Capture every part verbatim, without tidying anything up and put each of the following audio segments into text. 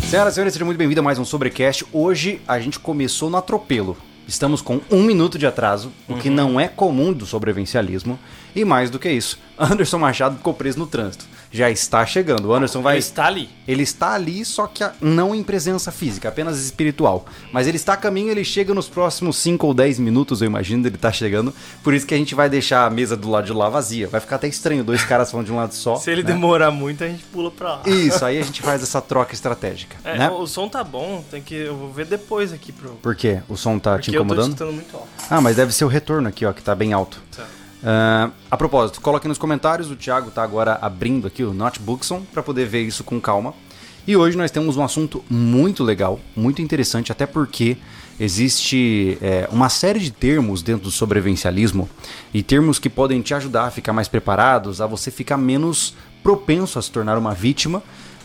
Senhoras e senhores, seja muito bem-vindo a mais um Sobrecast. Hoje a gente começou no atropelo. Estamos com um minuto de atraso, o que uhum. não é comum do sobrevivencialismo. E mais do que isso, Anderson Machado ficou preso no trânsito. Já está chegando. O Anderson vai... Ele está ali. Ele está ali, só que não em presença física, apenas espiritual. Mas ele está a caminho, ele chega nos próximos cinco ou dez minutos, eu imagino, ele está chegando. Por isso que a gente vai deixar a mesa do lado de lá vazia. Vai ficar até estranho, dois caras falando de um lado só. Se ele né? demorar muito, a gente pula pra lá. Isso, aí a gente faz essa troca estratégica. É, né? O som tá bom, tem que, eu vou ver depois aqui pro... Por quê? O som tá Porque te incomodando? eu tô escutando muito alto. Ah, mas deve ser o retorno aqui, ó, que tá bem alto. Tá. Uh, a propósito, coloque nos comentários, o Thiago tá agora abrindo aqui o Notebookson para poder ver isso com calma. E hoje nós temos um assunto muito legal, muito interessante, até porque existe é, uma série de termos dentro do sobrevivencialismo e termos que podem te ajudar a ficar mais preparados, a você ficar menos propenso a se tornar uma vítima,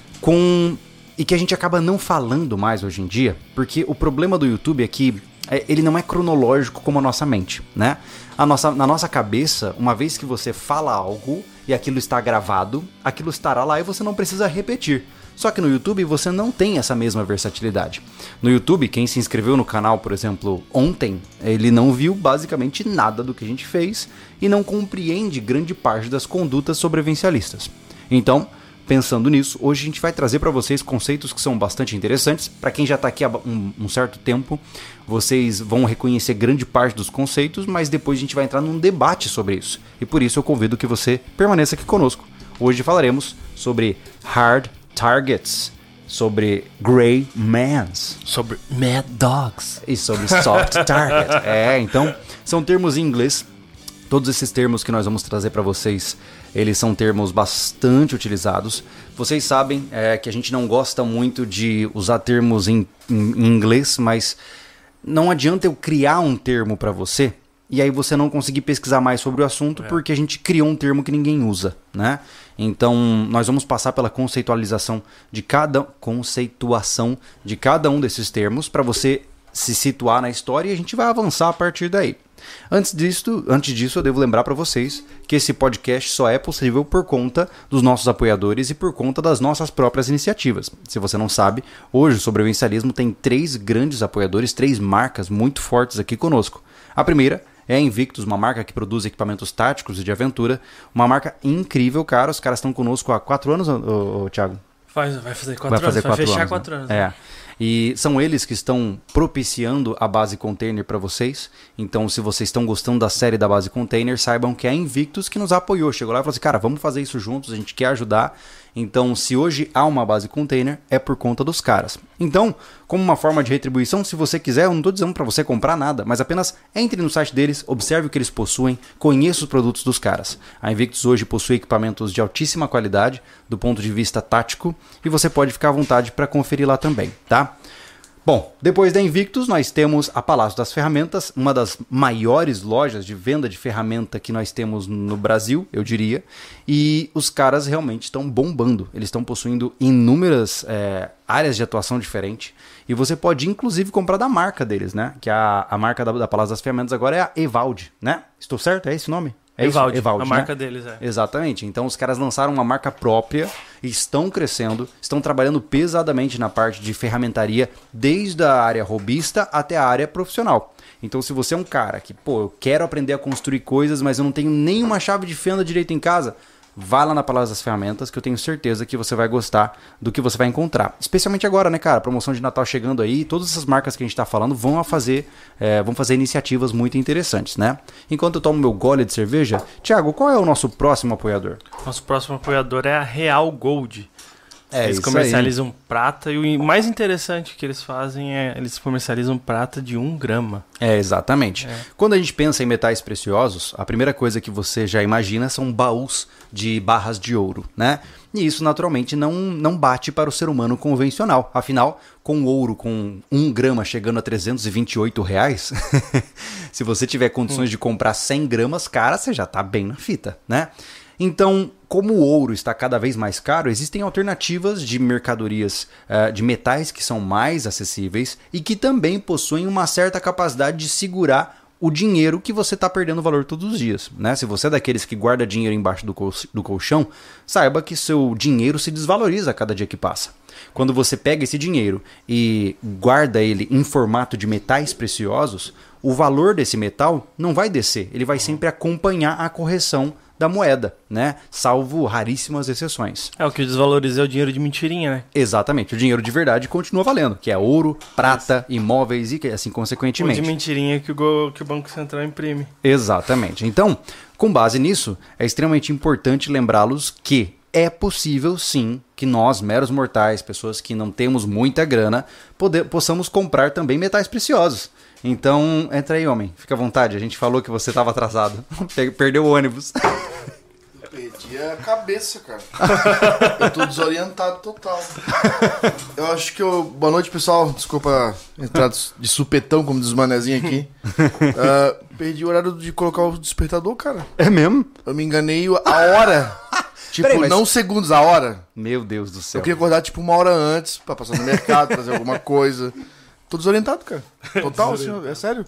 com e que a gente acaba não falando mais hoje em dia, porque o problema do YouTube é que ele não é cronológico como a nossa mente, né? A nossa, na nossa cabeça, uma vez que você fala algo e aquilo está gravado, aquilo estará lá e você não precisa repetir. Só que no YouTube você não tem essa mesma versatilidade. No YouTube, quem se inscreveu no canal, por exemplo, ontem, ele não viu basicamente nada do que a gente fez e não compreende grande parte das condutas sobrevivencialistas. Então, pensando nisso, hoje a gente vai trazer para vocês conceitos que são bastante interessantes. Para quem já está aqui há um, um certo tempo, vocês vão reconhecer grande parte dos conceitos, mas depois a gente vai entrar num debate sobre isso. E por isso eu convido que você permaneça aqui conosco. Hoje falaremos sobre hard targets, sobre grey mans, sobre mad dogs e sobre soft target. É, então são termos em inglês. Todos esses termos que nós vamos trazer para vocês, eles são termos bastante utilizados. Vocês sabem é, que a gente não gosta muito de usar termos em, em, em inglês, mas não adianta eu criar um termo para você e aí você não conseguir pesquisar mais sobre o assunto é. porque a gente criou um termo que ninguém usa, né? Então nós vamos passar pela conceitualização de cada conceituação de cada um desses termos para você se situar na história e a gente vai avançar a partir daí. Antes disso, antes disso, eu devo lembrar para vocês que esse podcast só é possível por conta dos nossos apoiadores e por conta das nossas próprias iniciativas. Se você não sabe, hoje o Sobrevivencialismo tem três grandes apoiadores, três marcas muito fortes aqui conosco. A primeira é a Invictus, uma marca que produz equipamentos táticos e de aventura. Uma marca incrível, cara. Os caras estão conosco há quatro anos, ô, ô, Thiago? Faz, vai fazer quatro vai fazer anos, quatro vai fechar anos, quatro né? anos. É. Né? E são eles que estão propiciando a base container para vocês. Então, se vocês estão gostando da série da base container, saibam que é a Invictus que nos apoiou. Chegou lá e falou assim, cara, vamos fazer isso juntos, a gente quer ajudar. Então, se hoje há uma base container, é por conta dos caras. Então, como uma forma de retribuição, se você quiser, eu não estou dizendo para você comprar nada, mas apenas entre no site deles, observe o que eles possuem, conheça os produtos dos caras. A Invictus hoje possui equipamentos de altíssima qualidade, do ponto de vista tático, e você pode ficar à vontade para conferir lá também, tá? Bom, depois da Invictus nós temos a Palácio das Ferramentas, uma das maiores lojas de venda de ferramenta que nós temos no Brasil, eu diria, e os caras realmente estão bombando, eles estão possuindo inúmeras é, áreas de atuação diferentes, e você pode inclusive comprar da marca deles, né? Que a, a marca da, da Palácio das Ferramentas agora é a Evald, né? Estou certo? É esse o nome? É Evald, isso? Evald, a né? marca deles, é. Exatamente. Então os caras lançaram uma marca própria, estão crescendo, estão trabalhando pesadamente na parte de ferramentaria, desde a área robista até a área profissional. Então se você é um cara que, pô, eu quero aprender a construir coisas, mas eu não tenho nenhuma chave de fenda direito em casa, vá lá na Palácio das Ferramentas, que eu tenho certeza que você vai gostar do que você vai encontrar. Especialmente agora, né, cara? Promoção de Natal chegando aí, todas essas marcas que a gente tá falando vão a fazer, é, vão fazer iniciativas muito interessantes, né? Enquanto eu tomo meu gole de cerveja, Thiago, qual é o nosso próximo apoiador? Nosso próximo apoiador é a Real Gold. É, eles isso comercializam aí. prata e o mais interessante que eles fazem é eles comercializam prata de um grama. É, exatamente. É. Quando a gente pensa em metais preciosos, a primeira coisa que você já imagina são baús de barras de ouro, né? E isso naturalmente não, não bate para o ser humano convencional. Afinal, com ouro com um grama chegando a trezentos e vinte e oito reais, se você tiver condições hum. de comprar cem gramas, cara, você já tá bem na fita, né? Então, como o ouro está cada vez mais caro, existem alternativas de mercadorias uh, de metais que são mais acessíveis e que também possuem uma certa capacidade de segurar o dinheiro que você está perdendo valor todos os dias, né? Se você é daqueles que guarda dinheiro embaixo do, col- do colchão, saiba que seu dinheiro se desvaloriza a cada dia que passa. Quando você pega esse dinheiro e guarda ele em formato de metais preciosos, o valor desse metal não vai descer, ele vai sempre acompanhar a correção da moeda, né? Salvo raríssimas exceções. É, o que desvaloriza é o dinheiro de mentirinha, né? Exatamente, o dinheiro de verdade continua valendo, que é ouro, prata, imóveis e assim consequentemente. O de mentirinha que o, go- que o Banco Central imprime. Exatamente. Então, com base nisso, é extremamente importante lembrá-los que é possível sim que nós, meros mortais, pessoas que não temos muita grana, poder, possamos comprar também metais preciosos. Então, entra aí, homem. Fica à vontade. A gente falou que você estava atrasado. Perdeu o ônibus. Eu perdi a cabeça, cara. Eu tô desorientado total. Eu acho que eu... Boa noite, pessoal. Desculpa entrar de supetão, como diz os manezinhos aqui. Uh, perdi o horário de colocar o despertador, cara. É mesmo? Eu me enganei a hora. Tipo, Peraí, mas... não segundos, a hora. Meu Deus do céu. Eu queria acordar, tipo, uma hora antes pra passar no mercado, trazer alguma coisa. Tô desorientado, cara. Total, senhor. É sério.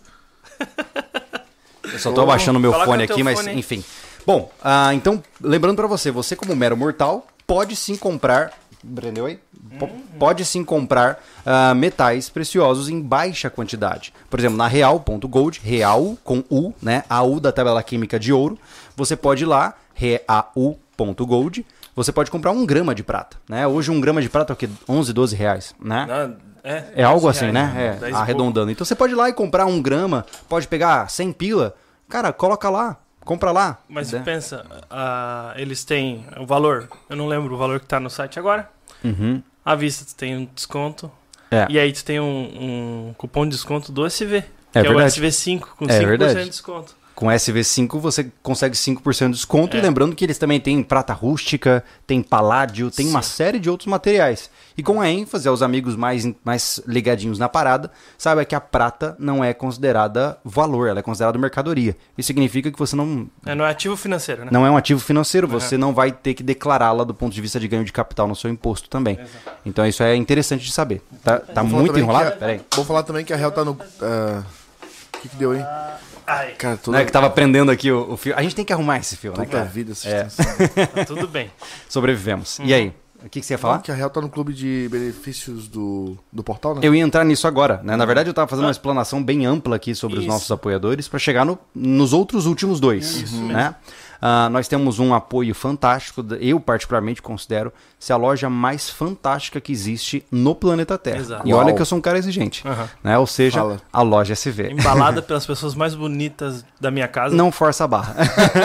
Eu só tô abaixando o meu Coloca fone o teu aqui, mas fone aí. enfim. Bom, ah, então, lembrando pra você, você como mero mortal, pode sim comprar... Brendeu aí? P- Pode sim comprar ah, metais preciosos em baixa quantidade. Por exemplo, na real ponto gold, real com U, né? A U da tabela química de ouro. Você pode ir lá, real ponto gold, você pode comprar um grama de prata, né? Hoje um grama de prata é o quê? onze, doze reais, né? Não, é, É algo dez assim, reais, né? dez É, e arredondando. Então você pode ir lá e comprar um grama, pode pegar cem pila, cara, coloca lá, compra lá. pouco. Mas né? pensa, ah, eles têm o valor, eu não lembro o valor que tá no site agora. Uhum. À vista tu tem um desconto. É. E aí tu tem um, um cupom de desconto do S V. É que é o verdade. S V cinco, com É cinco por cento verdade. de desconto. Com S V cinco você consegue cinco por cento de desconto. É. E lembrando que eles também têm prata rústica, tem paládio, tem uma série de outros materiais. E com a ênfase aos amigos mais, mais ligadinhos na parada, saiba que a prata não é considerada valor, ela é considerada mercadoria. Isso significa que você não, É, não é ativo financeiro, né? não é um ativo financeiro, Uhum. você não vai ter que declará-la do ponto de vista de ganho de capital no seu imposto também. Exato. Então isso é interessante de saber. Tá, tá Vou falar muito também enrolado? que a- Peraí. Vou falar também que a Real tá no... ah, O que que deu aí? Ai, Cara, toda, Não é que tava prendendo aqui o, o fio. A gente tem que arrumar esse fio, né, toda a cara? vida essa É. extensão. tá tudo bem. Sobrevivemos. E aí? O que, que você ia falar? Que a Real tá no clube de benefícios do, do portal, né? Eu ia entrar nisso agora, né? Na verdade, eu tava fazendo uma explanação bem ampla aqui sobre os Isso. nossos apoiadores para chegar no- nos outros últimos dois, Isso né? Ah, nós temos um apoio fantástico, eu particularmente considero ser a loja mais fantástica que existe no planeta Terra. Exato. E olha Uau. que eu sou um cara exigente, Aham. né? Ou seja, Fala. a loja S V. Embalada pelas pessoas mais bonitas da minha casa. Não força a barra.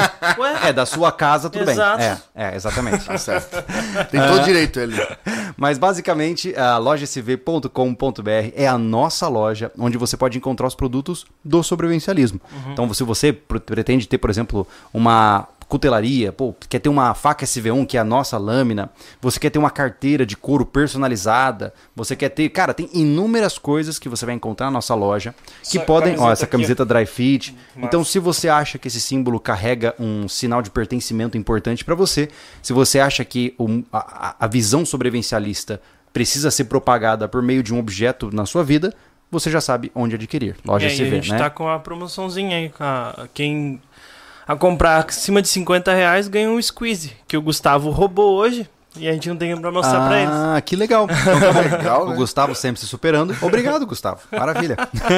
Ué? É, da sua casa, tudo Exato. bem. É, é, exatamente. Tá certo. Tem todo direito ele. Mas basicamente, a loja s v ponto com ponto b r é a nossa loja onde você pode encontrar os produtos do sobrevivencialismo. Então, se você pr- pretende ter, por exemplo, uma cutelaria, pô, quer ter uma faca S V um, que é a nossa lâmina, você quer ter uma carteira de couro personalizada, você quer ter, cara, tem inúmeras coisas que você vai encontrar na nossa loja que Essa podem, ó, camiseta essa aqui, camiseta dry fit. Massa. Então, se você acha que esse símbolo carrega um sinal de pertencimento importante para você, se você acha que o- a, a visão sobrevivencialista precisa ser propagada por meio de um objeto na sua vida, você já sabe onde adquirir. Loja É, e S V, a gente né? tá com a promoçãozinha aí. com a- Quem a comprar acima de cinquenta reais ganha um squeeze, que o Gustavo roubou hoje. E a gente não tem pra mostrar pra eles. Ah, que legal. Então, tá bom. Legal, O né? Gustavo sempre se superando. Obrigado, Gustavo. Maravilha.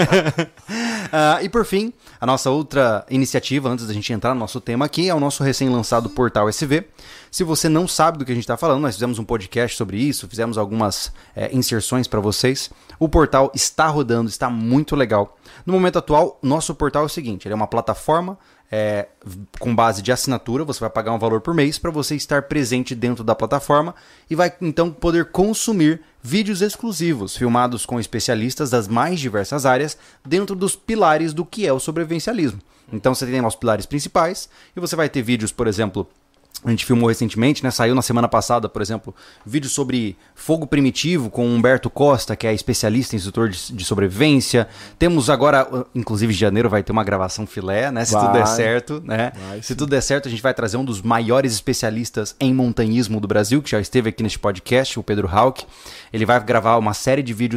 Ah, e por fim, a nossa outra iniciativa, antes da gente entrar no nosso tema aqui, é o nosso recém-lançado Portal S V. Se você não sabe do que a gente está falando, nós fizemos um podcast sobre isso, fizemos algumas eh, inserções para vocês. O portal está rodando, está muito legal. No momento atual, nosso portal é o seguinte, ele é uma plataforma é, com base de assinatura, você vai pagar um valor por mês para você estar presente dentro da plataforma e vai então poder consumir vídeos exclusivos, filmados com especialistas das mais diversas áreas, dentro dos pilares do que é o sobrevivencialismo. Então você tem lá os pilares principais e você vai ter vídeos, por exemplo, a gente filmou recentemente, né? Saiu na semana passada, por exemplo, vídeo sobre fogo primitivo com Humberto Costa, que é especialista em instrutor de, de sobrevivência. Temos agora, inclusive em janeiro vai ter uma gravação filé, né? Se Vai. tudo der certo, né? Vai, Se sim. tudo der certo, a gente vai trazer um dos maiores especialistas em montanhismo do Brasil, que já esteve aqui neste podcast, o Pedro Hauck. Ele vai gravar uma série de vídeos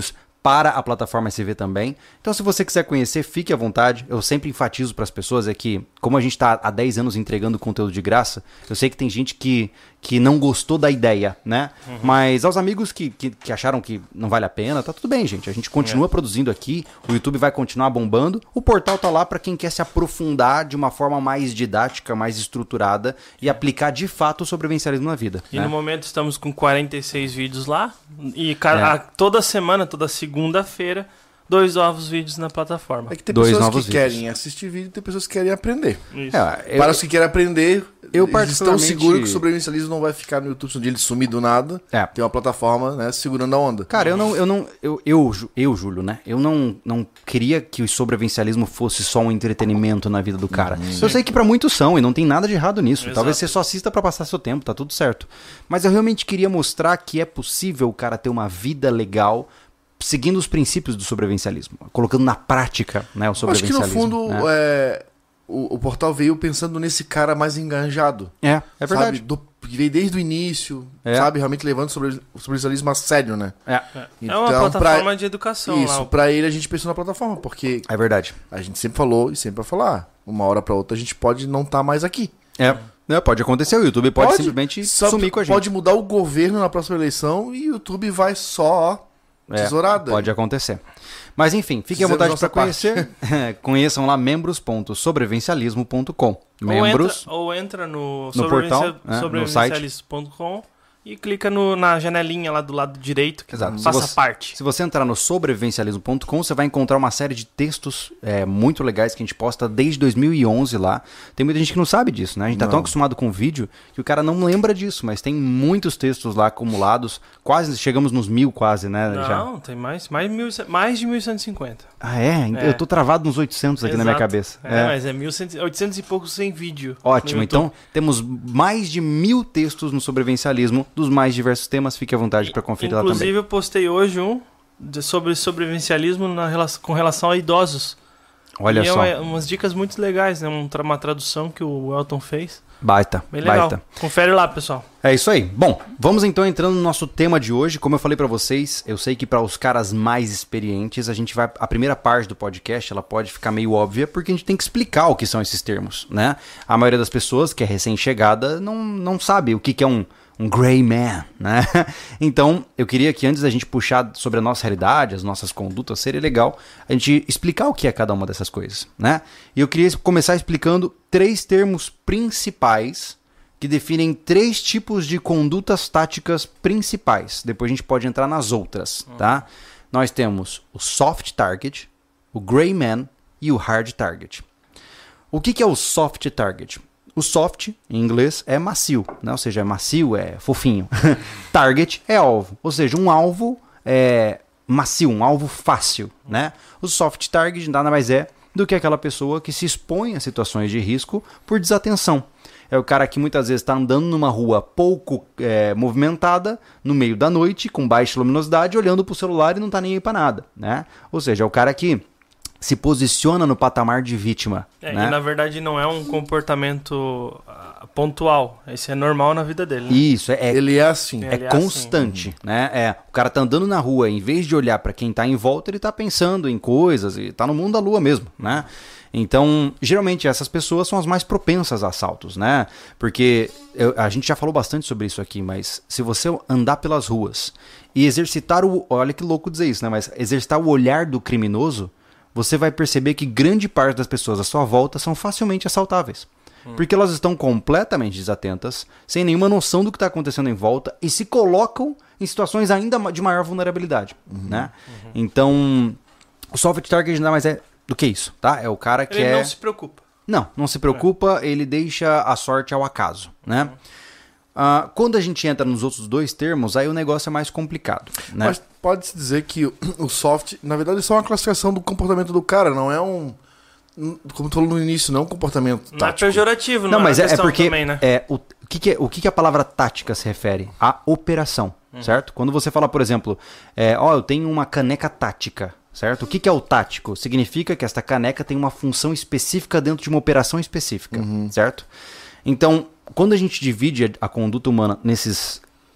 para a plataforma S V também. Então, se você quiser conhecer, fique à vontade. Eu sempre enfatizo para as pessoas é que, como a gente está há dez anos entregando conteúdo de graça, eu sei que tem gente que, que não gostou da ideia, né? Uhum. Mas aos amigos que, que, que acharam que não vale a pena, tá tudo bem, gente. A gente continua é. produzindo aqui, o YouTube vai continuar bombando. O portal tá lá para quem quer se aprofundar de uma forma mais didática, mais estruturada e aplicar de fato o sobrevivencialismo na vida. E né? no momento estamos com quarenta e seis vídeos lá. E cara, é. toda semana, toda segunda-feira, dois novos vídeos na plataforma. É que tem dois pessoas novos que vídeos. querem assistir vídeo e tem pessoas que querem aprender. Isso. É, eu, Para os que querem aprender, eu eles estão particularmente... seguros que o sobrevivencialismo não vai ficar no YouTube se um dia ele sumir do nada. É. Tem uma plataforma, né, segurando a onda. Cara, eu não, eu não, eu, eu, eu, Júlio, né? Eu não, não queria que o sobrevivencialismo fosse só um entretenimento na vida do cara. Uhum. Eu sei que pra muitos são e não tem nada de errado nisso. Exato. Talvez você só assista pra passar seu tempo, tá tudo certo. Mas eu realmente queria mostrar que é possível o cara ter uma vida legal seguindo os princípios do sobrevivencialismo, colocando na prática, né, o sobrevivencialismo. Acho que no fundo né? é, o, o portal veio pensando nesse cara mais enganjado. É, é verdade. Sabe? Do, que veio desde o início, É. sabe? Realmente levando sobre, o sobrevivencialismo a sério, né? É, É, Então, é uma plataforma pra- de educação Isso, lá. pra ele a gente pensou na plataforma, porque é verdade. a gente sempre falou e sempre vai falar. Uma hora pra outra a gente pode não estar mais aqui. É, né, pode acontecer, o YouTube pode, Pode, simplesmente Só sumir com a gente. Pode mudar o governo na próxima eleição e o YouTube vai só É, tesourada. pode acontecer. Mas enfim, fiquem à Fizemos vontade para nossa conhecer. Conheçam lá membros ponto sobrevivencialismo ponto com. Ou Membros. entra, ou entra no, No portal, né, no sobrevivencialismo ponto com e clica no, na janelinha lá do lado direito, que Exato. Se faça você- parte. Se você entrar no sobrevivencialismo ponto com, você vai encontrar uma série de textos é, muito legais que a gente posta desde dois mil e onze lá. Tem muita gente que não sabe disso, né? A gente tá Não. tão acostumado com vídeo que o cara não lembra disso, mas tem muitos textos lá acumulados. Quase, chegamos nos mil quase, né? Já. Não, tem mais, mais, mil, mais de mil cento e cinquenta. Ah, é? É. Eu tô travado nos oitocentos aqui na minha Exato. cabeça. É, É. mas é mil e cem, oitocentos e poucos sem vídeo. Ótimo, no então YouTube. temos mais de mil textos no sobrevivencialismo, dos mais diversos temas, fique à vontade para conferir lá também. Inclusive, eu postei hoje um de- sobre sobrevivencialismo na relação, com relação a idosos. Olha e só, é uma- umas dicas muito legais, né? Um tra- uma tradução que o Elton fez. baita, Bem legal. baita. Confere lá, pessoal. É isso aí. Bom, vamos então entrando no nosso tema de hoje. Como eu falei pra vocês, eu sei que para os caras mais experientes, a gente vai a primeira parte do podcast, ela pode ficar meio óbvia, porque a gente tem que explicar o que são esses termos, né? A maioria das pessoas que é recém-chegada não, não sabe o que, que é um um gray man, né? Então, eu queria que antes da gente puxar sobre a nossa realidade, as nossas condutas, seria legal a gente explicar o que é cada uma dessas coisas, né? E eu queria começar explicando três termos principais que definem três tipos de condutas táticas principais. Depois a gente pode entrar nas outras, tá? Nós temos o soft target, o gray man e o hard target. O que, que é o soft target? O soft, em inglês, é macio, né? Ou seja, é macio, é fofinho. Target é alvo, ou seja, um alvo é macio, um alvo fácil, né? O soft target nada mais é do que aquela pessoa que se expõe a situações de risco por desatenção. É o cara que muitas vezes está andando numa rua pouco é, movimentada, no meio da noite, com baixa luminosidade, olhando para o celular e não está nem aí para nada, né? Ou seja, é o cara que se posiciona no patamar de vítima. É, né? E na verdade não é um comportamento ah, pontual. Esse é normal na vida dele. Né? Isso, é, é, Ele é assim. É. é ele é constante, né? É, o cara tá andando na rua, em vez de olhar para quem tá em volta, ele tá pensando em coisas, e tá no mundo da lua mesmo, né? Então, geralmente essas pessoas são as mais propensas a assaltos, né? Porque eu, a gente já falou bastante sobre isso aqui, mas se você andar pelas ruas e exercitar o... Olha que louco dizer isso, né? Mas exercitar o olhar do criminoso, você vai perceber que grande parte das pessoas à sua volta são facilmente assaltáveis. Hum. Porque elas estão completamente desatentas, sem nenhuma noção do que está acontecendo em volta e se colocam em situações ainda de maior vulnerabilidade. Uhum. Né? Uhum. Então, o soft target nada mais é do que isso, tá? É o cara que ele é... não se preocupa. Não, não se preocupa, é. Ele deixa a sorte ao acaso, né? Uhum. Uh, quando a gente entra nos outros dois termos, aí o negócio é mais complicado, né? Mas pode-se dizer que o soft, na verdade, é só uma classificação do comportamento do cara, não é um... Como tu falou no início, não é um comportamento tático. Não é pejorativo, não, não é mas é, é porque também, né? é, o, o, que, que, é, o que, que a palavra tática se refere? A operação, hum. certo? Quando você fala, por exemplo, é, ó, eu tenho uma caneca tática, certo? O que, que é o tático? Significa que esta caneca tem uma função específica dentro de uma operação específica, uhum. certo? Então, quando a gente divide a, a conduta humana nesses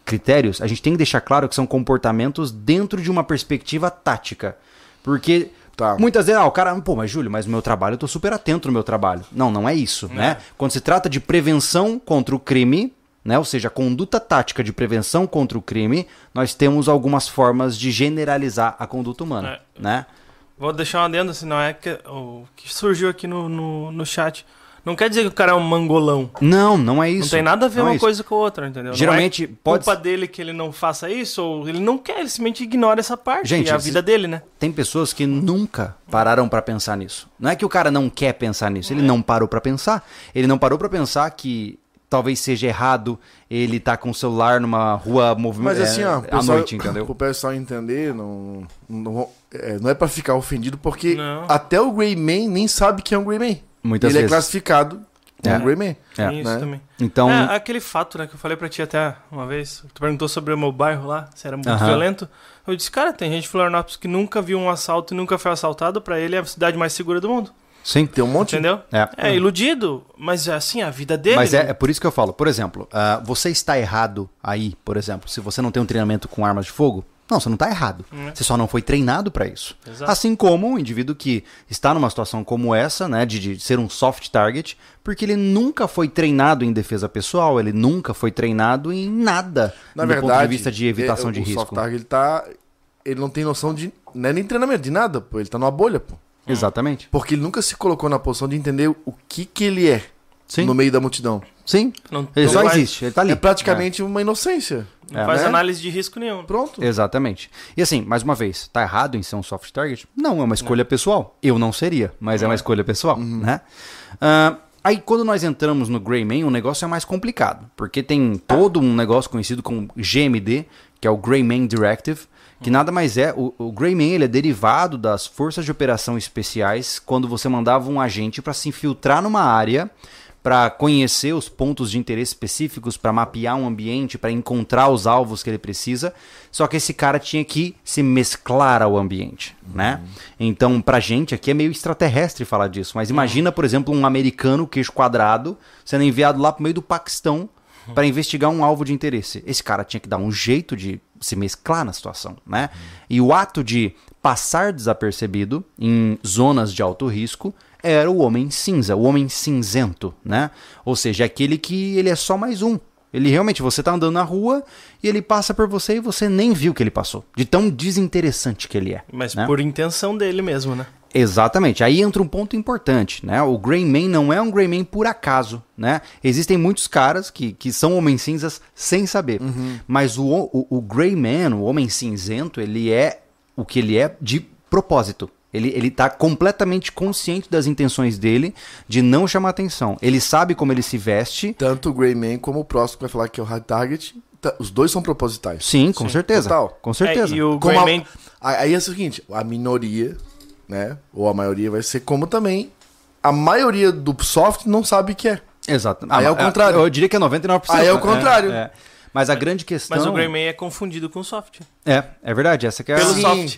critérios, a gente tem que deixar claro que são comportamentos dentro de uma perspectiva tática. Porque Tá. muitas vezes, ah, o cara, pô, mas Júlio, mas no meu trabalho eu tô super atento no meu trabalho. Não, não é isso, É. né? Quando se trata de prevenção contra o crime, né? Ou seja, conduta tática de prevenção contra o crime, nós temos algumas formas de generalizar a conduta humana, É. né? Vou deixar um adendo, assim, não é que, o que surgiu aqui no, no, no chat. Não quer dizer que o cara é um mangolão. Não, não é isso. Não tem nada a ver Não é uma isso. coisa com a outra, entendeu? Geralmente, não é pode- culpa dele que ele não faça isso, ou ele não quer, ele simplesmente ignora essa parte. Gente, é a esse- vida dele, né? Tem pessoas que nunca pararam pra pensar nisso. Não é que o cara não quer pensar nisso, ele não parou pra pensar. Ele não parou pra pensar que talvez seja errado ele tá com o celular numa rua movimentada Mas assim, ó, à pessoal, noite, entendeu? pro pessoal entender, não, não, é, não é pra ficar ofendido, porque Não. até o Grey Man nem sabe quem é um Grey Man. Muitas Ele vezes. é classificado como É. um Grey Man. É. Tem isso né? também. Então, É, aquele fato, né, que eu falei pra ti até uma vez. Tu perguntou sobre o meu bairro lá, se era muito Aham. violento. Eu disse, cara, tem gente de Florianópolis que nunca viu um assalto e nunca foi assaltado. Pra ele é a cidade mais segura do mundo. sim. Tem um monte Entendeu? É. É iludido, mas assim, a vida dele. Mas né? é, é por isso que eu falo. Por exemplo, ah, você está errado aí, por exemplo, se você não tem um treinamento com armas de fogo. Não, você não está errado. Hum. Você só não foi treinado para isso. Exato. Assim como um indivíduo que está numa situação como essa, né, de, de ser um soft target, porque ele nunca foi treinado em defesa pessoal, ele nunca foi treinado em nada Na do verdade, ponto de vista de evitação é, de o risco. soft target, ele tá... Ele não tem noção de... Não é nem treinamento, de nada, pô. Ele tá numa bolha, pô. Exatamente. Porque ele nunca se colocou na posição de entender o que que ele é Sim. no meio da multidão. Sim. Não, Ele não só faz- existe, ele tá ali. É praticamente uma inocência. Não É. faz né? análise de risco nenhum. Pronto. Exatamente. E assim, mais uma vez, tá errado em ser um soft target? Não, é uma escolha pessoal. Eu não seria, mas é uma escolha pessoal, né? Ah, aí quando nós entramos no Grey Man, o negócio é mais complicado, porque tem todo um negócio conhecido como G M D, que é o Grey Man Directive, que nada mais é, o, o Grey Man ele é derivado das forças de operação especiais, quando você mandava um agente para se infiltrar numa área, para conhecer os pontos de interesse específicos, para mapear um ambiente, para encontrar os alvos que ele precisa. Só que esse cara tinha que se mesclar ao ambiente, né? Então, pra gente aqui é meio extraterrestre falar disso. Mas imagina, por exemplo, um americano queixo quadrado sendo enviado lá pro meio do Paquistão para investigar um alvo de interesse. Esse cara tinha que dar um jeito de se mesclar na situação, né? E o ato de passar desapercebido em zonas de alto risco era o homem cinza, o homem cinzento, né? Ou seja, aquele que ele é só mais um. Ele realmente, você tá andando na rua e ele passa por você e você nem viu que ele passou. De tão desinteressante que ele é. Mas né? por intenção dele mesmo, né? Exatamente. Aí entra um ponto importante, né? O Grey Man não é um Grey Man por acaso, né? Existem muitos caras que, que são homens cinzas sem saber. Mas o, o, o Grey Man, o homem cinzento, ele é o que ele é de propósito. Ele, ele tá completamente consciente das intenções dele de não chamar atenção. Ele sabe como ele se veste. Tanto o Grey Man como o próximo que vai falar que é o Hard Target. tá- os dois são propositais. Sim, com certeza. total. Com certeza. É, e o Como Grey a- Man Aí é o seguinte, a minoria, né? Ou a maioria vai ser como também a maioria do soft não sabe o que é. Exato. Aí é o contrário. Eu diria que é noventa e nove por cento. Aí é o contrário. É. Mas a grande questão... Mas o Grey Man é confundido com o soft. É, é verdade. Essa que é Pelo a... Sim, soft.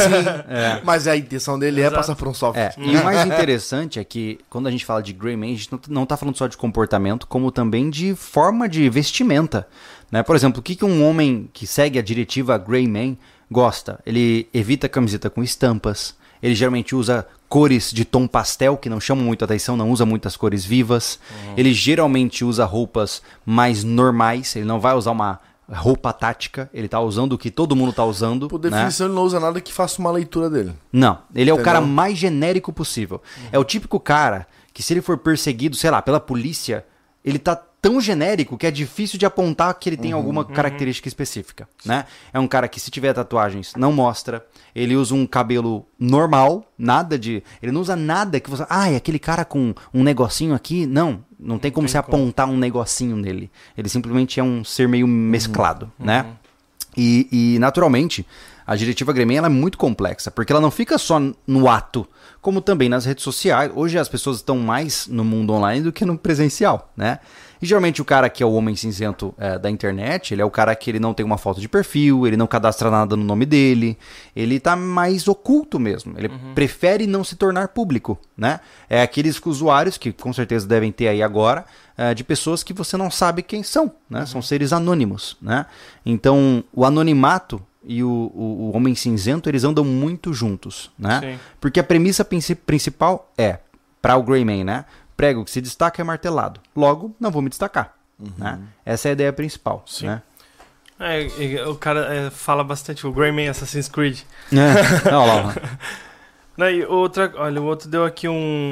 sim. Mas a intenção dele é Exato. passar por um soft. É, e o mais interessante é que quando a gente fala de Grey Man, a gente não, não tá falando só de comportamento, como também de forma de vestimenta. Né? Por exemplo, o que, que um homem que segue a diretiva Grey Man gosta? Ele evita camiseta com estampas, ele geralmente usa cores de tom pastel, que não chamam muito atenção, não usa muitas cores vivas. Uhum. Ele geralmente usa roupas mais normais, ele não vai usar uma roupa tática, ele tá usando o que todo mundo tá usando. Por né? definição, ele não usa nada que faça uma leitura dele. Não, ele é o Entendeu? cara mais genérico possível. É o típico cara que se ele for perseguido, sei lá, pela polícia, ele tá tão genérico que é difícil de apontar que ele tem alguma característica específica, né? É um cara que se tiver tatuagens, não mostra. Ele usa um cabelo normal, nada de... Ele não usa nada que você... Ah, é aquele cara com um negocinho aqui. Não, não tem como tem você como. apontar um negocinho nele. Ele simplesmente é um ser meio mesclado, né? E, e, naturalmente, a diretiva Grey Man ela é muito complexa, porque ela não fica só no ato, como também nas redes sociais. Hoje as pessoas estão mais no mundo online do que no presencial, né? E geralmente o cara que é o homem cinzento é, da internet, ele é o cara que ele não tem uma foto de perfil, ele não cadastra nada no nome dele, ele tá mais oculto mesmo, ele uhum. prefere não se tornar público, né? É aqueles usuários que com certeza devem ter aí agora, é, de pessoas que você não sabe quem são, né? Uhum. São seres anônimos, né? Então, o anonimato e o, o, o homem cinzento, eles andam muito juntos, né? Sim. Porque a premissa principal é, para o Greyman, né? Prego que se destaca é martelado. Logo, não vou me destacar. Uhum. Né? Essa é a ideia principal. Sim. Né? É, o cara é, fala bastante, o Greyman Assassin's Creed. É. Olha lá. Não, e outra, olha, o outro deu aqui um,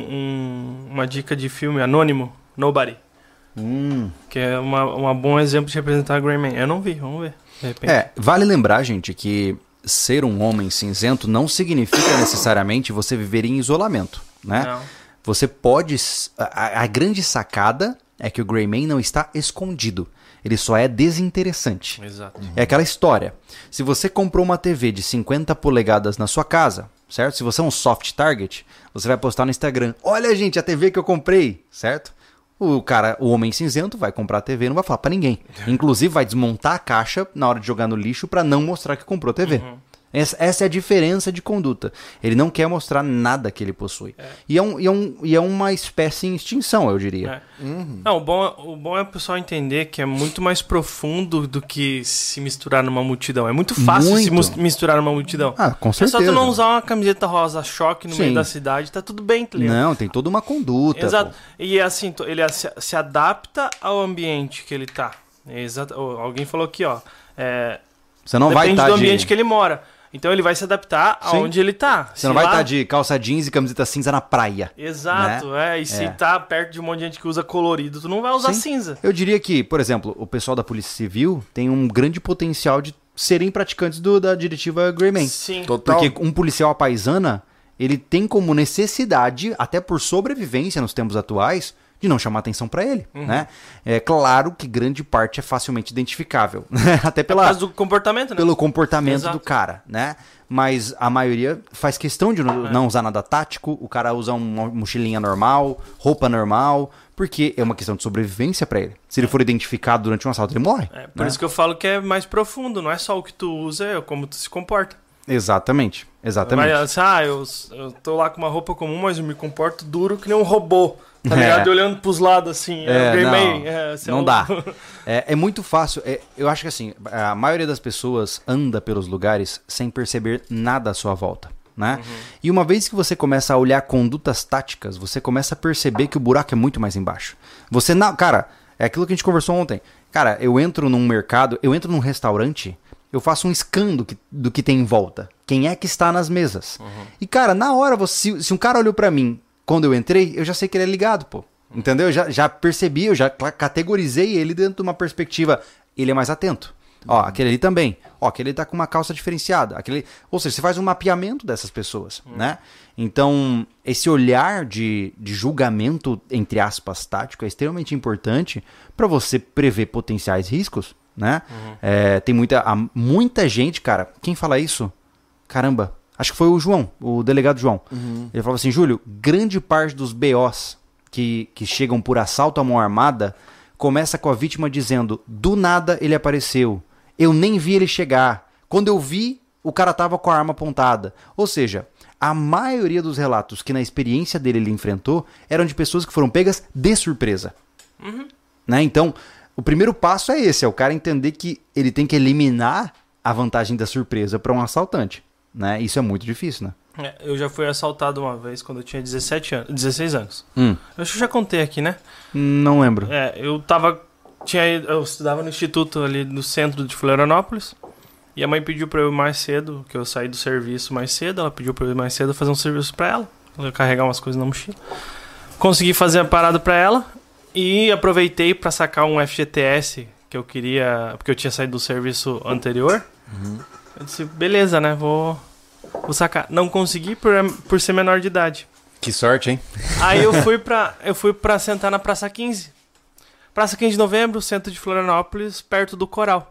um, uma dica de filme anônimo, Nobody. Hum. Que é um uma, uma bom exemplo de representar o Greyman. Eu não vi, vamos ver. De repente. É, vale lembrar, gente, que ser um homem cinzento não significa necessariamente você viver em isolamento, né? Não. Você pode... A, a grande sacada é que o Greyman não está escondido. Ele só é desinteressante. Exato. É aquela história. Se você comprou uma T V de cinquenta polegadas na sua casa, certo? Se você é um soft target, você vai postar no Instagram. Olha, gente, a T V que eu comprei, certo? O cara, o homem cinzento vai comprar a T V e não vai falar pra ninguém. Inclusive vai desmontar a caixa na hora de jogar no lixo pra não mostrar que comprou a T V. Uhum. Essa, essa é a diferença de conduta. Ele não quer mostrar nada que ele possui. É. E, é um, e, é um, e é uma espécie em extinção, eu diria. É. Uhum. Não, o, bom, o bom é o pessoal entender que é muito mais profundo do que se misturar numa multidão. É muito fácil muito. se misturar numa multidão. Ah, com certeza. É só tu não usar uma camiseta rosa choque no Sim. meio da cidade, tá tudo bem, tá ligado? Não, tem toda uma conduta. Exato. Pô. E assim, ele se, se adapta ao ambiente que ele tá. Exato. Alguém falou aqui, ó. É, Você não vai estar Depende do ambiente de... que ele mora. Então ele vai se adaptar Sim. aonde ele tá. Você se não vai estar lá... tá de calça jeans e camiseta cinza na praia. Exato, né? é. E se é. tá perto de um monte de gente que usa colorido, tu não vai usar Sim. cinza. Eu diria que, por exemplo, o pessoal da Polícia Civil tem um grande potencial de serem praticantes do, da diretiva Greyman. Sim. Total. Porque um policial à paisana, ele tem como necessidade, até por sobrevivência nos tempos atuais, de não chamar atenção pra ele, uhum. né? É claro que grande parte é facilmente identificável, até pela... Por causa do comportamento, né? Pelo comportamento Exato. do cara, né? Mas a maioria faz questão de não, é. não usar nada tático, o cara usa uma mochilinha normal, roupa normal, porque é uma questão de sobrevivência pra ele. Se ele for identificado durante um assalto, ele morre. É, por né? isso que eu falo que é mais profundo, não é só o que tu usa, é como tu se comporta. Exatamente, exatamente. Vai, assim, ah, eu, eu tô lá com uma roupa comum, mas eu me comporto duro que nem um robô. Tá ligado? É. Olhando pros lados, assim. É, é, não, meio, é, não um... dá. É, é muito fácil. É, eu acho que assim, a maioria das pessoas anda pelos lugares sem perceber nada à sua volta, né? Uhum. E uma vez que você começa a olhar condutas táticas, você começa a perceber que o buraco é muito mais embaixo. Você não... Cara, é aquilo que a gente conversou ontem. Cara, eu entro num mercado, eu entro num restaurante, eu faço um scan do que, do que tem em volta. Quem é que está nas mesas. Uhum. E, cara, na hora, você, se um cara olhou pra mim quando eu entrei, eu já sei que ele é ligado, pô. Entendeu? Eu já, já percebi, eu já categorizei ele dentro de uma perspectiva. Ele é mais atento. Ó, aquele ali também. Ó, aquele tá com uma calça diferenciada. Aquele... Ou seja, você faz um mapeamento dessas pessoas, hum. né? Então, esse olhar de, de julgamento, entre aspas, tático, é extremamente importante para você prever potenciais riscos, né? Uhum. É, tem muita, muita gente, cara. Quem fala isso? Caramba. Acho que foi o João, o delegado João. Uhum. Ele falou assim, Júlio, grande parte dos B Os que, que chegam por assalto à mão armada começa com a vítima dizendo, do nada ele apareceu, eu nem vi ele chegar. Quando eu vi, o cara tava com a arma apontada. Ou seja, a maioria dos relatos que na experiência dele ele enfrentou eram de pessoas que foram pegas de surpresa. Uhum. Né? Então, o primeiro passo é esse, é o cara entender que ele tem que eliminar a vantagem da surpresa para um assaltante. Né? Isso é muito difícil, né? É, eu já fui assaltado uma vez quando eu tinha dezessete anos, dezesseis anos. Hum. Eu acho que eu já contei aqui, né? Não lembro. É, eu tava... Tinha, eu estudava no instituto ali no centro de Florianópolis. E a mãe pediu pra eu ir mais cedo, que eu saí do serviço mais cedo. Ela pediu pra eu ir mais cedo fazer um serviço pra ela. Eu carregar umas coisas na mochila. Consegui fazer a parada pra ela. E aproveitei pra sacar um F G T S que eu queria... Porque eu tinha saído do serviço anterior. Uhum. Eu disse, beleza, né? Vou, vou sacar. Não consegui por, por ser menor de idade. Que sorte, hein? Aí eu fui pra, eu fui pra sentar na Praça quinze. Praça quinze de Novembro, centro de Florianópolis, perto do Coral.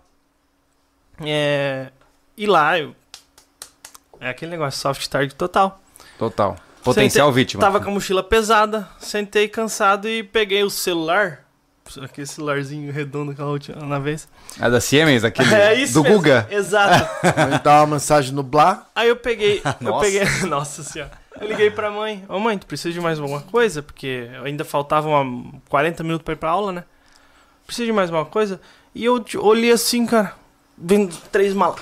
É, e lá, eu, é aquele negócio, soft target total. Total. Potencial Sentei, vítima. Tava com a mochila pesada, sentei cansado e peguei o celular, aquele celularzinho redondo aquela última na vez. É da Siemens, aquele É isso do mesmo. Guga. Exato. Vai dar uma mensagem no Blá. Aí eu peguei, eu Nossa. peguei, nossa senhora. Eu liguei pra mãe. Ô mãe, tu precisa de mais alguma coisa? Porque ainda faltavam quarenta minutos pra ir pra aula, né? Precisa de mais alguma coisa? E eu te- olhei assim, cara, vendo três malas.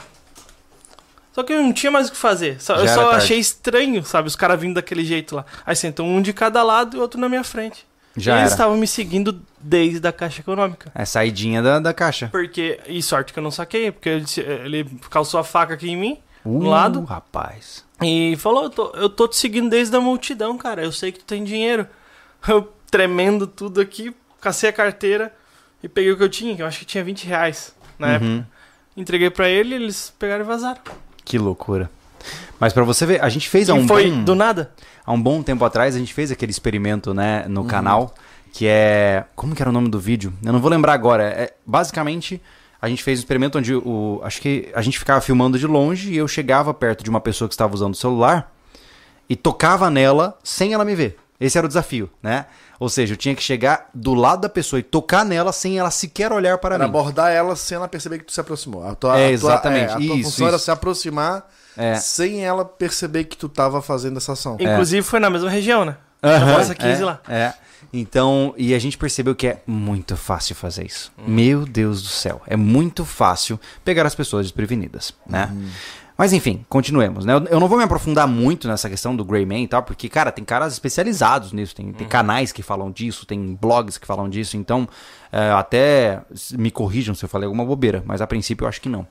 Só que eu não tinha mais o que fazer. Só- Já eu era só tarde. achei estranho, sabe? Os caras vindo daquele jeito lá. Aí sentam um de cada lado e outro na minha frente. Já e eles era. estavam me seguindo desde a Caixa Econômica. É saidinha da, da caixa. Porque, e sorte que eu não saquei, porque ele, disse- ele calçou a faca aqui em mim, Uh, do lado, rapaz. e falou, eu tô, eu tô te seguindo desde a multidão, cara, eu sei que tu tem dinheiro. Eu tremendo tudo aqui, cacei a carteira e peguei o que eu tinha, que eu acho que tinha vinte reais na época. Uhum. Entreguei pra ele, eles pegaram e vazaram. Que loucura. Mas pra você ver, a gente fez há E um foi bom... do nada. Há um bom tempo atrás, a gente fez aquele experimento, né, no canal, que é... Como que era o nome do vídeo? Eu não vou lembrar agora. É, basicamente, a gente fez um experimento onde o... Acho que a gente ficava filmando de longe e eu chegava perto de uma pessoa que estava usando o celular e tocava nela sem ela me ver. Esse era o desafio, né? Ou seja, eu tinha que chegar do lado da pessoa e tocar nela sem ela sequer olhar para Era mim. abordar ela sem ela perceber que tu se aproximou. A tua, É, a tua- exatamente. é, a tua Isso, função era isso. se aproximar É. sem ela perceber que tu tava fazendo essa ação. Inclusive foi na mesma região, né? Aham, Na Força quinze é, lá. É. Então, e a gente percebeu que é muito fácil fazer isso. Meu Deus do céu. É muito fácil pegar as pessoas desprevenidas, né? Mas enfim, continuemos, né? Eu- Eu não vou me aprofundar muito nessa questão do Gray Man e tal, porque, cara, tem caras especializados nisso. Tem, tem canais que falam disso, tem blogs que falam disso. Então, é, até me corrijam se eu falei alguma bobeira, mas a princípio eu acho que não.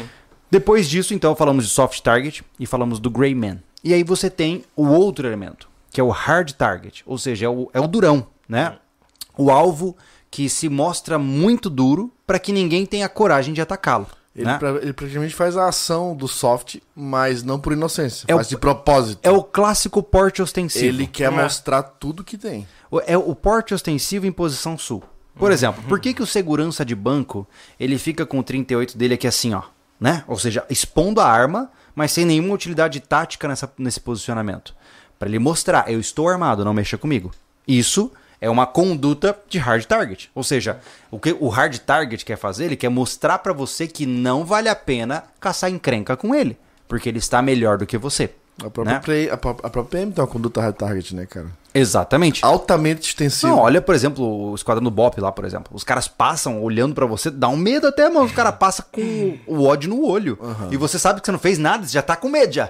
Depois disso, então, falamos de soft target e falamos do Gray Man. E aí você tem o outro elemento, que é o hard target, ou seja, é o, é o durão, né? O alvo que se mostra muito duro para que ninguém tenha coragem de atacá-lo. Ele, né? pra- ele praticamente faz a ação do soft, mas não por inocência. É faz o- de propósito. É o clássico porte ostensivo. Ele quer Não é? mostrar tudo que tem. O- É o porte ostensivo em posição sul. Por exemplo, por que, que o segurança de banco ele fica com o trinta e oito dele aqui assim, ó, né? Ou seja, expondo a arma, mas sem nenhuma utilidade tática nessa, nesse posicionamento. Para ele mostrar, eu estou armado, não mexa comigo. Isso é uma conduta de hard target. Ou seja, o que o hard target quer fazer, ele quer mostrar para você que não vale a pena caçar encrenca com ele, porque ele está melhor do que você. A própria, Né? play, a, pró- a própria P M tem uma conduta hard target, né, cara? Exatamente. Altamente extensiva. Não, olha, por exemplo, o Esquadrão do Bop lá, por exemplo. Os caras passam olhando pra você, dá um medo até, mano. Os caras passam com o ódio no olho. E você sabe que você não fez nada, você já tá com medo já.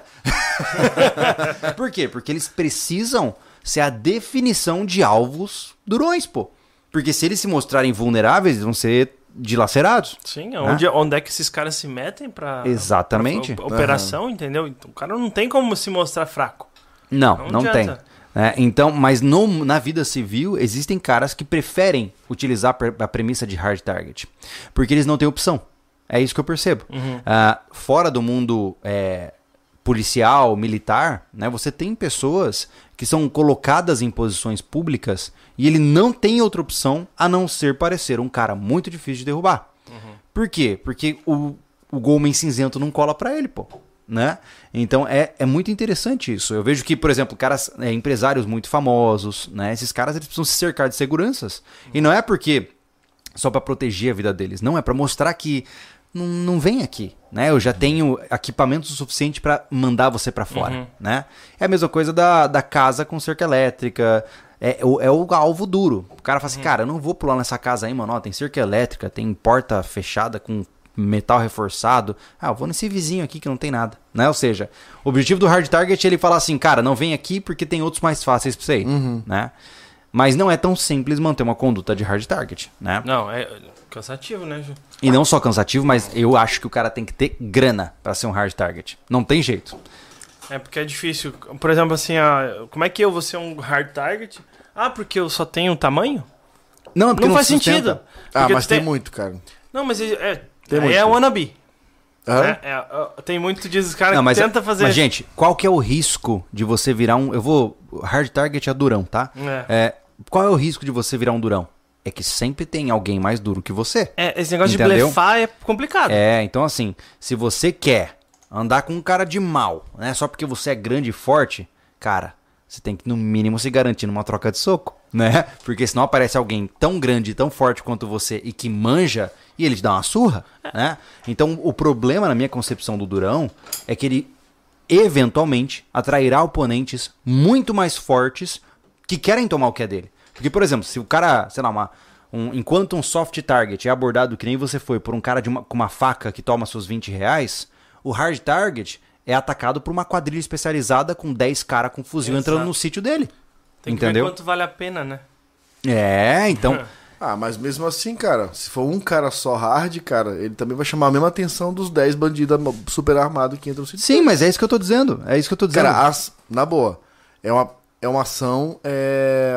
Por quê? Porque eles precisam ser a definição de alvos durões, pô. Porque se eles se mostrarem vulneráveis, eles vão ser dilacerados. Sim, onde, onde é que esses caras se metem pra... Exatamente. pra operação, entendeu? Então, o cara não tem como se mostrar fraco. Não, Não não, tem. adianta. É, então, mas no, na vida civil, existem caras que preferem utilizar a pre- a premissa de hard target. Porque eles não têm opção. É isso que eu percebo. Ah, fora do mundo é, policial, militar, né, você tem pessoas que são colocadas em posições públicas e ele não tem outra opção a não ser parecer um cara muito difícil de derrubar. Por quê? Porque o, o Goldman cinzento não cola pra ele, pô. Né? Então é, é muito interessante isso. Eu vejo que, por exemplo, caras, é, empresários muito famosos, né? Esses caras eles precisam se cercar de seguranças. E não é porque só pra proteger a vida deles, não, é pra mostrar que não, não vem aqui, né? Eu já tenho equipamento suficiente pra mandar você pra fora, Uhum. né? É a mesma coisa da, da casa com cerca elétrica. É, o- é o alvo duro. O cara fala assim, cara, eu não vou pular nessa casa aí, mano. Ó, tem cerca elétrica, tem porta fechada com metal reforçado. Ah, eu vou nesse vizinho aqui que não tem nada, né? Ou seja, o objetivo do hard target é ele falar assim, cara, não vem aqui porque tem outros mais fáceis pra você ir, né? Mas não é tão simples manter uma conduta de hard target, né? Não, é cansativo, né, Ju? E não só cansativo, mas eu acho que o cara tem que ter grana pra ser um hard target. Não tem jeito. É porque é difícil. Por exemplo, assim, ah, como é que eu vou ser um hard target? Ah, porque eu só tenho tamanho? Não, é porque Não faz sustenta. sentido. Ah, Porque mas tu tem muito, cara. Não, mas é, é, Tem aí muito. é wannabe. Hã? Né? É, é, tem muito disso, cara, Não, que mas, tenta fazer... mas, gente, qual que é o risco de você virar um... Eu vou... Hard target é durão, tá? É. É, qual é o risco de você virar um durão? É que sempre tem alguém mais duro que você. É, esse negócio Entendeu? de blefar é complicado. É, então assim, se você quer andar com um cara de mal, né? Só porque você é grande e forte, cara, você tem que no mínimo se garantir numa troca de soco, né? Porque senão aparece alguém tão grande, tão forte quanto você e que manja e ele te dá uma surra, né? Então o problema na minha concepção do Durão é que ele eventualmente atrairá oponentes muito mais fortes que querem tomar o que é dele. Porque, por exemplo, se o cara, sei lá, uma, um, enquanto um soft target é abordado que nem você foi por um cara de uma, com uma faca que toma seus vinte reais, o hard target é atacado por uma quadrilha especializada com dez caras com fuzil Exato. entrando no sítio dele. Tem que entendeu? ver quanto vale a pena, né? É, então... Ah, mas mesmo assim, cara, se for um cara só hard, cara, ele também vai chamar a mesma atenção dos dez bandidos super armados que entram no sítio. Sim, mas é isso que eu tô dizendo. É isso que eu tô dizendo. Cara, as, na boa, é uma, é uma ação é,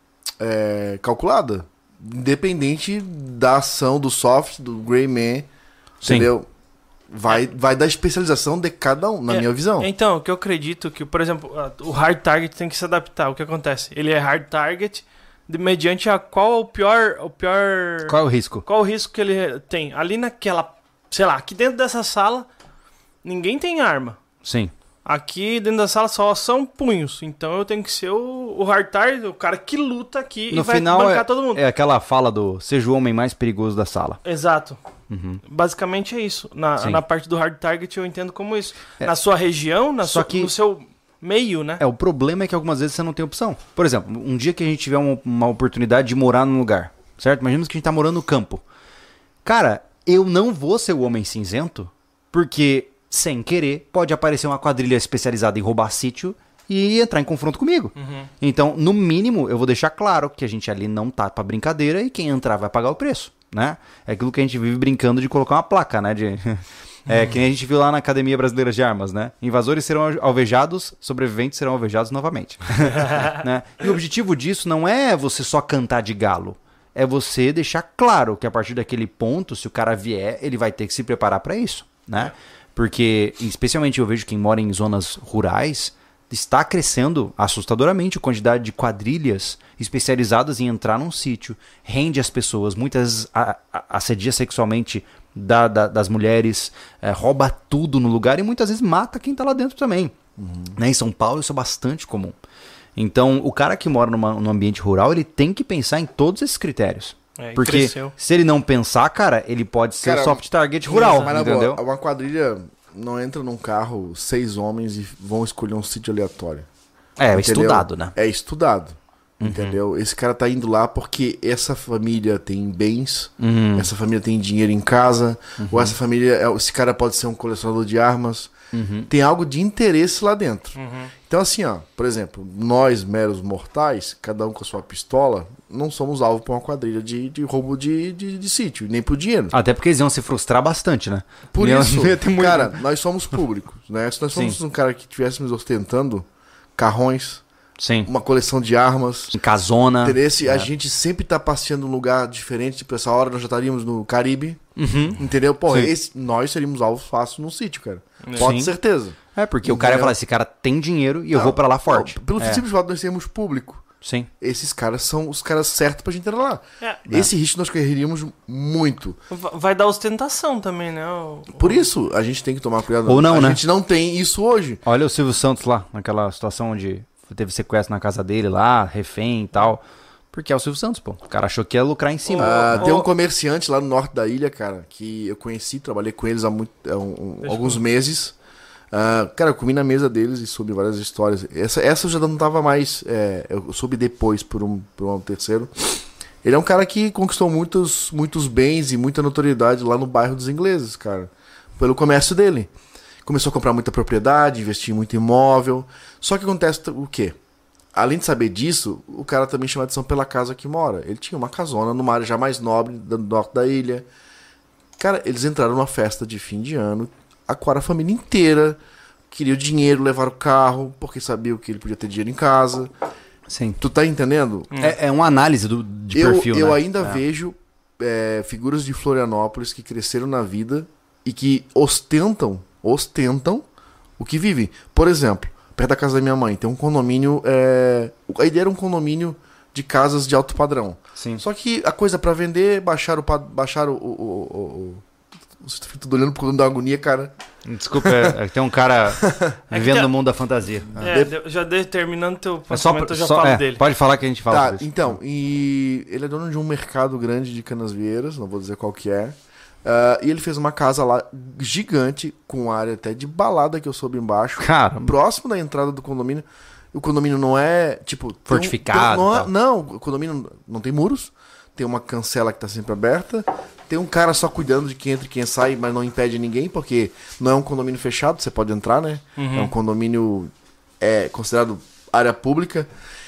é, calculada. Independente da ação do soft, do Grey Man, Sim. entendeu? Vai, vai da especialização de cada um, na É, minha visão. Então, o que eu acredito que, por exemplo, o hard target tem que se adaptar. O que acontece? Ele é hard target de, mediante a qual o pior, o pior... Qual é o risco? Qual o risco que ele tem? Ali naquela... Sei lá, aqui dentro dessa sala, ninguém tem arma. Sim. Aqui dentro da sala só são punhos. Então eu tenho que ser o, o hard target, o cara que luta aqui No e vai final bancar é, todo mundo. é aquela fala do seja o homem mais perigoso da sala. Exato. Uhum. Basicamente é isso. Na, Sim. na parte do hard target eu entendo como isso. É. Na sua região, na Só sua, que- no seu meio, né? É, o problema é que algumas vezes você não tem opção. Por exemplo, um dia que a gente tiver uma, uma oportunidade de morar num lugar, certo? Imaginemos que a gente tá morando no campo. Cara, eu não vou ser o homem cinzento, porque, sem querer, pode aparecer uma quadrilha especializada em roubar sítio e entrar em confronto comigo. Uhum. Então, no mínimo, eu vou deixar claro que a gente ali não tá pra brincadeira e quem entrar vai pagar o preço, né? É aquilo que a gente vive brincando de colocar uma placa, né? De... É, que nem a gente viu lá na Academia Brasileira de Armas, né? Invasores serão alvejados, sobreviventes serão alvejados novamente. Né? E o objetivo disso não é você só cantar de galo. É você deixar claro que a partir daquele ponto, se o cara vier, ele vai ter que se preparar pra isso, né? Porque, especialmente eu vejo quem mora em zonas rurais, está crescendo assustadoramente a quantidade de quadrilhas especializadas em entrar num sítio, rende as pessoas, muitas vezes a- a- assedia sexualmente da- da- das mulheres, é, rouba tudo no lugar e muitas vezes mata quem está lá dentro também. Uhum. Né? Em São Paulo isso é bastante comum. Então, o cara que mora numa, num ambiente rural, ele tem que pensar em todos esses critérios. É, e Porque cresceu. se ele não pensar, cara, ele pode ser Cara, o soft target rural, Mas na boa, entendeu? uma quadrilha não entra num carro seis homens e vão escolher um sítio aleatório. É, Entendeu? estudado, né? É estudado. Entendeu? Esse cara tá indo lá porque essa família tem bens, Uhum. essa família tem dinheiro em casa, ou essa família, é- esse cara pode ser um colecionador de armas. Uhum. Tem algo de interesse lá dentro. Uhum. Então, assim, ó, por exemplo, nós, meros mortais, cada um com a sua pistola, não somos alvo pra uma quadrilha de, de roubo de, de, de sítio, nem por dinheiro. Até porque eles iam se frustrar bastante, né? Por Não ia- isso, não ia ter muito- cara, nós somos públicos, né? Se nós fôssemos Sim. um cara que estivéssemos ostentando carrões, Sim. uma coleção de armas, Em casona. interesse, a É. gente sempre tá passeando num lugar diferente, tipo, essa hora nós já estaríamos no Caribe, Uhum. entendeu? Pô, Sim. esse, nós seríamos alvos fáceis no sítio, cara. Pode Sim. ter certeza. É, porque o cara ia Entendeu? falar, esse cara tem dinheiro e eu Não, vou pra lá forte. não, pelo É. simples fato de nós sermos público, Sim. esses caras são os caras certos pra gente entrar lá. É, Esse risco nós correríamos muito. va- vai dar ostentação também, né? O- Por isso, a gente tem que tomar cuidado. Ou não, a né? gente não tem isso hoje. Olha o Silvio Santos lá, naquela situação onde teve sequestro na casa dele lá, refém e tal. Porque é o Silvio Santos, pô. O cara achou que ia lucrar em cima. Ah, Ô, tem ô. um comerciante lá no norte da ilha, cara, que eu conheci, trabalhei com eles há, muito, há um- um- Deixa alguns eu- meses. Ah, cara, eu comi na mesa deles e soube várias histórias. Essa, essa eu já não tava mais. é, eu soube depois por um, por um terceiro. Ele é um cara que conquistou muitos, muitos bens e muita notoriedade lá no bairro dos ingleses, cara. Pelo comércio dele. Começou a comprar muita propriedade, investir em muito imóvel. Só que acontece o quê? Além de saber disso, o cara também chama atenção pela casa que mora. Ele tinha uma casona numa área já mais nobre do norte da ilha. Cara, eles entraram numa festa de fim de ano, a qual a família inteira queria o dinheiro, levar o carro, porque sabia que ele podia ter dinheiro em casa. Sim. Tu tá entendendo? É, é uma análise do, de eu perfil, eu né? ainda É. vejo é, figuras de Florianópolis que cresceram na vida e que ostentam, ostentam o que vivem. Por exemplo, perto da casa da minha mãe, tem um condomínio. É, a ideia era um condomínio de casas de alto padrão. Sim. Só que a coisa pra vender, baixaram, o pa- baixaram o, o, o- o- Vocês ficam tudo olhando pro condomínio da agonia, cara. Desculpa, é, é que tem um cara vivendo tem- no mundo da fantasia. É, de- já de, terminando teu É só, pensamento, eu já só- falo é, dele. pode falar que a gente fala Tá, sobre isso. então, e ele é dono de um mercado grande de canasvieiras, não vou dizer qual que é. Ah, e ele fez uma casa lá gigante, com área até de balada que eu soube embaixo. Cara, Próximo da entrada do condomínio. O condomínio não é, tipo... tem um- Fortificado tem- não, e é- tal. não, o condomínio não tem muros. Tem uma cancela que tá sempre aberta. Tem um cara só cuidando de quem entra e quem sai, mas não impede ninguém, porque não é um condomínio fechado, você pode entrar, né? Uhum. É um condomínio é, considerado área pública.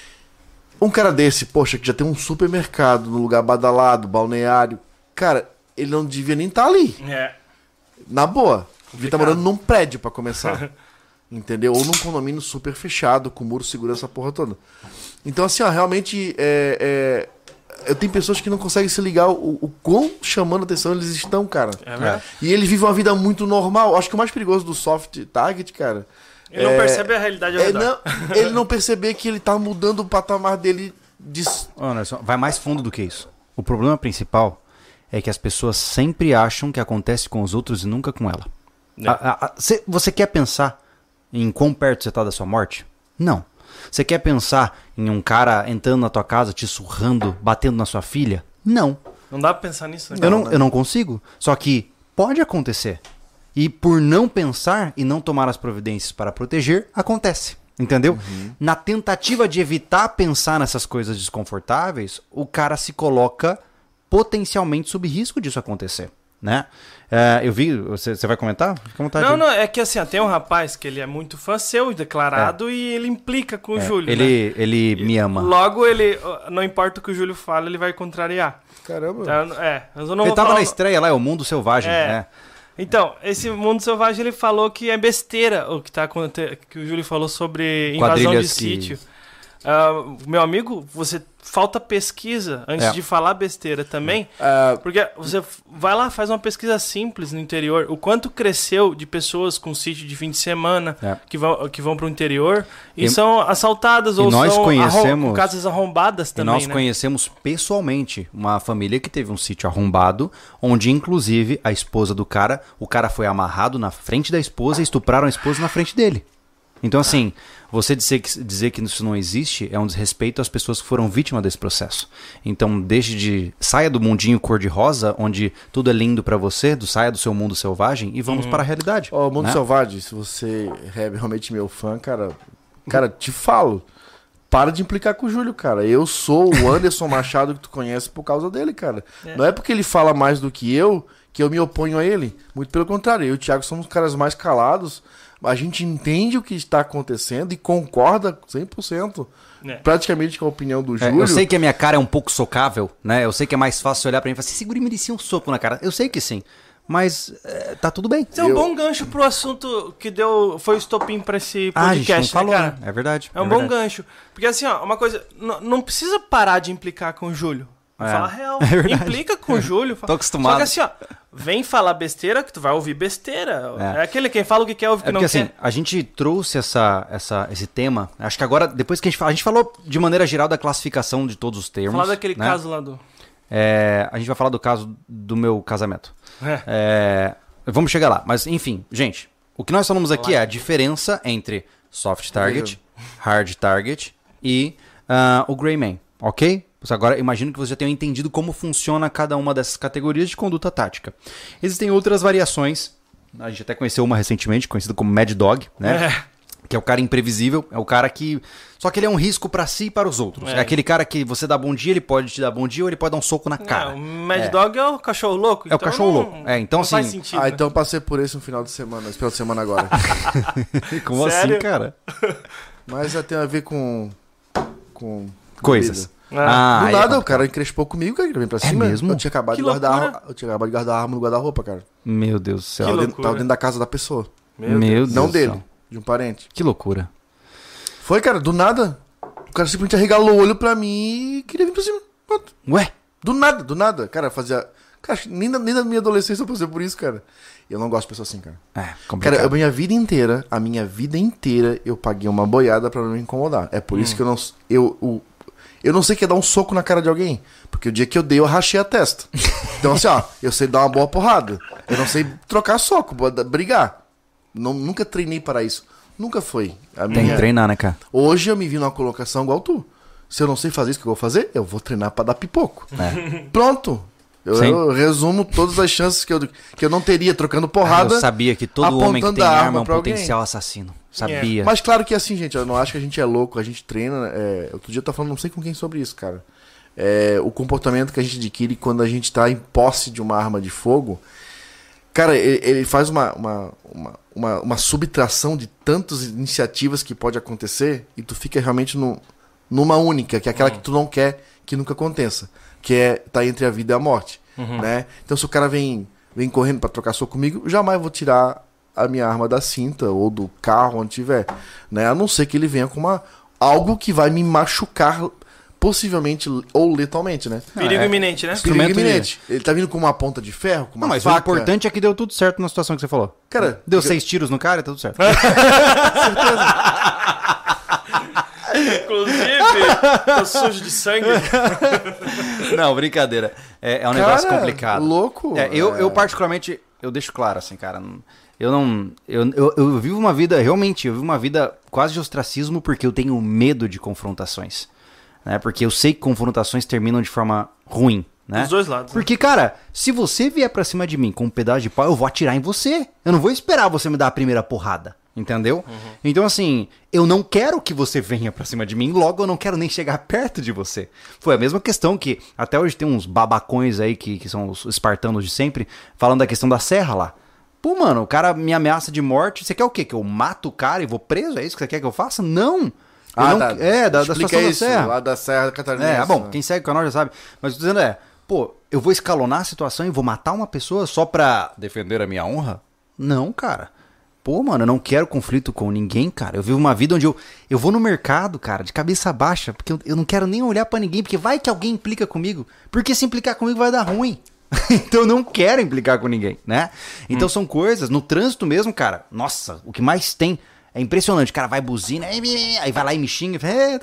Um cara desse, poxa, que já tem um supermercado no lugar badalado, balneário. Cara, ele não devia nem estar ali. É. Na boa. Devia estar Complicado. morando num prédio pra começar. Entendeu? Ou num condomínio super fechado, com muro segurando essa porra toda. Então, assim, ó, realmente é, é, eu tenho pessoas que não conseguem se ligar o, o quão chamando atenção eles estão, cara. É verdade. E ele vive uma vida muito normal. Acho que o mais perigoso do soft target, cara. Ele não é- percebe a realidade ao é redor. não, ele não perceber que ele tá mudando o patamar dele de. Anderson, vai mais fundo do que isso. O problema principal é que as pessoas sempre acham que acontece com os outros e nunca com ela. É. A- a- a- cê- você quer pensar em quão perto você está da sua morte? Não. Você quer pensar em um cara entrando na tua casa, te surrando, batendo na sua filha? Não. Não dá pra pensar nisso, né? eu, não né? eu não consigo. Só que pode acontecer. E por não pensar e não tomar as providências para proteger, acontece. Entendeu? Na tentativa de evitar pensar nessas coisas desconfortáveis, o cara se coloca potencialmente sob risco disso acontecer. Né? É, eu vi. Você, você vai comentar? Fica à vontade. Não, não, é que assim, ó, tem um rapaz que ele é muito fã seu, declarado, e ele implica com o É, Júlio, né? ele, ele me ama. Logo, ele, não importa o que o Júlio fala, ele vai contrariar. Caramba. Então, é, mas eu não Ele vou tava falar... na estreia lá, é o Mundo Selvagem. É. né? Então, esse Mundo Selvagem, ele falou que é besteira o que, tá, aconte- que o Júlio falou sobre invasão de Quadrilhas que- sítio. Ah, meu amigo, você falta pesquisa antes É. de falar besteira também. Ah, Porque você f- vai lá, faz uma pesquisa simples no interior. O quanto cresceu de pessoas com sítio de fim de semana É. que vão, que vão para o interior e, E- são assaltadas e ou nós são conhecemos- arrom- casas arrombadas E também, nós né? conhecemos pessoalmente uma família que teve um sítio arrombado, onde inclusive a esposa do cara, o cara foi amarrado na frente da esposa e estupraram a esposa na frente dele. Então assim, você dizer que, dizer que isso não existe é um desrespeito às pessoas que foram vítimas desse processo. Então deixe de... saia do mundinho cor-de-rosa, onde tudo é lindo pra você, do, saia do seu mundo selvagem e vamos para a realidade. Ó, Mundo né? Selvagem, se você é realmente meu fã, cara, cara, te falo, para de implicar com o Júlio, cara. Eu sou o Anderson Machado que tu conhece por causa dele, cara. É. Não é porque ele fala mais do que eu que eu me oponho a ele. Muito pelo contrário, eu e o Thiago somos os caras mais calados. A gente entende o que está acontecendo e concorda cem por cento É. praticamente com a opinião do É, Júlio. eu sei que a minha cara é um pouco socável, né? Eu sei que é mais fácil olhar pra mim e falar assim, esse guri merecia um soco na cara. Eu sei que sim, mas é, tá tudo bem. Isso é um Eu- bom gancho pro assunto que deu, foi o estopim pra esse Ah, a gente não podcast, falou, né, cara? né? É verdade. É um bom gancho. Porque assim, ó, uma coisa, n- não precisa parar de implicar com o Júlio. É. Fala a real. É verdade. Implica com o Júlio. Tô acostumado. Só que assim, ó, vem falar besteira que tu vai ouvir besteira. É. É, aquele quem fala o que quer, ouve o que É não porque assim, quer. a gente trouxe essa, essa, esse tema, acho que agora, depois que a gente fala, a gente falou de maneira geral da classificação de todos os termos. Falar daquele né? caso lá do... É, a gente vai falar do caso do meu casamento. É. É, vamos chegar lá. Mas, enfim, gente, o que nós falamos aqui é a diferença entre soft target, hard target e ah, o gray man, ok? Você agora, imagino que você já tenha entendido como funciona cada uma dessas categorias de conduta tática. Existem outras variações, a gente até conheceu uma recentemente, conhecida como Mad Dog, né? É. Que é o cara imprevisível, é o cara que... Só que ele é um risco pra si e para os outros. É. É. aquele cara que você dá bom dia, ele pode te dar bom dia ou ele pode dar um soco na cara. Não, o Mad É. Dog é o cachorro louco. É o então cachorro não- louco. É, então, não faz assim, sentido. Ah, né? então eu passei por esse no final de semana, esse final de semana agora. Como Sério? assim, cara? Mas é, tem a ver com. com. Coisas. comida. Ah, Do aí é nada, o complicado. cara encrespou comigo, cara, ele veio pra cima. mesmo? Eu tinha acabado Que de guardar loucura. a- Eu tinha acabado de guardar a arma no guarda-roupa, cara. Meu Deus do céu. Que Tava dentro, loucura. tava dentro da casa da pessoa. Meu Meu Deus. Deus Não do dele, céu. de um parente. Que loucura. Foi, cara, do nada. O cara simplesmente arregalou o olho pra mim e queria vir pra cima. Pronto. Ué? Do nada, do nada. Cara, fazia. Cara, acho que nem, na, nem na minha adolescência eu passei por isso, cara. Eu não gosto de pessoas assim, cara. É, complicado. Cara, a minha vida inteira, a minha vida inteira, eu paguei uma boiada pra não me incomodar. É por Hum. isso que eu não. Eu, o, Eu não sei que é dar um soco na cara de alguém. Porque o dia que eu dei, eu rachei a testa. Então, assim, ó, eu sei dar uma boa porrada. Eu não sei trocar soco, brigar. Não, nunca treinei para isso. Nunca foi. A Tem minha... que treinar, né, cara? Hoje eu me vi numa colocação igual tu. Se eu não sei fazer isso que eu vou fazer, eu vou treinar pra dar pipoco. É. Pronto. Eu, eu resumo todas as chances que eu, que eu não teria trocando porrada. Eu sabia que todo homem que tem a arma, arma é um pra alguém. potencial assassino. Sabia. Mas claro que assim, gente, eu não acho que a gente é louco, a gente treina. É... Outro dia eu tava falando, não sei com quem sobre isso, cara. É... O comportamento que a gente adquire quando a gente tá em posse de uma arma de fogo. Cara, ele, ele faz uma, uma, uma, uma, uma subtração de tantas iniciativas que pode acontecer e tu fica realmente no, numa única, que é aquela Uhum. que tu não quer que nunca aconteça. Que é tá entre a vida e a morte. Uhum. Né? Então se o cara vem, vem correndo pra trocar soco comigo, eu jamais vou tirar a minha arma da cinta ou do carro, onde tiver. Né? A não ser que ele venha com uma, algo que vai me machucar possivelmente ou letalmente, né? Perigo é. iminente, né? Perigo Instrumento iminente. Ele tá vindo com uma ponta de ferro, com uma Não, mas faca. o importante é que deu tudo certo na situação que você falou. Cara, Deu eu- seis tiros no cara e tá tudo certo. Inclusive, tô sujo de sangue. Não, brincadeira. É, é um negócio Cara, complicado. louco. É, eu, É. eu, particularmente, eu deixo claro, assim, cara. não- Eu não. Eu, eu, eu vivo uma vida, realmente, eu vivo uma vida quase de ostracismo porque eu tenho medo de confrontações. Né? Porque eu sei que confrontações terminam de forma ruim. Né? Dos dois lados. né? Porque, cara, se você vier pra cima de mim com um pedaço de pau, eu vou atirar em você. Eu não vou esperar você me dar a primeira porrada. Entendeu? Então, assim, eu não quero que você venha pra cima de mim, logo eu não quero nem chegar perto de você. Foi a mesma questão que até hoje tem uns babacões aí que, que são os espartanos de sempre, falando da questão da serra lá. Pô, mano, o cara me ameaça de morte. Você quer o quê? Que eu mato o cara e vou preso? É isso que você quer que eu faça? Não! Eu Ah, não- tá. É, da, da Explica situação isso, da serra. lá da Serra Catarinense. É, bom, né? quem segue o canal já sabe. Mas eu tô dizendo é, pô, eu vou escalonar a situação e vou matar uma pessoa só pra defender a minha honra? Não, cara. Pô, mano, eu não quero conflito com ninguém, cara. Eu vivo uma vida onde eu, eu vou no mercado, cara, de cabeça baixa, porque eu, eu não quero nem olhar pra ninguém, porque vai que alguém implica comigo. Porque se implicar comigo vai dar ruim. Então eu não quero implicar com ninguém, né? Então são coisas, no trânsito mesmo, cara, nossa, o que mais tem é impressionante. O cara vai buzina, aí vai lá e me xinga,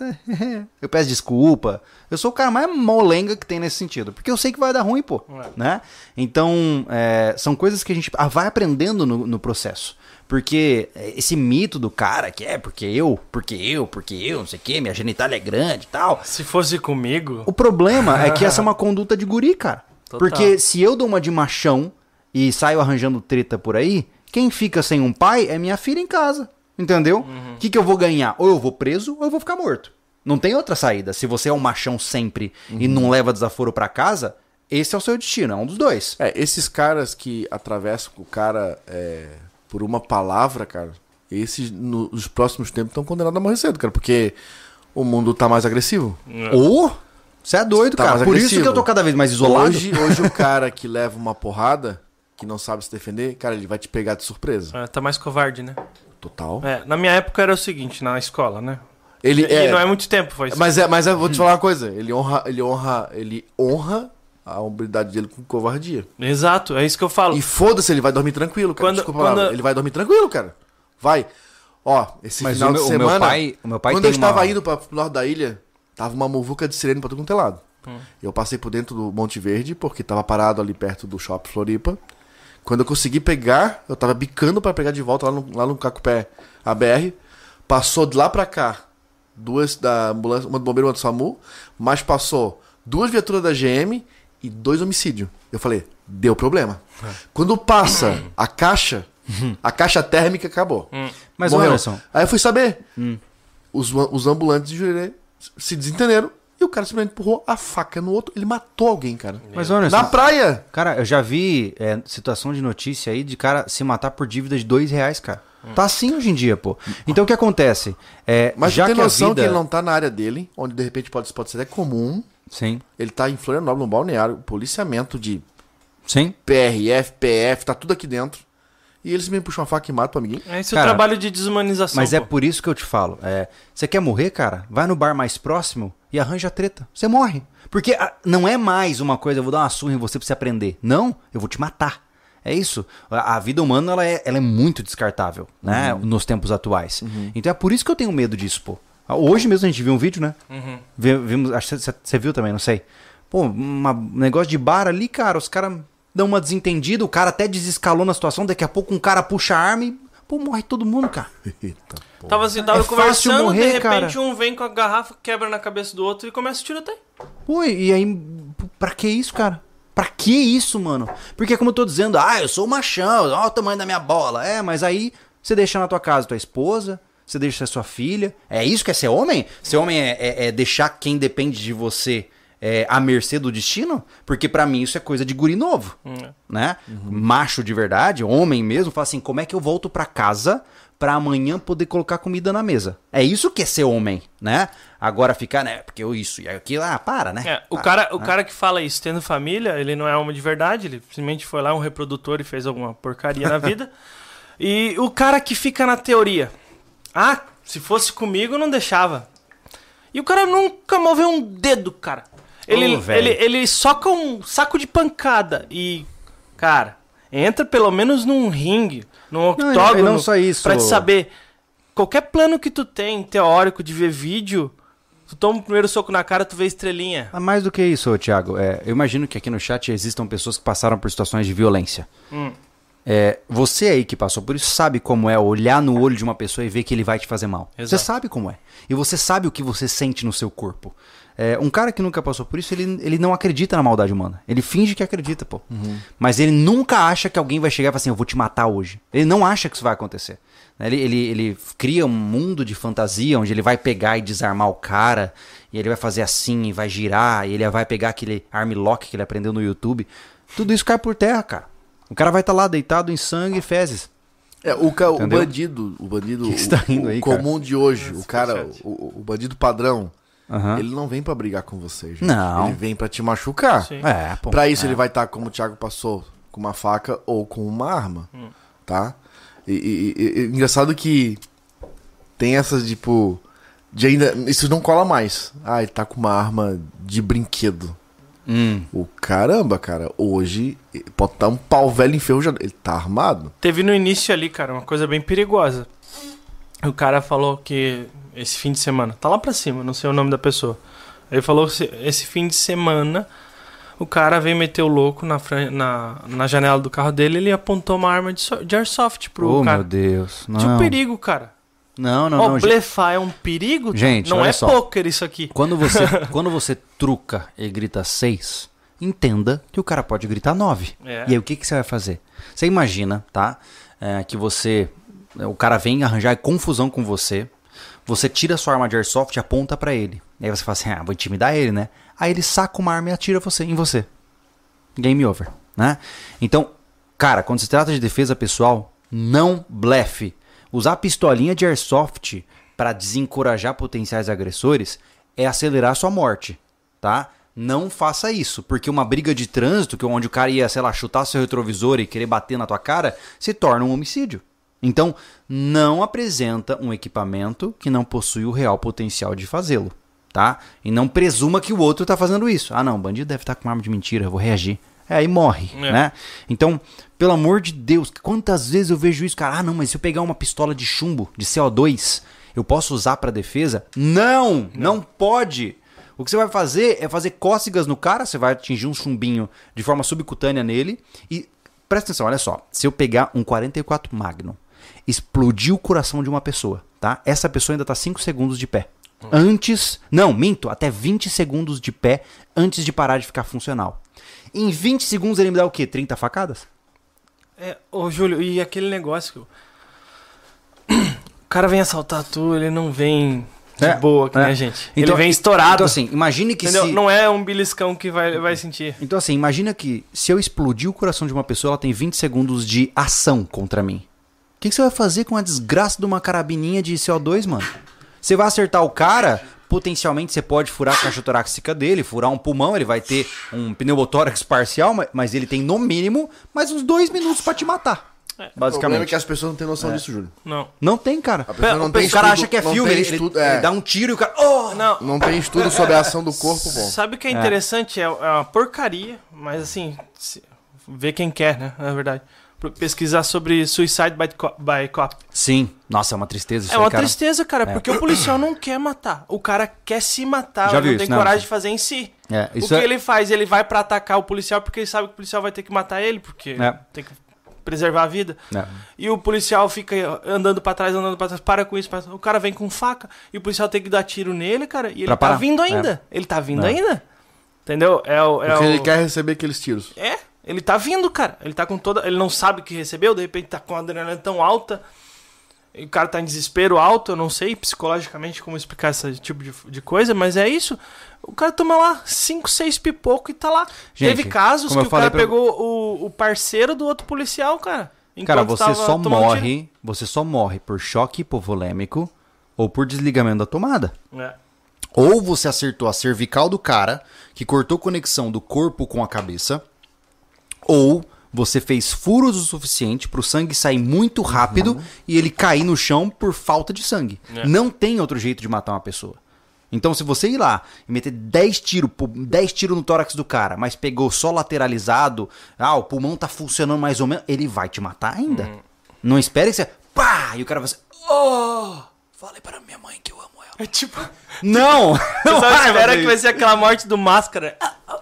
eu peço desculpa. Eu sou o cara mais molenga que tem nesse sentido, porque eu sei que vai dar ruim, pô, É. né? Então, é, são coisas que a gente vai aprendendo no, no processo. Porque esse mito do cara que é porque eu, porque eu, porque eu, não sei o que, minha genitália é grande e tal. Se fosse comigo, O problema é que essa é uma conduta de guri, cara. Total. Porque se eu dou uma de machão e saio arranjando treta por aí, quem fica sem um pai é minha filha em casa. Entendeu? O que, que eu vou ganhar? Ou eu vou preso ou eu vou ficar morto. Não tem outra saída. Se você é um machão sempre e não leva desaforo pra casa, esse é o seu destino, é um dos dois. É, esses caras que atravessam o cara é, por uma palavra, cara, esses no- nos próximos tempos estão condenados a morrer cedo, cara, porque o mundo tá mais agressivo. Ou você é doido, Tá cara. mais Por isso agressivo. que eu tô cada vez mais isolado. Hoje, hoje o cara que leva uma porrada, que não sabe se defender, cara, ele vai te pegar de surpresa. é, tá mais covarde, né? Total. É, na minha época era o seguinte, na escola, né? Ele E é, não é muito tempo, foi isso. mas é, mas eu vou te falar uma coisa, ele honra, ele honra, ele honra a hombridade dele com covardia. Exato, é isso que eu falo. E foda-se, ele vai dormir tranquilo, cara. Quando- Desculpa a palavra. quando- Ele vai dormir tranquilo, cara. Vai. Ó, esse Mas final o meu- de o meu semana. pai- o meu pai quando tem eu estava uma- indo pra, pro norte da ilha, tava uma muvuca de sirene pra todo quanto é lado. Hum. Eu passei por dentro do Monte Verde, porque tava parado ali perto do Shopping Floripa. Quando eu consegui pegar, eu tava bicando pra pegar de volta lá no, lá no Cacupé A B R. Passou de lá pra cá, duas da ambulância, uma do bombeiro e uma do SAMU, mas passou duas viaturas da G M e dois homicídios. Eu falei, deu problema. Quando passa a caixa, a caixa térmica acabou. Mas, Morreu. Anderson, Aí eu fui saber. Os, os ambulantes de Jurerê se desentenderam e o cara simplesmente empurrou a faca no outro. Ele matou alguém, cara. mas Anderson, Na praia. cara, eu já vi é, situação de notícia aí de cara se matar por dívida de dois reais, cara. Tá assim hoje em dia, pô. Então o que acontece? É, Mas já tem que a noção vida... que ele não tá na área dele, onde de repente pode, pode ser até comum. Sim, Ele tá em Florianópolis, no balneário, policiamento de sim. P R F, P F, tá tudo aqui dentro. E eles me puxam uma faca e matam o amiguinho. É esse o Cara, trabalho de desumanização. Mas é pô. por isso que eu te falo. É, você quer morrer, cara? Vai no bar mais próximo e arranja treta. Você morre. Porque ah, não é mais uma coisa, eu vou dar uma surra em você pra você aprender. Não, eu vou te matar. É isso. A, a vida humana ela é, ela é muito descartável, né? Nos tempos atuais. Então é por isso que eu tenho medo disso, pô. Hoje mesmo a gente viu um vídeo, né? Uhum. Vimos, acho que você viu também, não sei. Pô, um negócio de bar ali, cara, os caras dão uma desentendida, o cara até desescalou na situação, daqui a pouco um cara puxa a arma e, pô, morre todo mundo, cara. Eita, porra. Tava assim, tava É fácil conversando, morrer, de repente cara. um vem com a garrafa, quebra na cabeça do outro e começa a tiroteio. Pô, e aí, pra que isso, cara? Pra que isso, mano? Porque como eu tô dizendo, ah, eu sou machão, olha o tamanho da minha bola. É, mas aí você deixa na tua casa tua esposa, você deixa a sua filha. É isso que é ser homem? Ser homem é, é, é deixar quem depende de você é, à mercê do destino? Porque pra mim isso é coisa de guri novo, Hum. né? Uhum. Macho de verdade, homem mesmo, fala assim, como é que eu volto pra casa pra amanhã poder colocar comida na mesa? É isso que é ser homem, né? Agora ficar, né, porque eu isso e aquilo, ah, para, né? É, o Para, cara, né? o cara que fala isso tendo família, ele não é homem de verdade, ele simplesmente foi lá um reprodutor e fez alguma porcaria na vida. E o cara que fica na teoria, ah, se fosse comigo eu não deixava. E o cara nunca moveu um dedo, cara. Ele, Ô, velho. ele, ele soca um saco de pancada e, cara, entra pelo menos num ringue, num Não, octógono, e não só isso. pra te saber. Qualquer plano que tu tem, teórico, de ver vídeo, tu toma o primeiro soco na cara, tu vê estrelinha. Ah, mais do que isso, ô, Thiago, é, eu imagino que aqui no chat existam pessoas que passaram por situações de violência. Hum. É, você aí que passou por isso sabe como é olhar no olho de uma pessoa e ver que ele vai te fazer mal. Exato. Você sabe como é. E você sabe o que você sente no seu corpo. É, um cara que nunca passou por isso, ele, ele não acredita na maldade humana. Ele finge que acredita, pô. Uhum. Mas ele nunca acha que alguém vai chegar e falar assim, eu vou te matar hoje. Ele não acha que isso vai acontecer. Ele, ele, ele cria um mundo de fantasia onde ele vai pegar e desarmar o cara, e ele vai fazer assim, e vai girar, e ele vai pegar aquele armlock que ele aprendeu no YouTube. Tudo isso cai por terra, cara. O cara vai estar tá lá deitado em sangue e fezes. É, o, ca... o Entendeu? bandido, o bandido Que que você tá rindo o, aí, o cara? comum de hoje, Esse o cara, chat. o, o bandido padrão, Uhum. ele não vem pra brigar com você, gente. Não. Ele vem pra te machucar. Sim. É, pô. Pra isso é. ele vai estar, como o Thiago passou, com uma faca ou com uma arma, Hum. tá? E, e- e- e- engraçado que tem essas, tipo, de ainda, isso não cola mais. Ah, ele tá com uma arma de brinquedo. Hum. O caramba, cara, hoje pode estar um pau velho enferrujado. Ele tá armado? Teve no início ali, cara, uma coisa bem perigosa. O cara falou que esse fim de semana, tá lá pra cima, não sei o nome da pessoa. Ele falou que esse fim de semana o cara veio meter o louco na, fran- na, na janela do carro dele e ele apontou uma arma de, so- de airsoft pro Oh, cara. meu Deus. Não. Tinha um perigo, cara. Não, não, Ó, não. gente. blefar é um perigo? Gente, não olha é só. poker isso aqui. Quando você, quando você truca e grita seis, entenda que o cara pode gritar nove. É. E aí o que, que você vai fazer? Você imagina, tá? É, que você. O cara vem arranjar confusão com você. Você tira sua arma de airsoft e aponta pra ele. E aí você fala assim, ah, vou intimidar ele, né? Aí ele saca uma arma e atira você, em você. Game over, né? Então, cara, quando se trata de defesa pessoal, não blefe. Usar pistolinha de airsoft pra desencorajar potenciais agressores é acelerar a sua morte, tá? Não faça isso, porque uma briga de trânsito, que onde o cara ia, sei lá, chutar seu retrovisor e querer bater na tua cara, se torna um homicídio. Então, não apresenta um equipamento que não possui o real potencial de fazê-lo, tá? E não presuma que o outro tá fazendo isso. Ah, não, o bandido deve estar com uma arma de mentira, eu vou reagir. É, aí morre, É. né? Então, pelo amor de Deus, quantas vezes eu vejo isso, cara? Ah, não, mas se eu pegar uma pistola de chumbo, de C O dois, eu posso usar pra defesa? Não, não, não pode. O que você vai fazer é fazer cócegas no cara, você vai atingir um chumbinho de forma subcutânea nele e presta atenção, olha só, se eu pegar um quarenta e quatro Magnum, explodir o coração de uma pessoa, tá? Essa pessoa ainda tá cinco segundos de pé. Antes, não, minto, até vinte segundos de pé antes de parar de ficar funcional. Em vinte segundos ele me dá o quê? trinta facadas? É, ô Júlio, e aquele negócio que o o cara vem assaltar tu, ele não vem de É, boa, que é. nem a gente. Então- ele vem estourado. Então assim, imagine que entendeu? se... Não é um beliscão que vai, vai sentir. Então assim, imagina que se eu explodir o coração de uma pessoa, ela tem vinte segundos de ação contra mim. O que, que você vai fazer com a desgraça de uma carabininha de C O dois, mano? Você vai acertar o cara, potencialmente você pode furar a caixa torácica dele, furar um pulmão, ele vai ter um pneumotórax parcial, ma- mas ele tem no mínimo mais uns dois minutos pra te matar. É. O problema é Basicamente. que as pessoas não têm noção disso, Júlio. Não. Não tem, cara. A pessoa não o tem cara estudo- acha que é não filme, tem ele, ele- estudo, é. ele dá um tiro e o cara... Oh! Não. Não tem estudo sobre a ação do corpo, bom. Sabe o que é interessante? É, é uma porcaria, mas assim, se- vê quem quer, né? Na verdade. Pesquisar sobre Suicide by, co by Cop. Sim. Nossa, é uma tristeza isso É aí, uma cara. tristeza, cara, É. porque o policial não quer matar. O cara quer se matar, Já ele viu não tem isso, né? coragem de fazer em si. É, O isso que é... ele faz? Ele vai pra atacar o policial porque ele sabe que o policial vai ter que matar ele, porque É. tem que preservar a vida. É. E o policial fica andando pra trás, andando pra trás, para com isso. Para... O cara vem com faca e o policial tem que dar tiro nele, cara, e ele Pra tá parar. vindo ainda. Ele tá vindo É. ainda. Entendeu? É o... É Porque o... ele quer receber aqueles tiros. É, ele tá vindo, cara. Ele tá com toda... Ele não sabe o que recebeu, de repente tá com a adrenalina tão alta. E o cara tá em desespero alto, eu não sei psicologicamente como explicar esse tipo de, de coisa, mas é isso. O cara toma lá cinco, seis pipoco e tá lá. Gente, Teve casos como que eu o cara falei pra- pegou o, o parceiro do outro policial, cara. Cara, enquanto você tava só tomando morre, você só morre por choque hipovolêmico ou por desligamento da tomada. tiro. É. Ou você acertou a cervical do cara, que cortou conexão do corpo com a cabeça, ou você fez furos o suficiente pro sangue sair muito rápido Uhum. e ele cair no chão por falta de sangue. É. Não tem outro jeito de matar uma pessoa. Então, se você ir lá e meter dez tiros, dez tiros no tórax do cara, mas pegou só lateralizado, ah, o pulmão tá funcionando mais ou menos, ele vai te matar ainda. Hum. Não espere que você... Pá! E o cara vai assim... Oh! Falei para minha mãe que eu amo ela. É tipo... Não! Eu Não só vai espera fazer que vai isso. ser aquela morte do Máscara.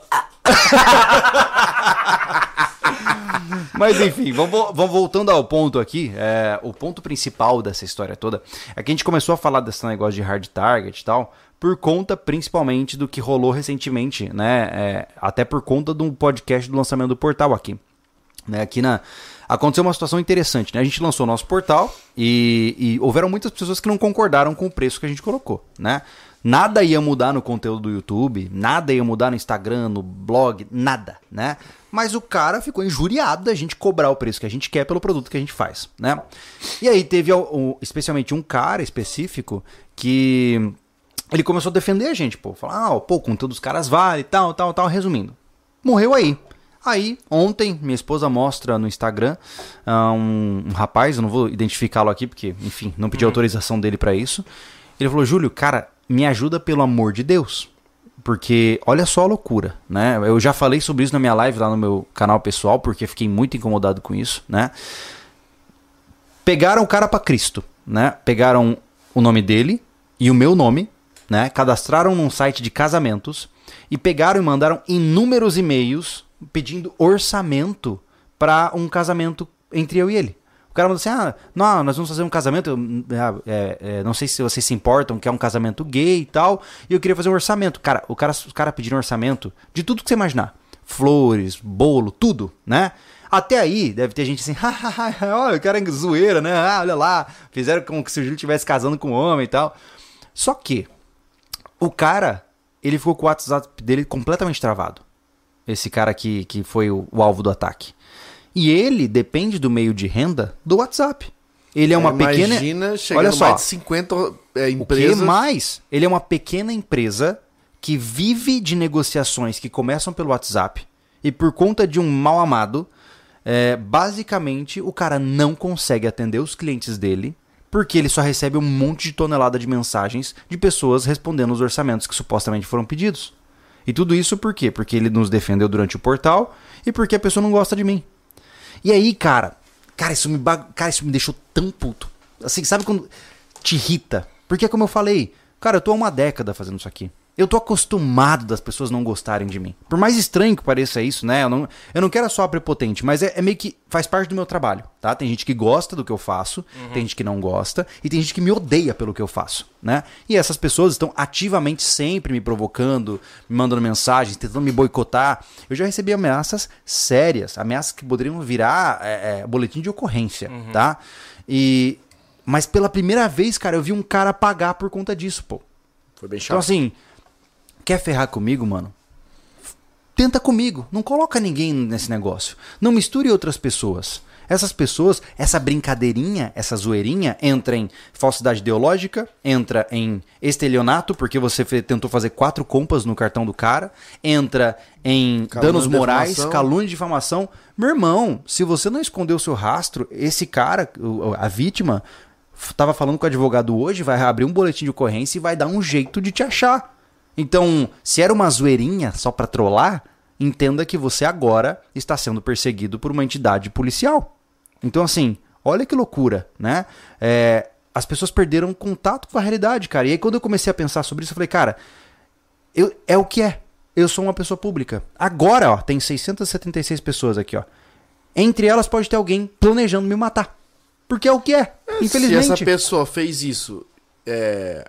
Mas enfim, vamos, vo- vamos voltando ao ponto aqui. É, o ponto principal dessa história toda é que a gente começou a falar desse negócio de hard target e tal, por conta principalmente do que rolou recentemente, né? É, até por conta de um podcast do lançamento do portal aqui. Né? Aqui na. Aconteceu uma situação interessante, né? A gente lançou o nosso portal e, e houveram muitas pessoas que não concordaram com o preço que a gente colocou, né? Nada ia mudar no conteúdo do YouTube, nada ia mudar no Instagram, no blog, nada, né? Mas o cara ficou injuriado da gente cobrar o preço que a gente quer pelo produto que a gente faz, né? E aí teve o- o- especialmente um cara específico que ele começou a defender a gente, pô. Falar, ah, pô, o conteúdo dos caras vale, tal, tal, tal. Resumindo, morreu aí. Aí, ontem, minha esposa mostra no Instagram ah, um, um rapaz, eu não vou identificá-lo aqui, porque, enfim, não pedi autorização dele pra isso. Ele falou, Júlio, cara, me ajuda pelo amor de Deus. Porque olha só a loucura, né? Eu já falei sobre isso na minha live lá no meu canal pessoal, porque fiquei muito incomodado com isso, né? Pegaram o cara pra Cristo, né? Pegaram o nome dele e o meu nome, né? Cadastraram num site de casamentos e pegaram e mandaram inúmeros e-mails pedindo orçamento pra um casamento entre eu e ele. O cara mandou assim, ah, não, nós vamos fazer um casamento, eu, é, é, não sei se vocês se importam, que é um casamento gay e tal, e eu queria fazer um orçamento. Cara, o cara, os caras pediram orçamento de tudo que você imaginar. Flores, bolo, tudo, né? Até aí, deve ter gente assim, olha, o cara é zoeira, né? Ah, olha lá, fizeram como se o Júlio estivesse casando com um homem e tal. Só que, o cara, ele ficou com o WhatsApp dele completamente travado. Esse cara que, que foi o, o alvo do ataque. E ele depende do meio de renda do WhatsApp. Ele é uma pequena... Imagina chegando Olha só, mais de cinquenta é, o empresas. que mais? Ele é uma pequena empresa que vive de negociações que começam pelo WhatsApp e por conta de um mal amado, é, basicamente o cara não consegue atender os clientes dele porque ele só recebe um monte de tonelada de mensagens de pessoas respondendo os orçamentos que supostamente foram pedidos. E tudo isso por quê? Porque ele nos defendeu durante o portal e porque a pessoa não gosta de mim. E aí, cara, cara, isso me, bag... cara, isso me deixou tão puto. Assim, sabe quando te irrita? Porque, como eu falei, cara, eu tô há uma década fazendo isso aqui. Eu tô acostumado das pessoas não gostarem de mim. Por mais estranho que pareça isso, né? Eu não, eu não quero só prepotente, mas é, é meio que faz parte do meu trabalho, tá? Tem gente que gosta do que eu faço, uhum. Tem gente que não gosta, e tem gente que me odeia pelo que eu faço, né? E essas pessoas estão ativamente sempre me provocando, me mandando mensagens, tentando me boicotar. Eu já recebi ameaças sérias, ameaças que poderiam virar é, é, boletim de ocorrência, uhum. Tá? E... Mas pela primeira vez, cara, eu vi um cara pagar por conta disso, pô. Foi bem chato. Então assim... Quer ferrar comigo, mano? Tenta comigo. Não coloca ninguém nesse negócio. Não misture outras pessoas. Essas pessoas, essa brincadeirinha, essa zoeirinha, entra em falsidade ideológica, entra em estelionato, porque você tentou fazer quatro compras no cartão do cara, entra em Calúnia, danos morais, difamação. calúnia e difamação. Meu irmão, se você não escondeu o seu rastro, esse cara, a vítima, estava falando com o advogado hoje, vai abrir um boletim de ocorrência e vai dar um jeito de te achar. Então, se era uma zoeirinha só pra trollar, entenda que você agora está sendo perseguido por uma entidade policial. Então, assim, olha que loucura, né? É, as pessoas perderam contato com a realidade, cara. E aí quando eu comecei a pensar sobre isso, eu falei, cara, eu, é o que é. Eu sou uma pessoa pública. Agora, ó, tem seiscentas e setenta e seis pessoas aqui, ó. Entre elas pode ter alguém planejando me matar. Porque é o que é, infelizmente. Se essa pessoa fez isso, é,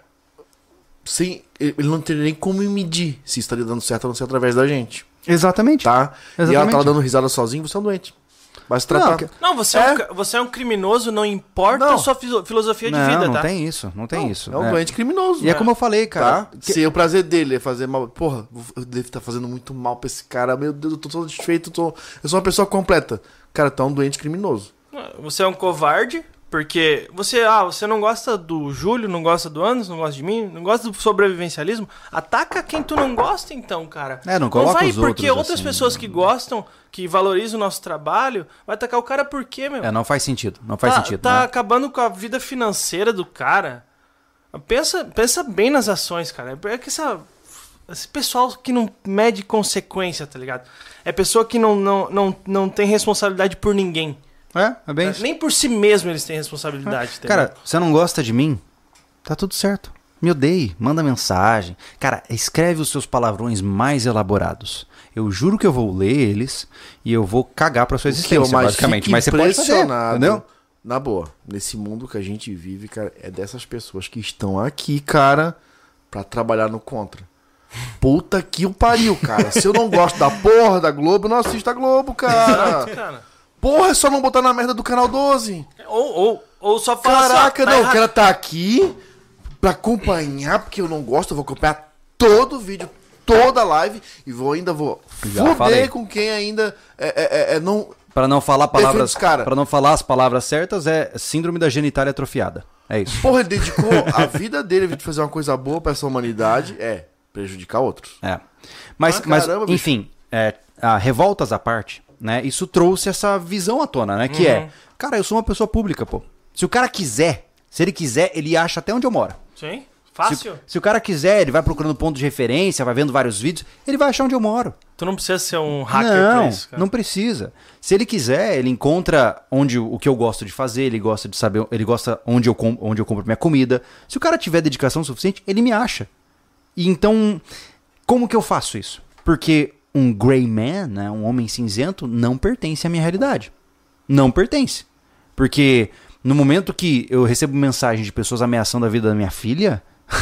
sem, ele não teria nem como medir se estaria dando certo ou não ser através da gente. Exatamente. Tá? Exatamente. E ela tá dando risada sozinha, você é um doente. Vai se tratar. Não, Não, você é, É. um, você é um criminoso, não importa Não. a sua filo- filosofia de não, vida, não tá? tem isso, não tem Não, isso. É um doente criminoso. E é né? como eu falei, cara. Tá? que- Se o prazer dele é fazer mal. Porra, eu devo estar fazendo muito mal pra esse cara. Meu Deus, eu tô todo desfeito. Tô... Eu sou uma pessoa completa. Cara, tu é um doente criminoso. Você é um covarde, porque você, ah, você não gosta do Júlio, não gosta do Anos, não gosta de mim, não gosta do sobrevivencialismo. Ataca quem tu não gosta, então, cara. É, não coloca vai os porque outros outras assim. pessoas que gostam, que valorizam o nosso trabalho, vai atacar o cara por quê, meu? É, não faz sentido. Não faz tá, sentido. Tá né? acabando com a vida financeira do cara. Pensa, pensa bem nas ações, cara. É que essa, esse pessoal que não mede consequência, tá ligado? É pessoa que não, não, não, não tem responsabilidade por ninguém. É, é bem isso. Nem por si mesmo eles têm responsabilidade. tá Cara, ligado? você não gosta de mim? Tá tudo certo. Me odeie, manda mensagem. Cara, escreve os seus palavrões mais elaborados. Eu juro que eu vou ler eles e eu vou cagar pra sua O que eu existência, mais basicamente. fico Mas você pode fazer, impressionado, entendeu? Na boa, nesse mundo que a gente vive, cara, é dessas pessoas que estão aqui, cara, pra trabalhar no contra. Puta que o pariu, cara. Se eu não gosto da porra da Globo, eu não assisto a Globo, cara. Exato, cara. Porra, é só não botar na merda do Canal doze. Ou, ou, ou só fala Caraca, assim, ó, tá não, o errado. cara tá aqui pra acompanhar, porque eu não gosto, eu vou acompanhar todo o vídeo, toda a live, e vou ainda vou Já falei. foder com quem ainda é, é, é, é não... Pra não falar Defende palavras, os cara. para não falar as palavras certas é síndrome da genitália atrofiada. É isso. Porra, ele dedicou a vida dele de fazer uma coisa boa pra essa humanidade, é prejudicar outros. É. Mas, Ah, mas caramba, bicho. enfim, é, a revoltas à parte, né? Isso trouxe essa visão à tona, né? Que é, cara, eu sou uma pessoa pública, pô. Se o cara quiser, se ele quiser, ele acha até onde eu moro. Sim, Se, fácil. se o cara quiser, ele vai procurando ponto de referência, vai vendo vários vídeos, ele vai achar onde eu moro. Tu não precisa ser um hacker não, pra isso, cara. não precisa. Se ele quiser, ele encontra onde o que eu gosto de fazer, ele gosta de saber, ele gosta onde eu, com, onde eu compro minha comida. Se o cara tiver dedicação suficiente, ele me acha. E então, como que eu faço isso? Porque um gray man, né, um homem cinzento, não pertence à minha realidade. Não pertence. Porque no momento que eu recebo mensagem de pessoas ameaçando a vida da minha filha,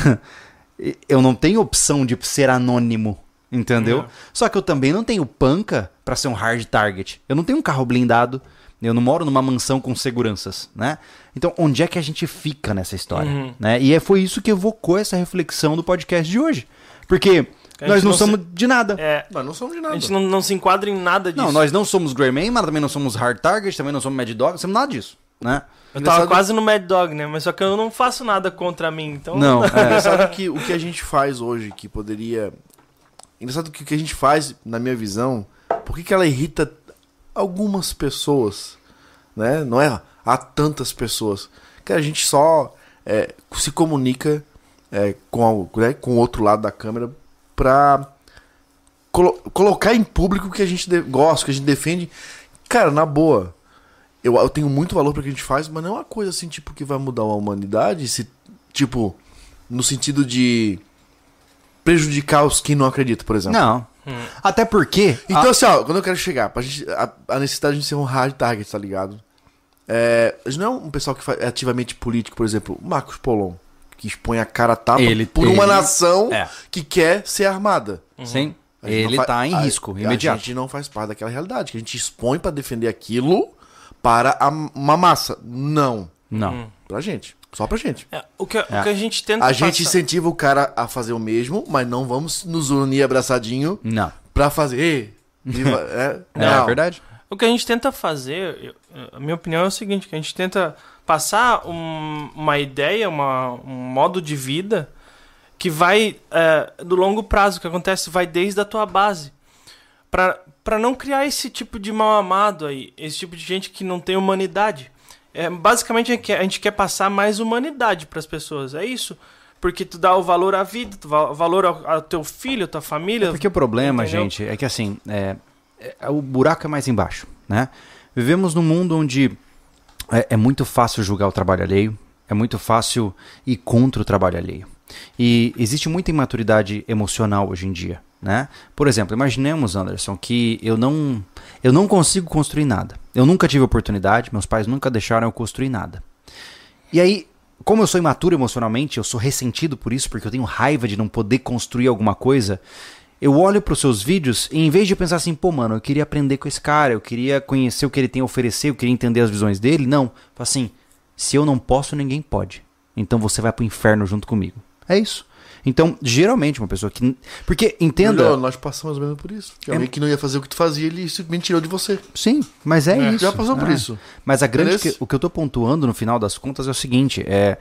eu não tenho opção de ser anônimo. Entendeu? Não. Só que eu também não tenho panca pra ser um hard target. Eu não tenho um carro blindado. Eu não moro numa mansão com seguranças, né? Então, onde é que a gente fica nessa história? Uhum. Né? E é, foi isso que evocou essa reflexão do podcast de hoje. Porque A nós gente não, não somos de nada. É, Mas não somos de a nada. gente não, não se enquadra em nada disso. Não, nós não somos Greyman, mas também não somos hard target, também não somos Mad Dog, não somos nada disso, né? Eu tava Engraçado- quase no Mad Dog, né? Mas só que eu não faço nada contra mim, então... Não, é. Engraçado que o que a gente faz hoje, que poderia... Engraçado que o que a gente faz, na minha visão, por que, que ela irrita algumas pessoas, né? Não é há tantas pessoas. Que a gente só é, se comunica é, com, a, né, com o outro lado da câmera pra colo- colocar em público o que a gente de- gosta, o que a gente defende. Cara, na boa, eu, eu tenho muito valor pra que a gente faz, mas não é uma coisa assim, tipo, que vai mudar a humanidade, se, tipo, no sentido de prejudicar os que não acreditam, por exemplo. Não. Até porque... Então, a- assim, ó, quando eu quero chegar, pra gente, a, a necessidade de ser um hard target, tá ligado? É, a gente não é um pessoal que fa- é ativamente político, por exemplo, o Marcos Polon, que expõe a cara a tapa Ele- por uma ele- nação é. que quer ser armada. Sim, A gente ele não fa- tá em a- risco A imediato. gente não faz parte daquela realidade, que a gente expõe pra defender aquilo para a- uma massa. Não. Não. Pra gente. Só pra gente. É, o, que, o É. que a gente tenta A gente passar- incentiva o cara a fazer o mesmo, mas não vamos nos unir abraçadinho Não. pra fazer. Ei, viva, é, É, não. verdade. O que a gente tenta fazer, eu- a minha opinião é o seguinte, que a gente tenta passar um- uma ideia, uma, um modo de vida que vai, é, do longo prazo, o que acontece, vai desde a tua base. Pra, pra não criar esse tipo de mal amado aí, esse tipo de gente que não tem humanidade. É, basicamente, a gente quer, a gente quer passar mais humanidade pras pessoas, é isso. Porque tu dá o valor à vida, tu dá o valor ao, ao teu filho, à tua família. Porque o problema, Entendeu? gente, é que assim, é, é- o buraco é mais embaixo, né? Vivemos num mundo onde é, é muito fácil julgar o trabalho alheio, é muito fácil ir contra o trabalho alheio. E existe muita imaturidade emocional hoje em dia, né? Por exemplo, imaginemos, Anderson, que eu não, eu não consigo construir nada. Eu nunca tive oportunidade, meus pais nunca deixaram eu construir nada. E aí, como eu sou imaturo emocionalmente, eu sou ressentido por isso, porque eu tenho raiva de não poder construir alguma coisa, eu olho para os seus vídeos e em vez de pensar assim, pô, mano, eu queria aprender com esse cara, eu queria conhecer o que ele tem a oferecer, eu queria entender as visões dele, não. Assim, se eu não posso, ninguém pode. Então você vai pro inferno junto comigo. É isso. Então, geralmente, uma pessoa que... Porque, entenda... Melhor, nós passamos mesmo por isso. Que alguém é... que não ia fazer o que tu fazia, ele simplesmente tirou de você. Sim, mas é, é. isso. Já passou é. por isso. Mas a grande... Que, o que eu tô pontuando no final das contas é o seguinte, é...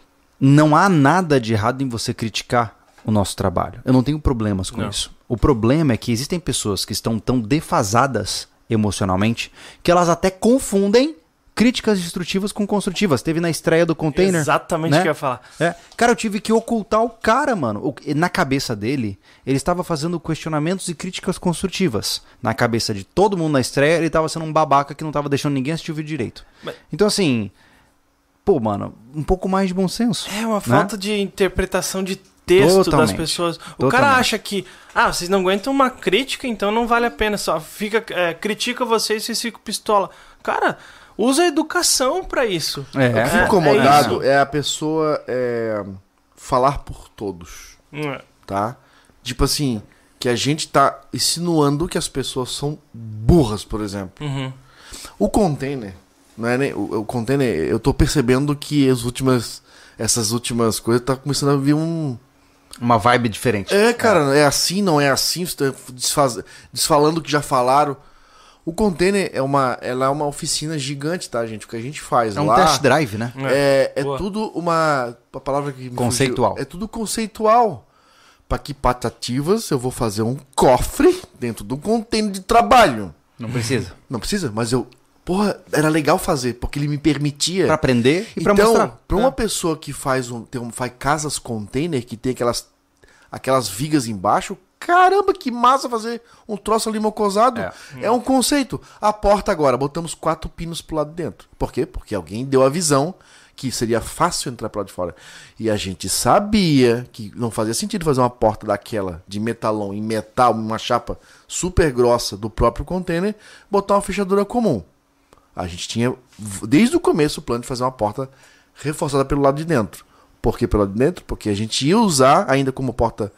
Não há nada de errado em você criticar o nosso trabalho. Eu não tenho problemas com não. isso. O problema é que existem pessoas que estão tão defasadas emocionalmente que elas até confundem críticas destrutivas com construtivas. Teve na estreia do Container. Exatamente o né? que eu ia falar. É. Cara, eu tive que ocultar o cara, mano. O, na cabeça dele, ele estava fazendo questionamentos e críticas construtivas. Na cabeça de todo mundo na estreia, ele estava sendo um babaca que não estava deixando ninguém assistir o vídeo direito. Mas... Então, assim... Pô, mano, um pouco mais de bom senso. É uma né? falta de interpretação de texto Totalmente. das pessoas. O Totalmente. cara acha que, ah, vocês não aguentam uma crítica, então não vale a pena. Só fica, é, critica vocês e vocês ficam pistola. Cara... Usa a educação pra isso. É. Eu fico incomodado é, é a pessoa é, falar por todos. É. Tá? Tipo assim, que a gente tá insinuando que as pessoas são burras, por exemplo. Uhum. O Container, não é nem, o, o Container, eu tô percebendo que as últimas, essas últimas coisas tá começando a vir um... Uma vibe diferente. É, cara, é, é assim, não é assim, você tá desfaz, desfalando o que já falaram. O Container é uma, ela é uma oficina gigante, tá, gente? O que a gente faz lá... É um lá, test drive, né? É, é tudo uma... A palavra que me conceitual. Fugiu, é tudo conceitual. Para que patativas eu vou fazer um cofre dentro do container de trabalho. Não precisa. Não precisa, mas eu... Porra, era legal fazer, porque ele me permitia... Pra aprender e pra então, mostrar. Então, pra uma é. pessoa que faz, um, tem um, faz casas container, que tem aquelas, aquelas vigas embaixo... Caramba, que massa fazer um troço ali mocosado. É. é um conceito. A porta agora, botamos quatro pinos pro lado de dentro. Por quê? Porque alguém deu a visão que seria fácil entrar pro lado de fora. E a gente sabia que não fazia sentido fazer uma porta daquela de metalão em metal, uma chapa super grossa do próprio container, botar uma fechadura comum. A gente tinha, desde o começo, o plano de fazer uma porta reforçada pelo lado de dentro. Por que pelo lado de dentro? Porque a gente ia usar ainda como porta...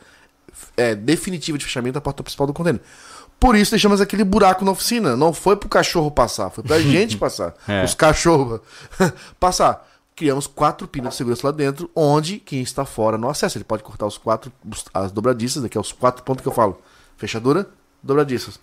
É, definitiva de fechamento da porta principal do container. Por isso deixamos aquele buraco na oficina. Não foi pro cachorro passar, foi pra gente passar. É. Os cachorros passar. Criamos quatro pinos de segurança lá dentro, onde quem está fora não acessa. Ele pode cortar os quatro, as dobradiças, daqui é os quatro pontos que eu falo. Fechadura, dobradiças.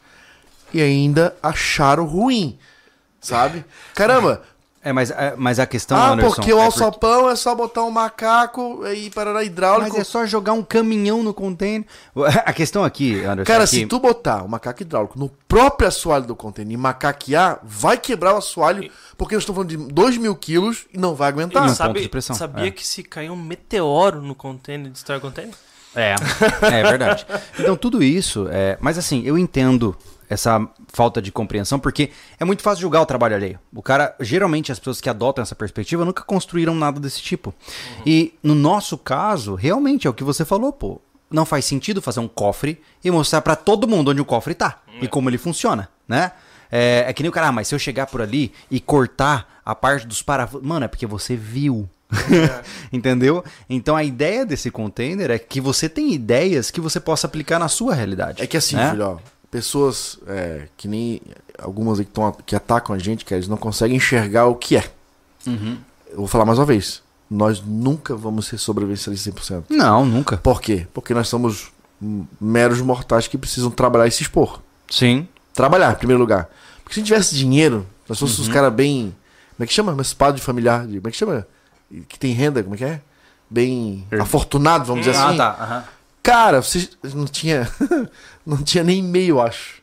E ainda acharam ruim, sabe? Caramba! É, mas, mas a questão, ah, Anderson... porque o é alçapão porque... é só botar um macaco e parar hidráulico. Mas é só jogar um caminhão no container. A questão aqui, Anderson... Cara, é que... se tu botar o macaco hidráulico no próprio assoalho do container e macaquear, vai quebrar o assoalho, porque nós estamos falando de dois mil quilos e não vai aguentar. E um sabe, ponto de pressão. Sabia é. que se cair um meteoro no container, destrói o container? É, é verdade. Então tudo isso... É... Mas assim, eu entendo... essa falta de compreensão, porque é muito fácil julgar o trabalho alheio. O cara, geralmente as pessoas que adotam essa perspectiva nunca construíram nada desse tipo. Uhum. E no nosso caso, realmente é o que você falou, pô. Não faz sentido fazer um cofre e mostrar pra todo mundo onde o cofre tá uhum. e como ele funciona, né? É, é que nem o cara, ah, mas se eu chegar por ali e cortar a parte dos parafusos... Mano, é porque você viu. É. Entendeu? Então a ideia desse container é que você tem ideias que você possa aplicar na sua realidade. É que assim, né? filho, ó, pessoas é, que nem algumas aí que, tão, que atacam a gente, que eles não conseguem enxergar o que é. Uhum. Eu vou falar mais uma vez. Nós nunca vamos ser sobrevivencialistas cem por cento. Não, nunca. Por quê? Porque nós somos meros mortais que precisam trabalhar e se expor. Sim. Trabalhar, em primeiro lugar. Porque se a gente tivesse dinheiro, nós fôssemos uhum. os caras bem... Como é que chama? Mas padre familiar. Como é que chama? Que tem renda, como é que é? Bem er... afortunado, vamos dizer assim. Ah, tá. Uhum. Cara, você não tinha... não tinha nem e-mail, acho.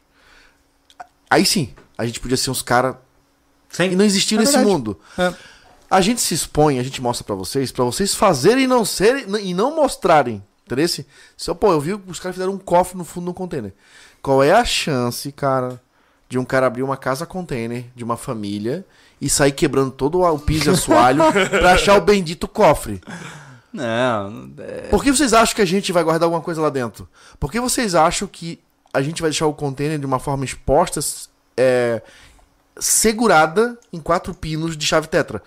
Aí sim, a gente podia ser uns caras... E não existir é nesse verdade. mundo. É. A gente se expõe, a gente mostra pra vocês, pra vocês fazerem e não serem, e não mostrarem. Entendeu? Se, pô, eu vi que os caras fizeram um cofre no fundo do container. Qual é a chance, cara, de de um cara abrir uma casa container de uma família e sair quebrando todo o piso e assoalho pra achar o bendito cofre. Não. É... Por que vocês acham que a gente vai guardar alguma coisa lá dentro? Por que vocês acham que a gente vai deixar o container de uma forma exposta, é, segurada em quatro pinos de chave tetra?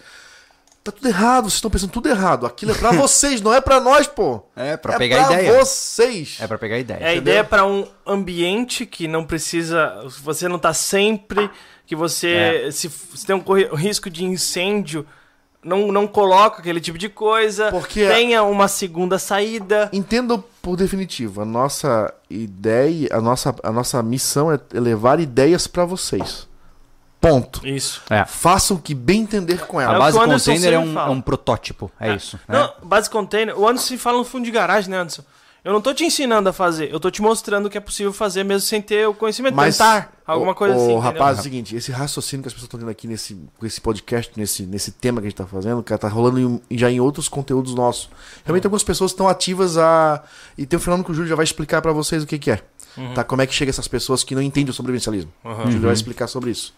Tá tudo errado, vocês estão pensando tudo errado. Aquilo é pra vocês, não é pra nós, pô. É pra é pegar pra ideia. vocês. É pra pegar ideia. É a ideia para um ambiente que não precisa... Você não tá sempre... Que você... É. Se, se tem um corri- risco de incêndio, não, não coloca aquele tipo de coisa. Porque tenha uma segunda saída. Entendo por definitivo, a nossa ideia, a nossa, a nossa missão é levar ideias pra vocês. Ponto. Isso. É. Façam o que bem entender com A ela. É o base que o Anderson container é sempre um, fala. é um protótipo, é, É. isso. Né? Não, base container... O Anderson fala no fundo de garagem, né, Anderson? Eu não tô te ensinando a fazer, eu tô te mostrando que é possível fazer mesmo sem ter o conhecimento. Mas, tentar alguma coisa o, assim. o entendeu? rapaz, é o seguinte, esse raciocínio que as pessoas estão tendo aqui nesse, com esse podcast, nesse, nesse tema que a gente tá fazendo, cara, tá rolando em- já em outros conteúdos nossos. Realmente algumas pessoas estão ativas a... E tem um fenômeno que o Júlio já vai explicar pra vocês o que que é. Tá? Como é que chega essas pessoas que não entendem o sobrevivencialismo. Uhum. O Júlio vai explicar sobre isso.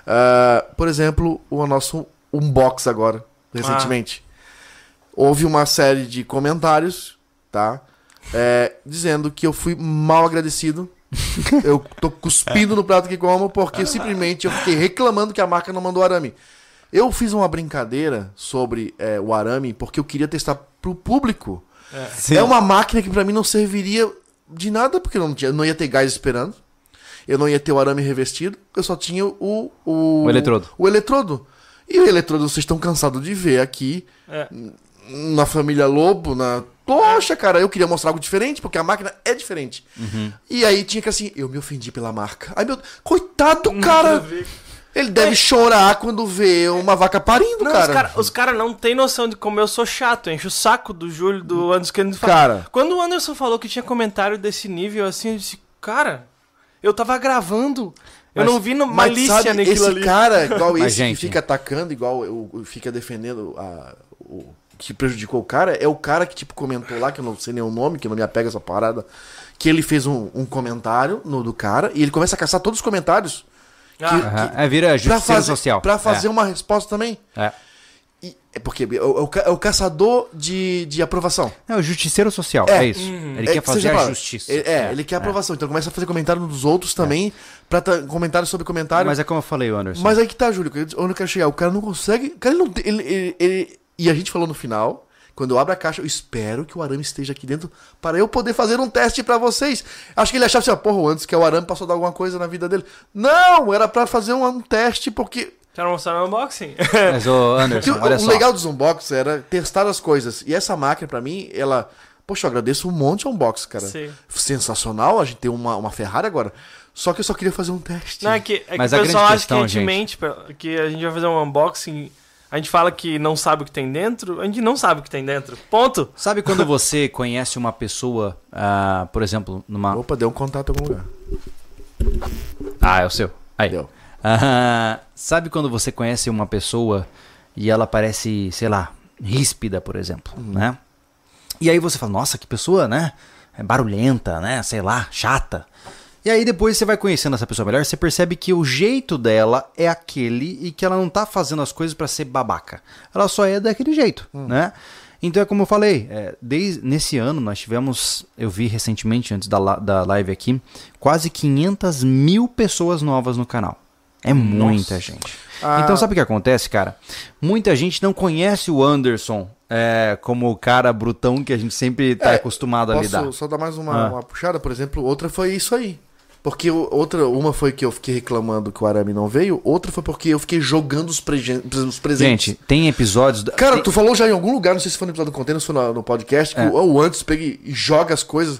Ah, por exemplo, o nosso unbox agora, recentemente. Houve uma série de comentários, tá? É, dizendo que eu fui mal agradecido. Eu tô cuspindo no prato que como porque simplesmente eu fiquei reclamando que a marca não mandou arame. Eu fiz uma brincadeira sobre é, o arame porque eu queria testar pro público. Sim. É uma máquina que pra mim não serviria de nada porque eu não, tinha, eu não ia ter gás esperando. Eu não ia ter o arame revestido. Eu só tinha o... O, O eletrodo. O eletrodo. E o eletrodo vocês estão cansados de ver aqui É. na família Lobo, na... Poxa, cara, eu queria mostrar algo diferente, porque a máquina é diferente. Uhum. E aí tinha que assim, eu me ofendi pela marca. Ai, meu... Coitado, cara! Ele deve chorar quando vê uma vaca parindo, Não, cara. os caras cara não tem noção de como eu sou chato. Enche o saco do Júlio, do Anderson. Que ele fala. Cara. Quando o Anderson falou que tinha comentário desse nível, assim, eu disse, cara, eu tava gravando. Eu Mas- não vi no, Mas malícia sabe, naquilo esse ali. cara, igual Mas, esse gente- que fica atacando, igual eu, eu- fica defendendo a, o que prejudicou o cara, é o cara que tipo comentou lá, que eu não sei nem o nome, que não me apega essa parada, que ele fez um, um comentário no do cara e ele começa a caçar todos os comentários Ah, que- Aham. É, vira pra justiça fazer, social. pra fazer uma resposta também. É. É. E- é porque é o, é o ca- é o caçador de, de aprovação. É o justiceiro social, é, É. isso. Ele É, quer você fazer já a fala, justiça. ele- É, ele quer aprovação. Então começa a fazer comentário dos outros também, pra ta- comentário sobre comentário. Mas é como eu falei, Anderson. Mas aí que tá, Júlio, onde eu quero chegar? O cara não consegue. O cara ele não tem. Ele, ele- ele- e a gente falou no final, quando eu abro a caixa, eu espero que o arame esteja aqui dentro para eu poder fazer um teste pra vocês. Acho que ele achava assim, ó, porra, o antes que o arame passou a dar alguma coisa na vida dele. Não, era pra fazer um, um teste, porque. Quero mostrar no unboxing? Mas, ô, Anderson, Porque olha o só. legal dos unboxing era testar as coisas. E essa máquina, pra mim, ela. Poxa, eu agradeço um monte de unboxing, cara. Sim. Sensacional, a gente tem uma, uma Ferrari agora. Só que eu só queria fazer um teste. Não, é que, é que Mas o a pessoal grande acha que a questão, gente mente, que a gente vai fazer um unboxing, a gente fala que não sabe o que tem dentro, a gente não sabe o que tem dentro. Ponto. Sabe quando você conhece uma pessoa, ah, por exemplo, numa... Opa, deu um contato em algum lugar. Ah, é o seu. Aí. Deu. Ah, sabe quando você conhece uma pessoa e ela parece, sei lá, ríspida, por exemplo, né? E aí você fala, nossa, que pessoa, né? É barulhenta, né? Sei lá, chata. E aí depois você vai conhecendo essa pessoa melhor, você percebe que o jeito dela é aquele e que ela não tá fazendo as coisas pra ser babaca. Ela só é daquele jeito, né? Então é como eu falei, é, desde, nesse ano nós tivemos, eu vi recentemente, antes da, la- da live aqui, quase quinhentas mil pessoas novas no canal. É muita gente. Ah. Então sabe o que acontece, cara? Muita gente não conhece o Anderson é, como o cara brutão que a gente sempre tá É, acostumado a Posso lidar. só dar mais uma, Ah. uma puxada? Por exemplo, outra foi isso aí. Porque o- outra, uma foi que eu fiquei reclamando que o arame não veio, outra foi porque eu fiquei jogando os, pregen- os presentes. Gente, tem episódios... do- Cara, tem- tu falou já em algum lugar, não sei se foi no episódio do Container, se foi no, no podcast, que É. o, o antes pega e joga as coisas.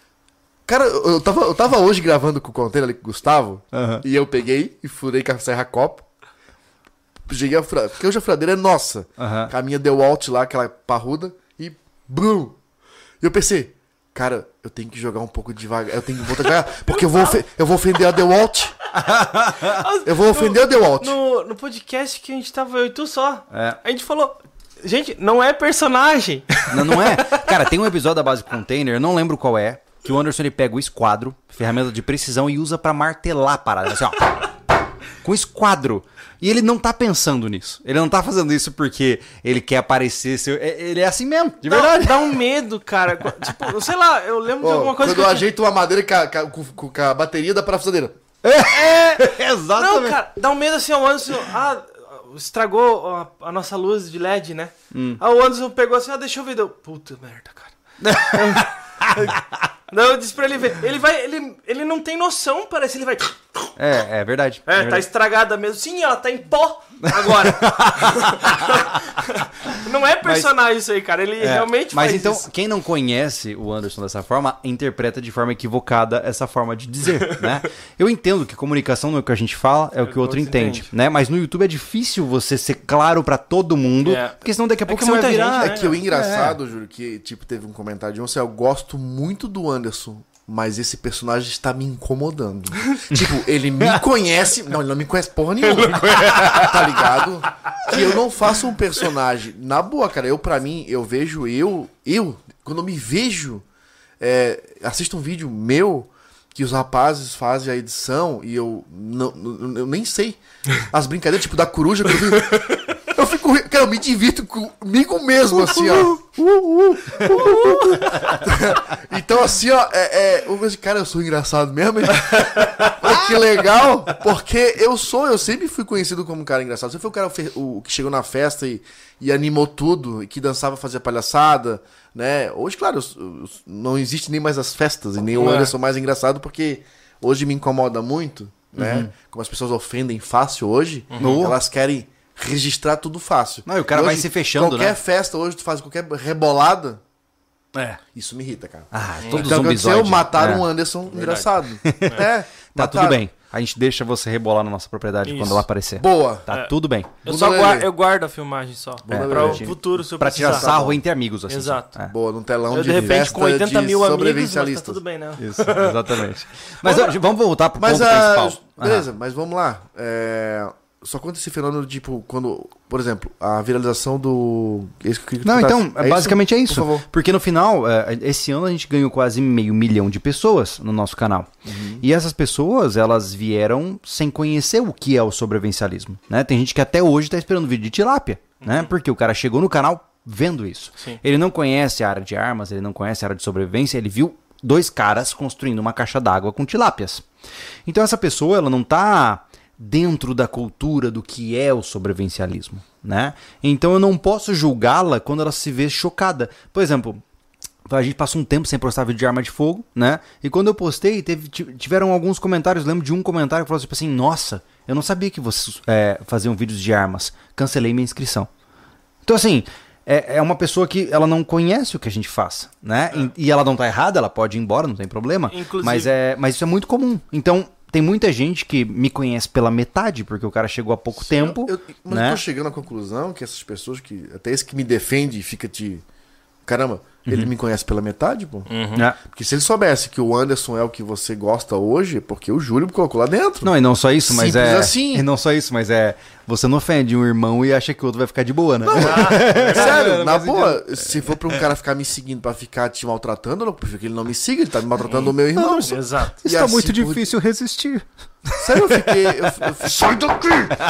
Cara, eu eu tava, eu tava hoje gravando com o Container ali com o Gustavo, Aham. e eu peguei e furei com a serra-copo. Cheguei a furar, porque hoje a furadeira é nossa. Aham. A minha deu alt lá, aquela parruda, e brum! E eu pensei, cara, eu tenho que jogar um pouco devagar, eu tenho que voltar devagar, porque eu vou, ofe- eu vou ofender a DeWalt. Eu vou ofender a DeWalt. No, no podcast que a gente tava eu e tu só, É. a gente falou, gente, não é personagem. Não, não é? Cara, tem um episódio da base Container, eu não lembro qual é, que o Anderson ele pega o esquadro, ferramenta de precisão, e usa pra martelar a parada. Assim, ó. com esquadro. E ele não tá pensando nisso. Ele não tá fazendo isso porque ele quer aparecer. Seu... Ele é assim mesmo, de Dá, verdade. dá um medo, cara. Tipo, sei lá, eu lembro Ó, de alguma coisa quando eu que eu ajeito uma madeira com a, com, com- com a bateria da parafusadeira. É, Exatamente. não, cara, dá um medo assim, o Anderson, ah, estragou a, a nossa luz de L E D, né? Hum. Aí o Anderson pegou assim, ah, deixa eu ver, deu, puta merda, cara. Não, eu disse pra ele ver, ele vai, ele, ele não tem noção, parece, ele vai... É, é verdade. É, é tá verdade. estragada mesmo. Sim, ela tá em pó agora. Não é personagem isso aí, cara. Ele É, realmente mas faz então, isso. quem não conhece o Anderson dessa forma, interpreta de forma equivocada essa forma de dizer, né? Eu entendo que comunicação não é o que a gente fala, é o que o outro entende, entende. né? Mas no YouTube é difícil você ser claro pra todo mundo, É. porque senão daqui a pouco que você vai muita virar... gente, É né? que o engraçado, Júlio, que tipo, teve um comentário de um, assim, eu gosto muito do Anderson, mas esse personagem está me incomodando. Tipo, ele me conhece. Não, ele não me conhece porra nenhuma. Tá ligado? Que eu não faço um personagem. Na boa, cara, eu pra mim, eu vejo eu. Eu, quando eu me vejo, é, assisto um vídeo meu que os rapazes fazem a edição e eu não, não- eu nem sei. As brincadeiras, tipo, da coruja que eu vi. Eu fico, ri- cara, eu me divirto comigo mesmo, assim, ó. Então, assim, ó, é, é, eu vejo, cara, eu sou engraçado mesmo, hein? Olha que legal, porque eu sou, eu sempre fui conhecido como um cara engraçado. Você foi o cara fe- o, que chegou na festa e, e animou tudo, e que dançava, fazia palhaçada, né? Hoje, claro, eu- eu- não existe nem mais as festas, e nem o É. Anderson mais engraçado, porque hoje me incomoda muito, né? Como as pessoas ofendem fácil hoje, elas querem registrar tudo fácil. Não, e o cara E vai hoje, se fechando, qualquer né? festa hoje, tu faz qualquer rebolada, É. isso me irrita, cara. Ah, todos Então, os aconteceu, zombizoides. mataram É. um Anderson engraçado. É, Tá mataram. tudo bem. A gente deixa você rebolar na nossa propriedade Isso. quando ela aparecer. Boa. Tá É. tudo bem. Eu Bunda só lelê. guardo, eu guardo a filmagem só. É, pra pra o gente- futuro, se eu Pra tirar precisar. sarro entre amigos, assim. Exato. É. Boa, num telão Eu, de, de repente, festa com oitenta de mil amigos, mas tá sobrevivencialistas. tudo bem, né? Isso, exatamente. Mas ó, vamos voltar pro Mas ponto a... principal. Beleza, mas vamos lá. É... Só conta esse fenômeno, tipo, quando... Por exemplo, a viralização do... Esse que eu queria que Não, tu então, contasse. É basicamente é isso. Por favor. Porque no final, é, esse ano a gente ganhou quase meio milhão de pessoas no nosso canal. Uhum. E essas pessoas, elas vieram sem conhecer o que é o sobrevivencialismo, né? Tem gente que até hoje tá esperando vídeo de tilápia, né? Porque o cara chegou no canal vendo isso. Sim. Ele não conhece a área de armas, ele não conhece a área de sobrevivência, ele viu dois caras construindo uma caixa d'água com tilápias. Então essa pessoa, ela não tá dentro da cultura do que é o sobrevivencialismo, né? Então eu não posso julgá-la quando ela se vê chocada. Por exemplo, a gente passou um tempo sem postar vídeo de arma de fogo, né? E quando eu postei, teve, tiveram alguns comentários. Lembro de um comentário que falou tipo assim: nossa, eu não sabia que vocês é, faziam vídeos de armas. Cancelei minha inscrição. Então assim, é, é uma pessoa que ela não conhece o que a gente faz, né? É. E, e ela não tá errada, ela pode ir embora, não tem problema. Inclusive- Mas, é, mas isso é muito comum. Então, tem muita gente que me conhece pela metade, porque o cara chegou há pouco tempo. Eu, mas né? eu tô chegando à conclusão que essas pessoas que... Até esse que me defende e fica te... Caramba, ele me conhece pela metade, pô? É. Porque se ele soubesse que o Anderson é o que você gosta hoje, é porque o Júlio colocou lá dentro. Não, e não só isso, mas Simples é. assim. E não só isso, mas é. Você não ofende um irmão e acha que o outro vai ficar de boa, né? Sério, Não na faz boa, se for pra um cara ficar me seguindo pra ficar te maltratando, eu não prefiro que ele não me siga, ele tá me maltratando o meu irmão. Exato. E Está assim muito por- difícil resistir. Sério, eu fiquei. Eu, eu fiquei... Sai daqui!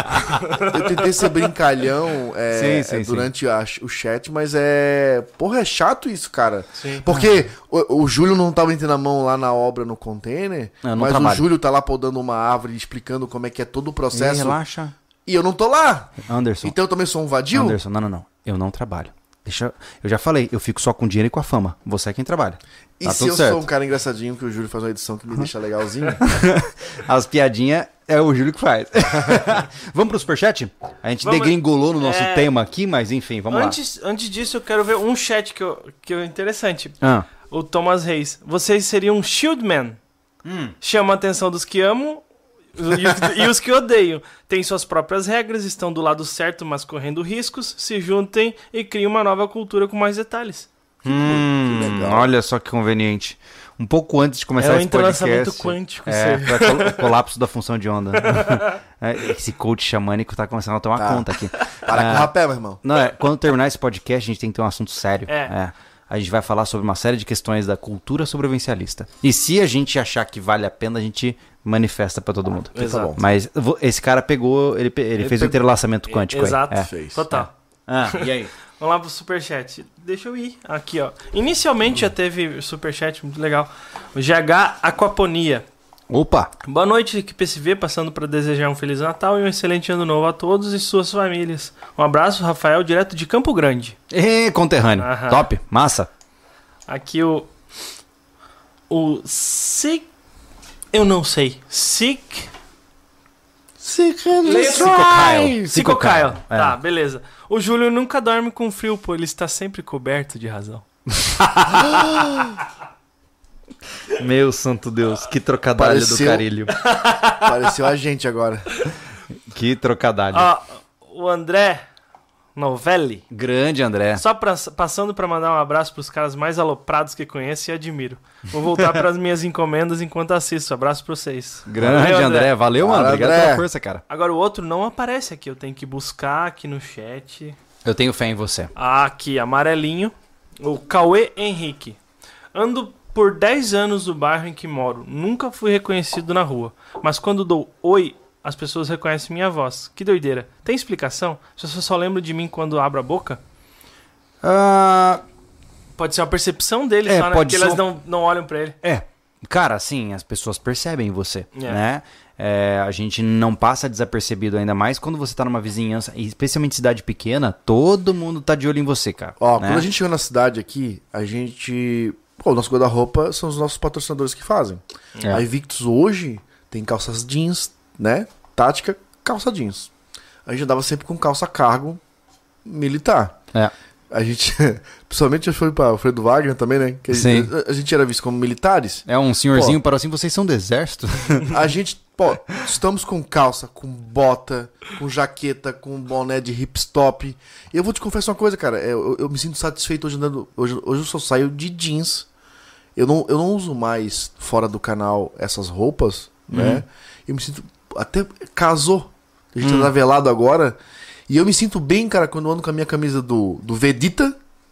Eu tentei ser brincalhão é, Sim, sim, é, durante a- o chat, mas é. Porra, é chato isso, cara. Sim. Porque o, o Júlio não tava metendo a mão lá na obra no container, Eu não mas trabalho. o Júlio tá lá podando uma árvore, explicando como é que é todo o processo. Ei, relaxa. E eu não tô lá. Anderson. Então eu também sou um vadio? Anderson, não, não, não. Eu não trabalho. Deixa. Eu já falei, eu fico só com dinheiro e com a fama. Você é quem trabalha. E Tá se tudo eu certo. sou um cara engraçadinho que o Júlio faz uma edição que me deixa legalzinho? As piadinhas é o Júlio que faz. Vamos pro superchat? A gente Vamos- degringolou no nosso é. tema aqui, mas enfim, vamos Antes, antes disso, eu quero ver um chat que, eu, que é interessante. lá. Ah. O Thomas Reis. Vocês seriam Shieldman. Hum. Chama a atenção dos que amam e os, e os que odeiam. Tem suas próprias regras, estão do lado certo, mas correndo riscos. Se juntem e criem uma nova cultura com mais detalhes. Hum, legal. olha só que conveniente. Um pouco antes de começar É um esse podcast. entrelaçamento quântico, É, você- foi col- o colapso da função de onda. É, esse coach xamânico tá começando a tomar Tá. conta aqui. Para É, com o rapé, meu irmão. Não, é, quando terminar esse podcast, a gente tem que ter um assunto sério. É. A gente vai falar sobre uma série de questões da cultura sobrevivencialista. E se a gente achar que vale a pena, a gente manifesta pra todo mundo. Exato. Mas vo- esse cara pegou, ele, pe- ele, Ele fez o pegou- entrelaçamento quântico aí. Exato. É. Fez. Total. Ah, e aí? Vamos lá pro superchat. Deixa eu ir. Aqui, ó. Inicialmente já teve superchat, muito legal. O G H Aquaponia. Opa! Boa noite, equipe P S V, passando para desejar um Feliz Natal e um excelente Ano Novo a todos e suas famílias. Um abraço, Rafael, direto de Campo Grande. Ê, conterrâneo. Aham. Top, massa. Aqui o... O... Sick... Eu não sei. Sick... Kyle. Cico Kyle. É. Tá, beleza. O Júlio nunca dorme com frio, pô. Ele está sempre coberto de razão. Meu santo Deus, que trocadalho do Pareceu- carilho. Pareceu a gente agora. Que trocadalho. Ó, o André Novelli. Grande, André. Só pra, passando pra mandar um abraço pros caras mais aloprados que conheço e admiro. Vou voltar pras minhas encomendas enquanto assisto. Abraço pra vocês. Grande, Valeu, André. Valeu, mano. Fala, Obrigado André. pela força, cara. Agora o outro não aparece aqui. Eu tenho que buscar aqui no chat. Eu tenho fé em você. Ah, aqui, amarelinho. O Cauê Henrique. Ando por dez anos no bairro em que moro. Nunca fui reconhecido na rua. Mas quando dou oi, as pessoas reconhecem minha voz. Que doideira. Tem explicação? As pessoas só lembram de mim quando abro a boca? Ah, Pode ser uma percepção deles É, só, né? pode Porque ser elas um- não, não olham pra ele. é. Cara, assim, as pessoas percebem você, É. né? É, a gente não passa desapercebido, ainda mais quando você tá numa vizinhança, e especialmente cidade pequena, todo mundo tá de olho em você, cara. Ó, né? quando a gente chegou na cidade aqui, a gente... Pô, o nosso guarda-roupa são os nossos patrocinadores que fazem. É. A Invictus hoje tem calças jeans, né? Tática, calça jeans. A gente andava sempre com calça cargo militar. É. A gente, principalmente foi para o Fredo Wagner também, né? Que a, Sim. gente, a, a gente era visto como militares. É um senhorzinho para assim, vocês são do exército? A gente, pô, estamos com calça, com bota, com jaqueta, com boné de hipstop. E eu vou te confessar uma coisa, cara. Eu, eu, eu me sinto satisfeito hoje andando. Hoje, hoje eu só saio de jeans. Eu não, eu não uso mais fora do canal essas roupas, né? Eu me sinto. Até casou. A gente tá velado agora. E eu me sinto bem, cara, quando eu ando com a minha camisa do, do Vegeta.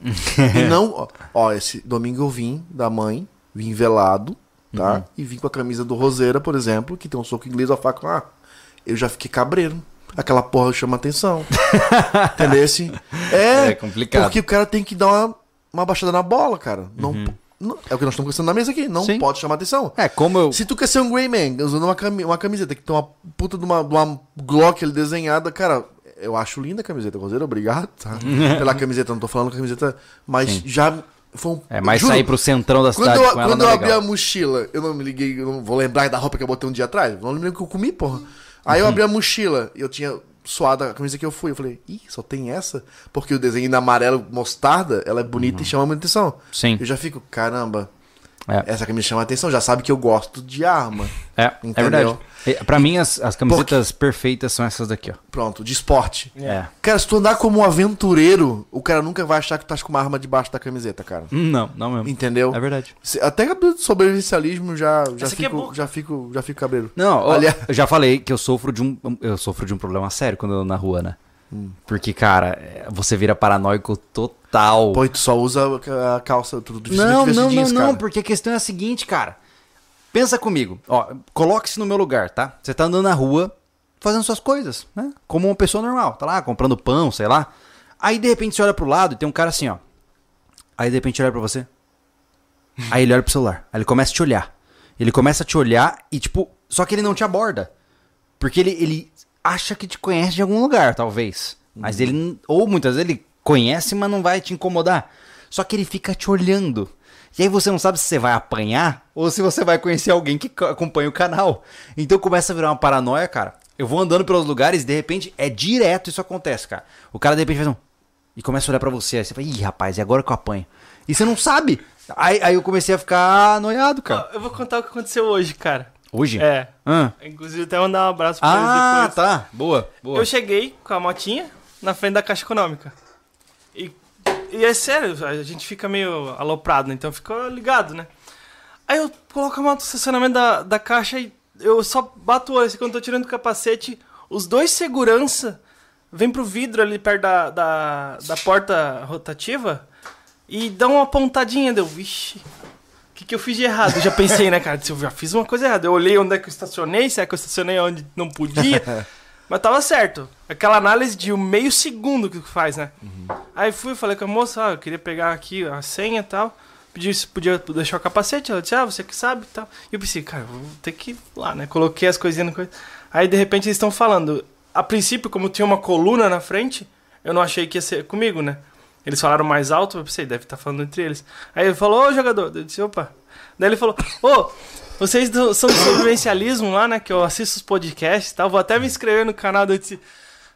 E não. Ó, ó, esse domingo eu vim da mãe, vim velado, tá? Uhum. E vim com a camisa do Roseira, por exemplo, que tem um soco inglês, a faca. Ah, eu já fiquei cabreiro. Aquela porra chama atenção. Entendeu? Assim, é, É complicado. porque o cara tem que dar uma, uma baixada na bola, cara. Não, não- é o que nós estamos conversando na mesa aqui. Não Sim. pode chamar atenção. É, como eu... Se tu quer ser um Grey Man usando uma, cami uma camiseta que tem uma puta de uma, de uma Glock ali desenhada, cara, eu acho linda a camiseta, Roseira, obrigado, tá? Pela camiseta, não tô falando camiseta, mas Sim. já foi um... É, mas juro, sair pro centrão da quando cidade eu, com ela quando não eu é abri legal. a mochila, eu não me liguei, eu não vou lembrar da roupa que eu botei um dia atrás, não lembro o que eu comi, porra. Aí eu abri a mochila e eu tinha suado a camisa que eu fui, eu falei, ih, só tem essa? Porque o desenho na amarelo mostarda, ela é bonita e chama muita atenção. Sim. Eu já fico, caramba, É. essa camisa chama atenção, já sabe que eu gosto de arma. É, é Entendeu? verdade. E, pra mim, as, as camisetas perfeitas são essas daqui, ó. Pronto, de esporte. É. Cara, se tu andar como um aventureiro, o cara nunca vai achar que tu tá com uma arma debaixo da camiseta, cara. Não, não mesmo. Entendeu? É verdade. Se- Até do sobrevivencialismo já, já, Essa aqui é fico, boa. já, fico, já fico cabreiro. Não, ó, Aliás- eu já falei que eu sofro de um eu sofro de um problema sério quando eu ando na rua, né? Porque, cara, é, você vira paranoico total. Pô, e tu só usa a calça, tudo Não, não, não, jeans, não, cara. porque a questão é a seguinte, cara. Pensa comigo, ó, coloque-se no meu lugar, tá? Você tá andando na rua, fazendo suas coisas, né? Como uma pessoa normal, tá lá comprando pão, sei lá. Aí, de repente, você olha pro lado e tem um cara assim, ó. Aí, de repente, ele olha pra você. Aí ele olha pro celular. Aí ele começa a te olhar. Ele começa a te olhar e, tipo, só que ele não te aborda. Porque ele, ele acha que te conhece de algum lugar, talvez. Mas ele, n- ou muitas vezes ele conhece, mas não vai te incomodar. Só que ele fica te olhando. E aí você não sabe se você vai apanhar ou se você vai conhecer alguém que co- acompanha o canal. Então começa a virar uma paranoia, cara. Eu vou andando pelos lugares e de repente é direto isso acontece, cara. O cara de repente faz um... E começa a olhar pra você. Aí você fala, ih, rapaz, e agora que eu apanho? E você não sabe. Aí, aí eu comecei a ficar noiado, cara. Ó, eu vou contar o que aconteceu hoje, cara. Hoje? É. Ah, Inclusive até mandar um abraço pra ah eles depois. tá. Boa, boa. Eu cheguei com a motinha na frente da Caixa Econômica. E, e é sério, a gente fica meio aloprado, né? Então ficou ligado, né? Aí eu coloco a moto no estacionamento da, da Caixa e eu só bato o olho. Assim, quando eu tô tirando o capacete, os dois segurança vêm pro vidro ali perto da, da, da porta rotativa e dão uma pontadinha. Deu, vixe. que, que eu fiz de errado? Eu já pensei, né, cara? Eu já fiz uma coisa errada. Eu olhei onde é que eu estacionei, será que eu estacionei onde não podia? Mas tava certo. Aquela análise de um meio segundo que faz, né? Uhum. Aí fui e falei com a moça, ah, eu queria pegar aqui a senha e tal. Pedi se podia deixar o capacete. Ela disse, ah, você que sabe e tal. E eu pensei, cara, vou ter que ir lá, né? Coloquei as coisinhas no coisa. Aí, de repente, eles estão falando. A princípio, como tinha uma coluna na frente, eu não achei que ia ser comigo, né? Eles falaram mais alto, eu pensei, deve estar falando entre eles. Aí ele falou, ô jogador, eu disse, opa. Daí ele falou, ô, vocês do, são do sobrevivencialismo lá, né? Que eu assisto os podcasts e tal, vou até me inscrever no canal. Eu disse...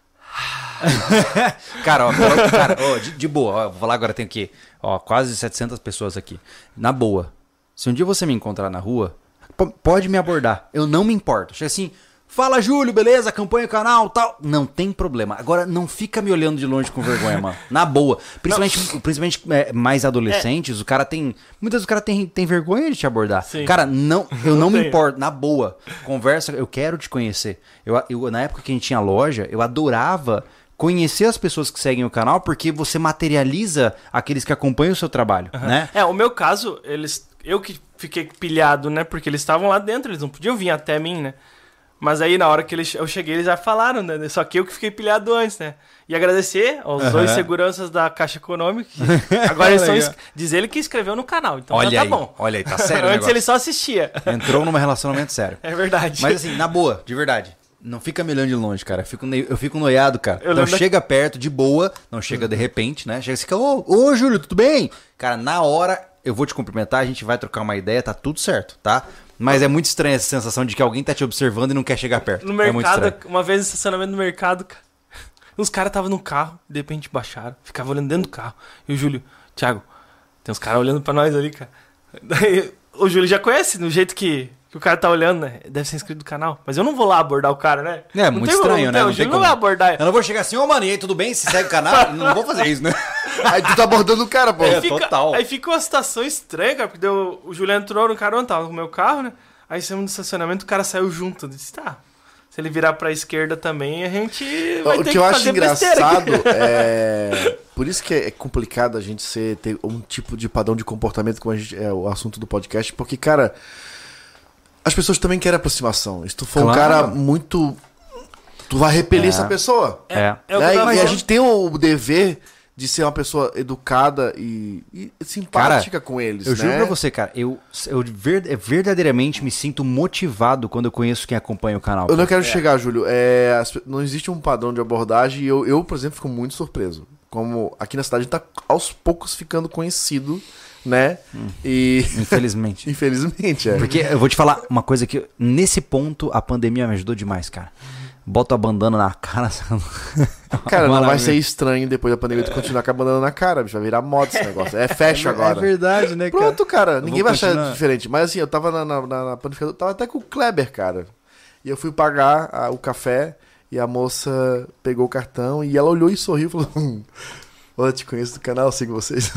cara, ó, cara ó, de, de boa, ó, vou falar agora, tem aqui, ó, quase setecentas pessoas aqui. Na boa, se um dia você me encontrar na rua, p- pode me abordar, eu não me importo. Chega assim... Fala, Júlio, beleza? Acompanha o canal, tal. Não tem problema. Agora, não fica me olhando de longe com vergonha, mano. Na boa. Principalmente, principalmente é, mais adolescentes, é. o cara tem... Muitas vezes o cara tem, tem vergonha de te abordar. Sim. Cara, não, eu não, não me importo. Na boa. Conversa, eu quero te conhecer. Eu, eu, na época que a gente tinha loja, eu adorava conhecer as pessoas que seguem o canal, porque você materializa aqueles que acompanham o seu trabalho, uhum. né? É, o meu caso, eles... Eu que fiquei pilhado, né? Porque eles estavam lá dentro, eles não podiam vir até mim, né? Mas aí, na hora que eles, eu cheguei, eles já falaram, né? Só que eu que fiquei pilhado antes, né? E agradecer aos uhum. dois seguranças da Caixa Econômica. Que agora eles são... Diz ele que inscreveu no canal, então olha já tá aí, bom. Olha aí, tá sério o Antes ele só assistia. Entrou num relacionamento sério. É verdade. Mas assim, na boa, de verdade. Não fica me olhando de longe, cara. Eu fico, eu fico noiado, cara. Eu então chega da... perto, de boa. Não chega de repente, né? Chega assim, ô, ô, Júlio, tudo bem? Cara, na hora eu vou te cumprimentar, a gente vai trocar uma ideia, tá tudo certo, tá? Mas é muito estranha essa sensação de que alguém tá te observando e não quer chegar perto. No mercado, é uma vez no estacionamento no mercado, os caras estavam no carro, de repente baixaram, ficavam olhando dentro do carro. E o Júlio, Thiago, tem uns caras olhando pra nós ali, cara. Daí o Júlio já conhece, no jeito que, que o cara tá olhando, né? Deve ser inscrito do canal. Mas eu não vou lá abordar o cara, né? É, não muito estranho, não né? Tem, o Júlio não vai abordar. Eu não vou chegar assim, ô, mano, e aí, tudo bem? Se segue o canal? Não vou fazer isso, né? Aí tu tá abordando o cara, pô. Aí É, fica, total. Aí fica uma situação estranha, cara, porque deu, o Júlio entrou no carro, tava no meu carro, né? Aí saímos do estacionamento, o cara saiu junto. Eu disse, tá, se ele virar pra esquerda também, a gente vai o ter que, que eu fazer acho engraçado é... Por isso que é complicado a gente ser, ter um tipo de padrão de comportamento, como a gente, é o assunto do podcast, porque, cara, as pessoas também querem aproximação. Se tu for claro. um cara muito... Tu vai repelir é. essa pessoa. É. é. é né? E a gente tem o dever... de ser uma pessoa educada e, e simpática cara, com eles, eu né? juro pra você, cara, eu, eu verdadeiramente me sinto motivado quando eu conheço quem acompanha o canal. Eu não quero é. chegar, Júlio, é, não existe um padrão de abordagem e eu, eu, por exemplo, fico muito surpreso. Como aqui na cidade a gente tá aos poucos ficando conhecido, né? Hum. E... Infelizmente. Infelizmente, é. Porque eu vou te falar uma coisa que, nesse ponto, a pandemia me ajudou demais, cara. Bota a bandana na cara. Cara, não vai ser estranho depois da pandemia tu continuar com a bandana na cara, bicho. Vai virar moda esse negócio. É fashion é, agora. É verdade, né, cara? Pronto, cara. Ninguém vai continuar. achar diferente. Mas assim, eu tava na, na, na, na panificadora, tava até com o Kleber, cara. E eu fui pagar a, o café e a moça pegou o cartão e ela olhou e sorriu e falou... Hum, eu te conheço do canal, sigo vocês.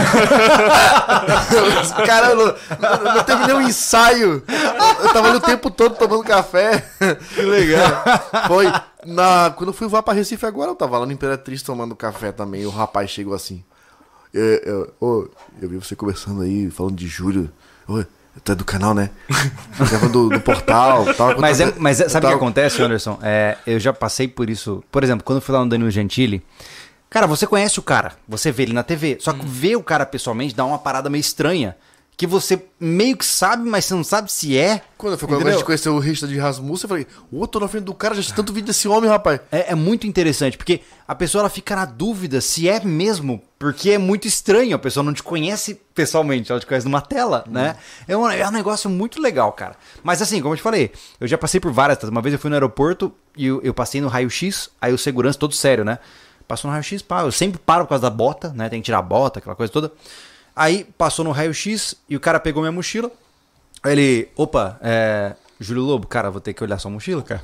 Cara, eu não, eu não terminei um ensaio. Eu tava ali o tempo todo tomando café. Que legal. Foi. Na, quando eu fui voar pra Recife agora, eu tava lá no Imperatriz tomando café também. E o rapaz chegou assim. Eu, eu, oh, eu vi você conversando aí, falando de Júlio. Oh, tu é do canal, né? do, do portal. Tal, mas, tava, é, mas é, sabe o tava... que acontece, Anderson? É, eu já passei por isso. Por exemplo, quando eu fui lá no Danilo Gentili. Cara, você conhece o cara, você vê ele na T V, só que hum. ver o cara pessoalmente dá uma parada meio estranha, que você meio que sabe, mas você não sabe se é. Quando eu fui quando a gente conheceu o Richard de Rasmussen, eu falei, ô, tô na frente do cara, já tinha tanto vídeo desse homem, rapaz. É, é muito interessante, porque a pessoa ela fica na dúvida se é mesmo, porque é muito estranho, a pessoa não te conhece pessoalmente, ela te conhece numa tela, hum. né? É um, é um negócio muito legal, cara. Mas assim, como eu te falei, eu já passei por várias, uma vez eu fui no aeroporto e eu, eu passei no raio-x, aí o segurança todo sério, né? Passou no raio-x, pá, eu sempre paro por causa da bota, né? Tem que tirar a bota, aquela coisa toda. Aí passou no raio-x e o cara pegou minha mochila. Aí ele, opa, é... Júlio Lobo, cara, vou ter que olhar sua mochila, cara.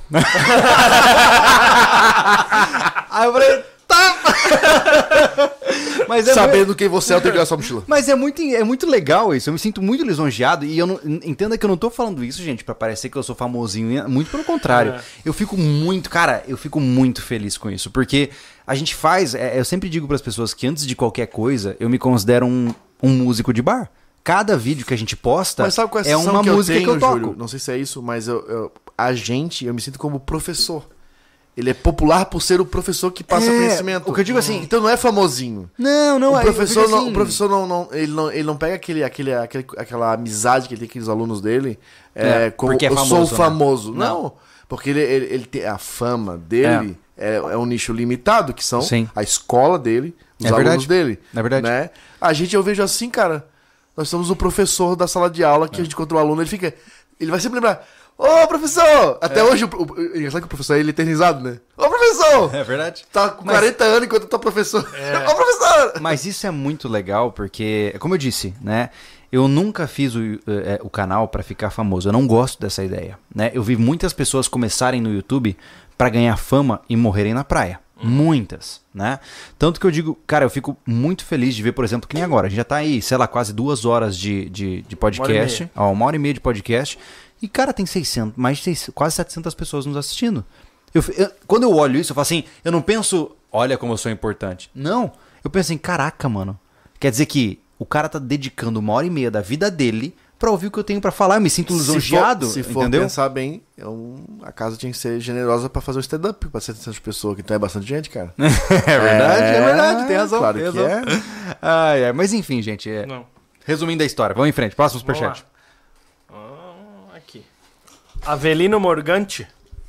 Aí eu falei, tá! Mas é sabendo muito... quem você é, eu tenho que olhar sua mochila. Mas é muito, é muito legal isso, eu me sinto muito lisonjeado. E eu não, entenda que eu não tô falando isso, gente, pra parecer que eu sou famosinho. Muito pelo contrário. É. Eu fico muito, cara, eu fico muito feliz com isso. Porque a gente faz, é, eu sempre digo pras pessoas que antes de qualquer coisa, eu me considero um, um músico de bar. cada vídeo que a gente posta Mas sabe qual é a é sensação uma que música eu tenho, que eu toco. Júlio? Não sei se é isso, mas eu, eu- a gente, eu me sinto como professor. Ele é popular por ser o professor que passa É, conhecimento. o que eu digo assim- Então não é famosinho. Não, não, o aí eu professor, digo não, assim, o professor não, não, ele não, ele não pega aquele, aquele, aquele, aquela amizade que ele tem com os alunos dele, É, é, como porque é eu famoso, sou né? famoso. Não. Não, porque ele, ele, ele tem a fama dele é. É, um nicho limitado, que são Sim. a escola dele, os É alunos verdade. dele. É verdade. Né? A gente, eu vejo assim, cara, nós somos o professor da sala de aula, que É. a gente encontra o aluno, ele fica, ele vai sempre lembrar, ô professor! Até É. hoje, o, o, o, engraçado que o professor é ele eternizado, né? Ô professor! É verdade. Tá com Mas- quarenta anos enquanto tá professor. Ô professor! Mas isso é muito legal porque, como eu disse, né? Eu nunca fiz o, eh, o canal pra ficar famoso. Eu não gosto dessa ideia, né? Eu vi muitas pessoas começarem no YouTube pra ganhar fama e morrerem na praia. Muitas, né? Tanto que eu digo, cara, eu fico muito feliz de ver, por exemplo, que nem agora. A gente já tá aí, sei lá, quase duas horas de, de, de podcast. Ó, uma hora e meia de podcast. E, cara, tem seiscentos, mais de seiscentos, quase setecentas pessoas nos assistindo. Eu, eu- quando eu olho isso, eu falo assim, eu não penso, olha como eu sou importante. Não, eu penso assim, caraca, mano. Quer dizer que o cara tá dedicando uma hora e meia da vida dele pra ouvir o que eu tenho pra falar. Eu me sinto lisonjeado, se for, se for entendeu? pensar bem, é um- a casa tinha que ser generosa pra fazer o stand-up pra setecentas pessoas, que então é bastante gente, cara. É verdade, é, verdade, tem razão. Claro tem que razão. é. Ai, ai, mas enfim, gente, é- Não. resumindo a história, vamos em frente, próximo Vamos superchat. lá. Ah, aqui. Avelino Morgante.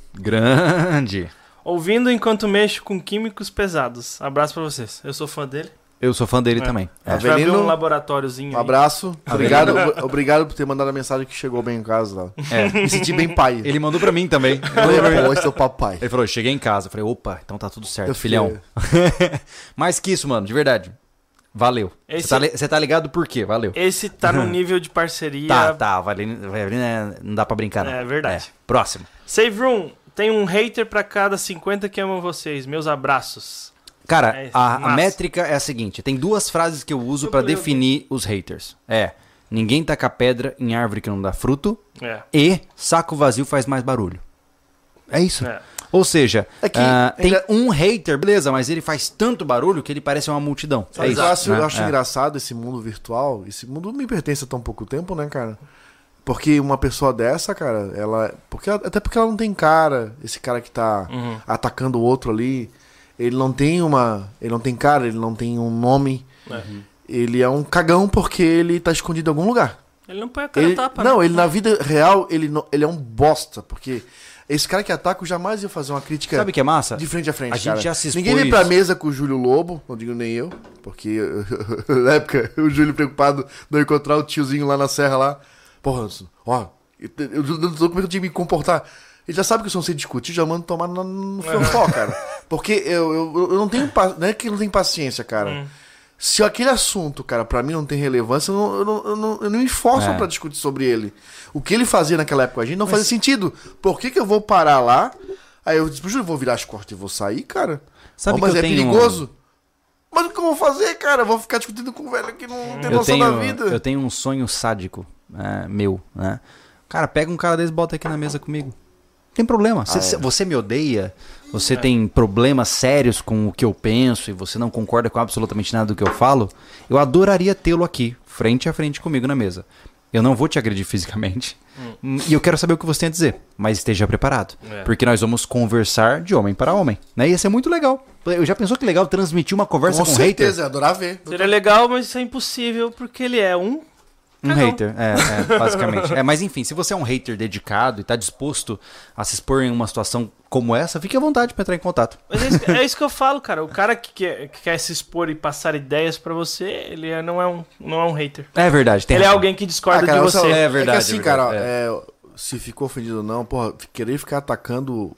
Grande. Ouvindo enquanto mexo com químicos pesados. Abraço pra vocês. Eu sou fã dele. Eu sou fã dele É. também. A gente vai abrir Avelino, um laboratóriozinho Um aí. abraço. Obrigado, ob- obrigado por ter mandado a mensagem que chegou bem em casa lá. É. Me senti bem pai. Ele mandou pra mim também. Ele Eu mandou pra falei, mim. pô, esse é o papai. Ele falou, cheguei em casa. Eu falei, opa, então tá tudo certo, Eu filhão. Mais que isso, mano, de verdade. Valeu. Você Esse- tá, li- você tá ligado por quê? Valeu. Esse tá no nível de parceria. Tá, tá, valeu, valeu, né? Não dá pra brincar, não. É verdade. Próximo. Save Room. Tem um hater pra cada cinquenta que amam vocês. Meus abraços. Cara, É isso, a, a massa. métrica é a seguinte: tem duas frases que eu uso Eu pra falei, eu definir os haters. É, ninguém taca pedra em árvore que não dá fruto É. e saco vazio faz mais barulho. É isso. É. Ou seja, É que ah, tem ainda- um hater, beleza, mas ele faz tanto barulho que ele parece uma multidão. Sabe é o isso. que eu acho, né? eu acho É. engraçado esse mundo virtual. Esse mundo me pertence há tão pouco tempo, né, cara? Porque uma pessoa dessa, cara, ela. Porque, até porque ela não tem cara. Esse cara que tá Uhum. atacando o outro ali. Ele não tem uma. Ele não tem cara, ele não tem um nome. É. Ele é um cagão porque ele tá escondido em algum lugar. Ele não põe a cara Ele, tapa, não, né? ele na vida real, ele, não, ele é um bosta. Porque esse cara que ataca, eu jamais ia fazer uma crítica Sabe o que é massa? de frente a frente, A gente cara. já se Ninguém expôs- vem pra mesa com o Júlio Lobo, não digo nem eu, porque na época o Júlio preocupado de eu encontrar o tiozinho lá na serra lá. Porra, ó, eu, eu não sei como é que eu tinha que me comportar. Ele já sabe que eu sou um sem discutir, já mando tomar no, no fiofó, cara. Porque eu, eu, eu não tenho. pa- Não é que eu não tenho paciência, cara. Hum. Se aquele assunto, cara, pra mim não tem relevância, eu não, eu não, eu não, eu não me esforço É. pra discutir sobre ele. O que ele fazia naquela época com a gente não fazia sentido. Por que, que eu vou parar lá? Aí eu disse, Júlio, vou virar as costas e vou sair, cara? Sabe Ó, mas que eu é tenho- perigoso. Mas o que eu vou fazer, cara? Eu vou ficar discutindo com o velho que não tem Eu noção tenho, da vida. eu tenho um sonho sádico é, meu, né? Cara, pega um cara desse e bota aqui na mesa comigo. Não tem problema. Cê- é. cê- Você me odeia, você É. tem problemas sérios com o que eu penso e você não concorda com absolutamente nada do que eu falo, eu adoraria tê-lo aqui, frente a frente comigo na mesa. Eu não vou te agredir fisicamente. Hum, E eu quero saber o que você tem a dizer. Mas esteja preparado. É. Porque nós vamos conversar de homem para homem. Né? Ia ser muito legal. Eu já pensou que legal transmitir uma conversa Com com, um hater? certeza, eu adorar ver. Seria legal, mas isso é impossível porque ele é um. Um Cagão. hater, é, é, basicamente. É, mas enfim, se você é um hater dedicado e tá disposto a se expor em uma situação como essa, fique à vontade para entrar em contato. Mas é isso, que- é isso que eu falo, cara. O cara que quer, que quer se expor e passar ideias pra você, ele é- não, é um, não é um hater. É verdade, tem ele é razão. alguém que discorda Ah, cara, de você- você. É É verdade, que assim, é verdade, cara, é, se ficou ofendido ou não, porra, querer ficar atacando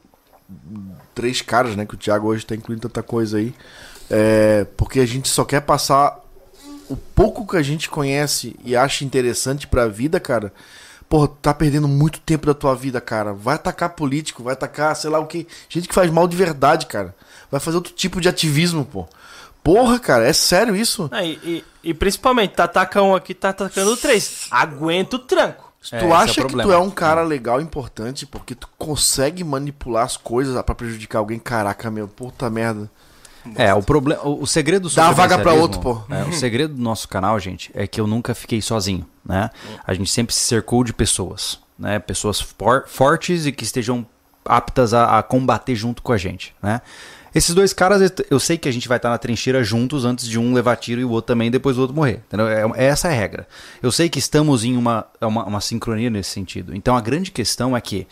três caras, né? Que o Thiago hoje tá incluindo tanta coisa aí. É, porque a gente só quer passar o pouco que a gente conhece e acha interessante pra vida, cara. Porra, tá perdendo muito tempo da tua vida, cara. Vai atacar político, vai atacar, sei lá o que. Gente que faz mal de verdade, cara. Vai fazer outro tipo de ativismo, pô. Porra, cara, é sério isso? Ah, e, e- e principalmente, tá atacando um aqui, tá atacando três. Aguenta o tranco. É, Tu esse é o acha que problema. tu é um cara legal, importante, porque tu consegue manipular as coisas pra prejudicar alguém? Caraca, meu, puta merda. É, o problema, o, o segredo Dá a vaga pra outro, pô. É, o segredo do nosso canal, gente, é que eu nunca fiquei sozinho, né? A gente sempre se cercou de pessoas, né? Pessoas for, fortes e que estejam aptas a, a combater junto com a gente, né? Esses dois caras, eu sei que a gente vai estar na trincheira juntos antes de um levar tiro e o outro também, depois o outro morrer. Entendeu? É, essa é a regra. Eu sei que estamos em uma, uma, uma sincronia nesse sentido. Então a grande questão é que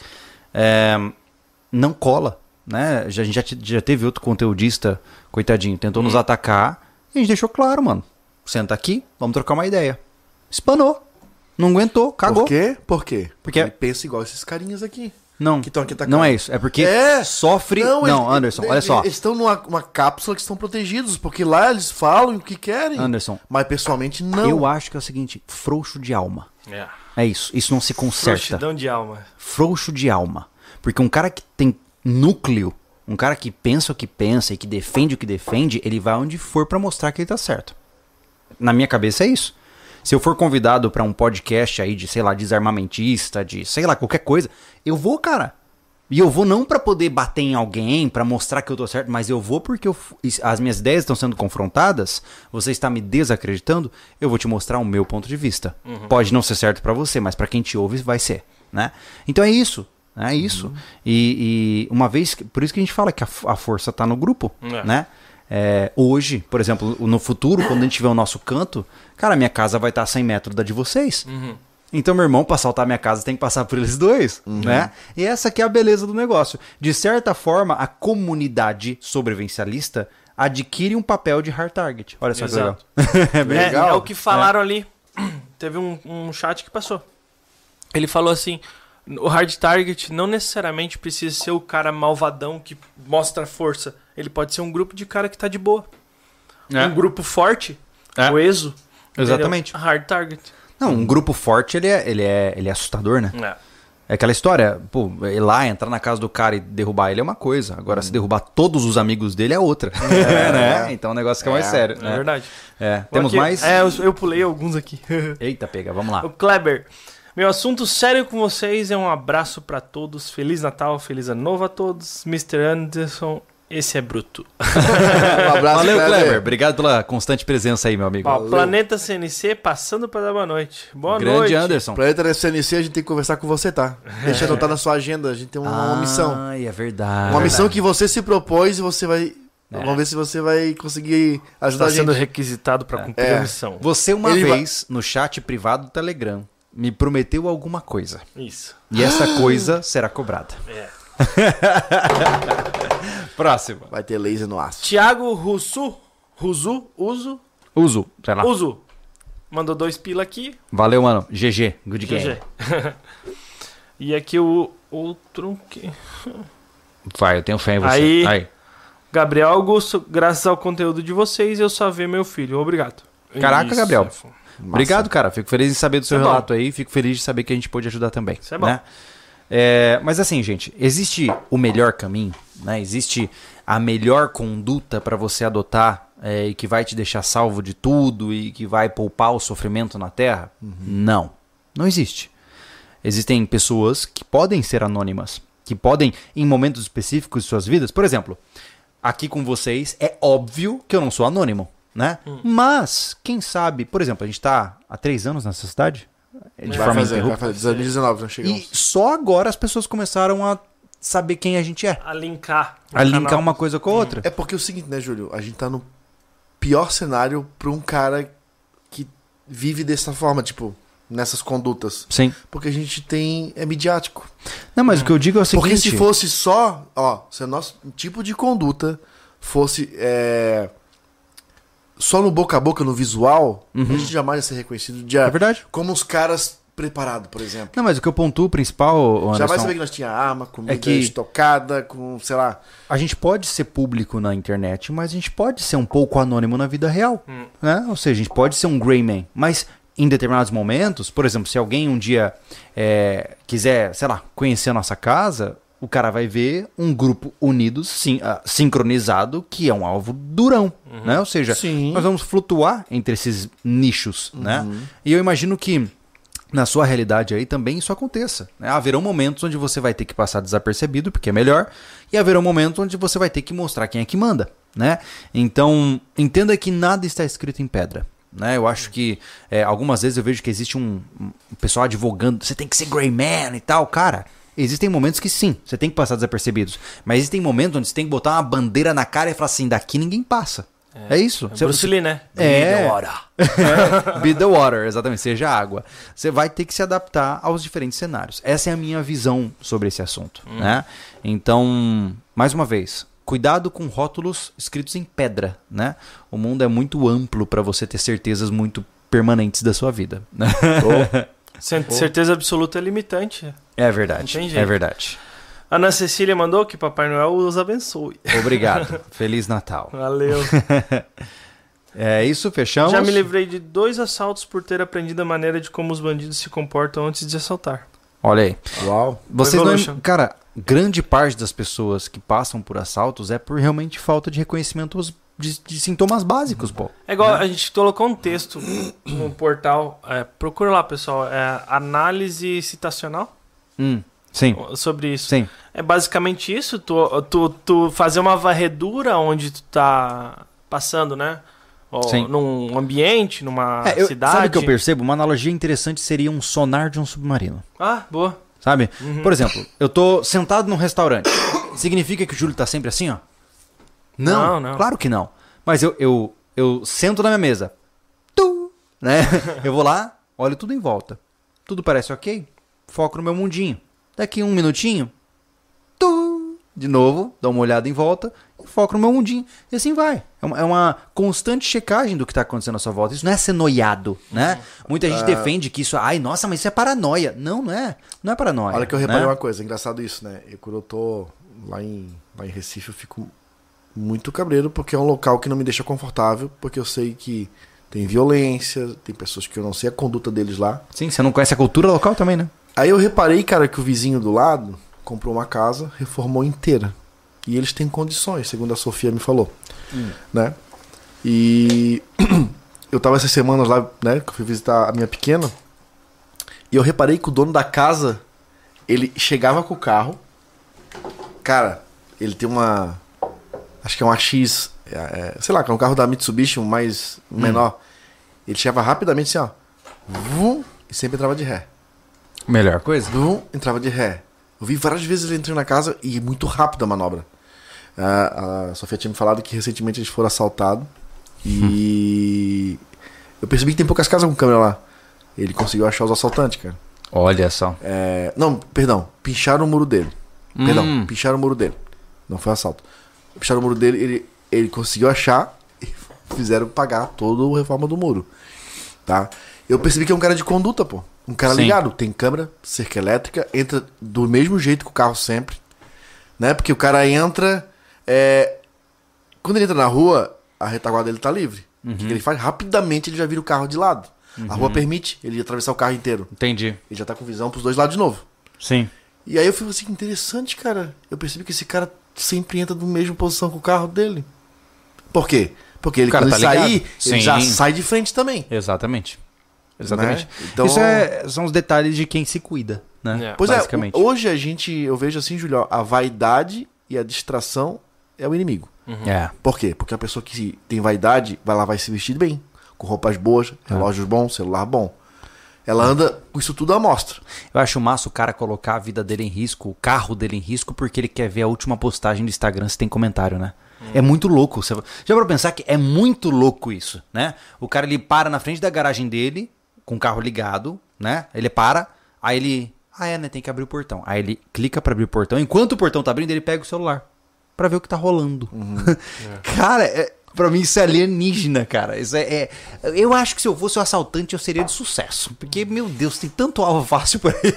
é, não cola. Né? A gente já, já teve outro conteudista, coitadinho, tentou hum. nos atacar e a gente deixou claro, mano. Senta aqui, vamos trocar uma ideia. Espanou. Não aguentou, cagou. Por quê? Por quê? Porque ele pensa igual esses carinhas aqui. Não, que aqui não é isso. É porque é. sofre... Não, não eles, Anderson, eles, olha só. Eles estão numa uma cápsula que estão protegidos, porque lá eles falam o que querem. Anderson. Mas pessoalmente não. Eu acho que é o seguinte, frouxo de alma. É, é isso, isso não se conserta. Frouxidão de alma. Frouxo de alma. Porque um cara que tem núcleo, um cara que pensa o que pensa e que defende o que defende, ele vai onde for pra mostrar que ele tá certo. Na minha cabeça é isso. Se eu for convidado pra um podcast aí de, sei lá, desarmamentista, de, sei lá, qualquer coisa, eu vou, cara. E eu vou não pra poder bater em alguém, pra mostrar que eu tô certo, mas eu vou porque eu, as minhas ideias estão sendo confrontadas, você está me desacreditando, eu vou te mostrar o meu ponto de vista. Uhum. Pode não ser certo pra você, mas pra quem te ouve vai ser, né? Então é isso. É isso. Uhum. E, e uma vez... Por isso que a gente fala que a, a força tá no grupo, é. né? É, hoje, por exemplo, no futuro, quando a gente tiver o nosso canto, cara, minha casa vai estar a cem metros da de vocês. Uhum. Então, meu irmão, pra assaltar minha casa, tem que passar por eles dois, uhum. né? E essa aqui é a beleza do negócio. De certa forma, a comunidade sobrevivencialista adquire um papel de hard target. Olha só Exato. que legal. É bem é, legal. É o que falaram é. ali. Teve um, um chat que passou. Ele falou assim... O hard target não necessariamente precisa ser o cara malvadão que mostra força. Ele pode ser um grupo de cara que tá de boa. É. Um grupo forte, é. coeso. Exatamente. Entendeu? Hard target. Não, um grupo forte, ele é, ele é, ele é assustador, né? É. É aquela história, pô, ir lá, entrar na casa do cara e derrubar ele é uma coisa. Agora, hum. se derrubar todos os amigos dele é outra. É, né? Então é um negócio que é mais sério. É né? verdade. É. Temos aqui, mais? É, eu, eu pulei alguns aqui. Eita, pega, vamos lá. O Kleber. Meu assunto sério com vocês é um abraço pra todos. Feliz Natal, feliz ano novo a todos. mister Anderson, esse é bruto. Um abraço, valeu, Kleber. Kleber. Obrigado pela constante presença aí, meu amigo. Ó, Planeta C N C passando pra dar boa noite. Boa Grande noite. Anderson. Planeta C N C, a gente tem que conversar com você, tá? Deixa anotar na sua agenda, a gente tem uma, ah, uma missão. Ai, é verdade. Uma missão que você se propôs e você vai... É. Vamos ver se você vai conseguir ajudar tá a gente. Tá sendo requisitado pra cumprir é. a missão. Você uma Ele vez, vai... no chat privado do Telegram, me prometeu alguma coisa. Isso. E essa coisa será cobrada. É. Próximo. Vai ter laser no aço. Thiago Russu. Ruzu? Uso? Uso, sei lá. Uso. Mandou dois pila aqui. Valeu, mano. G G. Good game. G G. E aqui o outro... Que... Vai, eu tenho fé em você. Aí, Aí. Gabriel Augusto, graças ao conteúdo de vocês, eu salvei meu filho. Obrigado. Caraca, Isso, Gabriel. É... Obrigado, cara. Fico feliz em saber do seu é relato bom. aí. Fico feliz de saber que a gente pôde ajudar também. Isso é bom. Né? É, mas assim, gente, existe o melhor caminho, né? Existe a melhor conduta para você adotar é, e que vai te deixar salvo de tudo e que vai poupar o sofrimento na Terra? Uhum. Não. Não existe. Existem pessoas que podem ser anônimas, que podem, em momentos específicos de suas vidas, por exemplo, aqui com vocês, é óbvio que eu não sou anônimo. Né? Hum. Mas, quem sabe, por exemplo, a gente tá há três anos nessa cidade? De vai forma fazer, vai fazer, dois mil e dezenove, não chegamos. E só agora as pessoas começaram a saber quem a gente é. A linkar. A linkar canal. Uma coisa com a hum. outra. É porque é o seguinte, né, Júlio? A gente tá no pior cenário pra um cara que vive dessa forma, tipo, nessas condutas. Sim. Porque a gente tem... é midiático. Não, mas hum. o que eu digo é o seguinte... Porque se fosse só... Ó, se o nosso tipo de conduta fosse... É, só no boca a boca, no visual, uhum. a gente jamais ia ser reconhecido de, é verdade. Como os caras preparados, por exemplo. Não, mas o que eu pontuo principal, Anderson, já vai saber que nós tinha arma, comida é que estocada, com, sei lá... A gente pode ser público na internet, mas a gente pode ser um pouco anônimo na vida real. Hum. Né? Ou seja, a gente pode ser um grey man, mas em determinados momentos, por exemplo, se alguém um dia é, quiser, sei lá, conhecer a nossa casa... O cara vai ver um grupo unido, sim, uh, sincronizado, que é um alvo durão, uhum. né? Ou seja, sim. nós vamos flutuar entre esses nichos, uhum. né? E eu imagino que na sua realidade aí também isso aconteça. Né? Haverão momentos onde você vai ter que passar desapercebido, porque é melhor, e haverão momentos onde você vai ter que mostrar quem é que manda. né? Então, entenda que nada está escrito em pedra. Né? Eu acho que é, algumas vezes eu vejo que existe um, um pessoal advogando, você tem que ser Grey Man e tal. Cara, existem momentos que sim, você tem que passar desapercebidos. Mas existem momentos onde você tem que botar uma bandeira na cara e falar assim, daqui ninguém passa. É, é isso. É Bruce Lee, né? É. Be the water. É, be the water, exatamente. Seja água. Você vai ter que se adaptar aos diferentes cenários. Essa é a minha visão sobre esse assunto. Hum. Né? Então, mais uma vez... Cuidado com rótulos escritos em pedra, né? O mundo é muito amplo para você ter certezas muito permanentes da sua vida. Oh. Certeza absoluta é limitante. É verdade, é verdade. Ana Cecília mandou que Papai Noel os abençoe. Obrigado. Feliz Natal. Valeu. É isso, fechamos? Já me livrei de dois assaltos por ter aprendido a maneira de como os bandidos se comportam antes de assaltar. Olha aí. Uau. Vocês não, cara, grande parte das pessoas que passam por assaltos é por realmente falta de reconhecimento de, de sintomas básicos, pô. É igual, né? A gente colocou um texto no portal, é, procura lá, pessoal, é análise citacional. Hum, sim. Sobre isso. Sim. É basicamente isso, tu, tu, tu fazer uma varredura onde tu tá passando, né? Ou sim. Num ambiente, numa é, eu, cidade. Sabe o que eu percebo? Uma analogia interessante seria um sonar de um submarino. Ah, boa. Sabe? Uhum. Por exemplo, eu tô sentado num restaurante. Significa que o Júlio tá sempre assim, ó? Não, não, não. Claro que não. Mas eu, eu, eu sento na minha mesa. Tu, né? Eu vou lá, olho tudo em volta. Tudo parece ok. Foco no meu mundinho. Daqui um minutinho. Tu, de novo, dá uma olhada em volta. E foco no meu mundinho. E assim vai. É uma, é uma constante checagem do que tá acontecendo à sua volta. Isso não é ser noiado, né? Muita gente Ah. defende que isso... Ai, nossa, mas isso é paranoia. Não, não é. Não é paranoia. Olha que eu reparei né? uma coisa, é engraçado isso, né? Eu, quando eu tô lá em, lá em Recife, eu fico muito cabreiro, porque é um local que não me deixa confortável, porque eu sei que tem violência, tem pessoas que eu não sei a conduta deles lá. Sim, você não conhece a cultura local também, né? Aí eu reparei, cara, que o vizinho do lado comprou uma casa, reformou inteira. E eles têm condições, segundo a Sofia me falou. Hum. Né? E eu tava essas semanas lá, né, que eu fui visitar a minha pequena, e eu reparei que o dono da casa, ele chegava com o carro, cara, ele tem uma, acho que é uma X, é, sei lá, que é um carro da Mitsubishi, um mais hum. menor. Ele chegava rapidamente assim, ó, vum, e sempre entrava de ré. Melhor coisa? Vum, entrava de ré. Eu vi várias vezes ele entrando na casa e muito rápido a manobra. A, a Sofia tinha me falado que recentemente eles foram assaltados. E hum. eu percebi que tem poucas casas com câmera lá. Ele conseguiu achar os assaltantes, cara. Olha só. É, não, perdão. Pincharam o muro dele. Hum. Perdão, pincharam o muro dele. Não foi assalto. Pincharam o muro dele, ele, ele conseguiu achar e fizeram pagar toda a reforma do muro. Tá? Eu percebi que é um cara de conduta, pô. Um cara Sim. ligado, tem câmera, cerca elétrica, entra do mesmo jeito que o carro sempre, né? Porque o cara entra, é... quando ele entra na rua, a retaguarda dele tá livre. Uhum. O que ele faz? Rapidamente ele já vira o carro de lado. Uhum. A rua permite ele atravessar o carro inteiro. Entendi. Ele já tá com visão pros dois lados de novo. Sim. E aí eu falei assim, interessante, cara. Eu percebi que esse cara sempre entra na mesma posição com o carro dele. Por quê? Porque ele, quando tá ele sair, ele já sai de frente também. Exatamente. Exatamente. Né? Então... Isso é, são os detalhes de quem se cuida, né? Yeah. Pois Basicamente. é, hoje a gente, eu vejo assim, Julio, a vaidade e a distração é o inimigo. Uhum. É. Por quê? Porque a pessoa que tem vaidade, vai lá, vai se vestir bem, com roupas boas, relógios bons, celular bom. Ela anda com isso tudo à mostra. Eu acho massa o cara colocar a vida dele em risco, o carro dele em risco, porque ele quer ver a última postagem do Instagram se tem comentário, né? Hum. É muito louco. Você... Já pra pensar que é muito louco isso, né? O cara, ele para na frente da garagem dele, com o carro ligado, né? Ele para, aí ele... Ah, é, né? Tem que abrir o portão. Aí ele clica pra abrir o portão. Enquanto o portão tá abrindo, ele pega o celular pra ver o que tá rolando. Uhum. É. Cara, é... Pra mim isso é alienígena, cara. Isso é, é... Eu acho que se eu fosse um assaltante eu seria de sucesso. Porque, meu Deus, tem tanto alvo fácil por aí.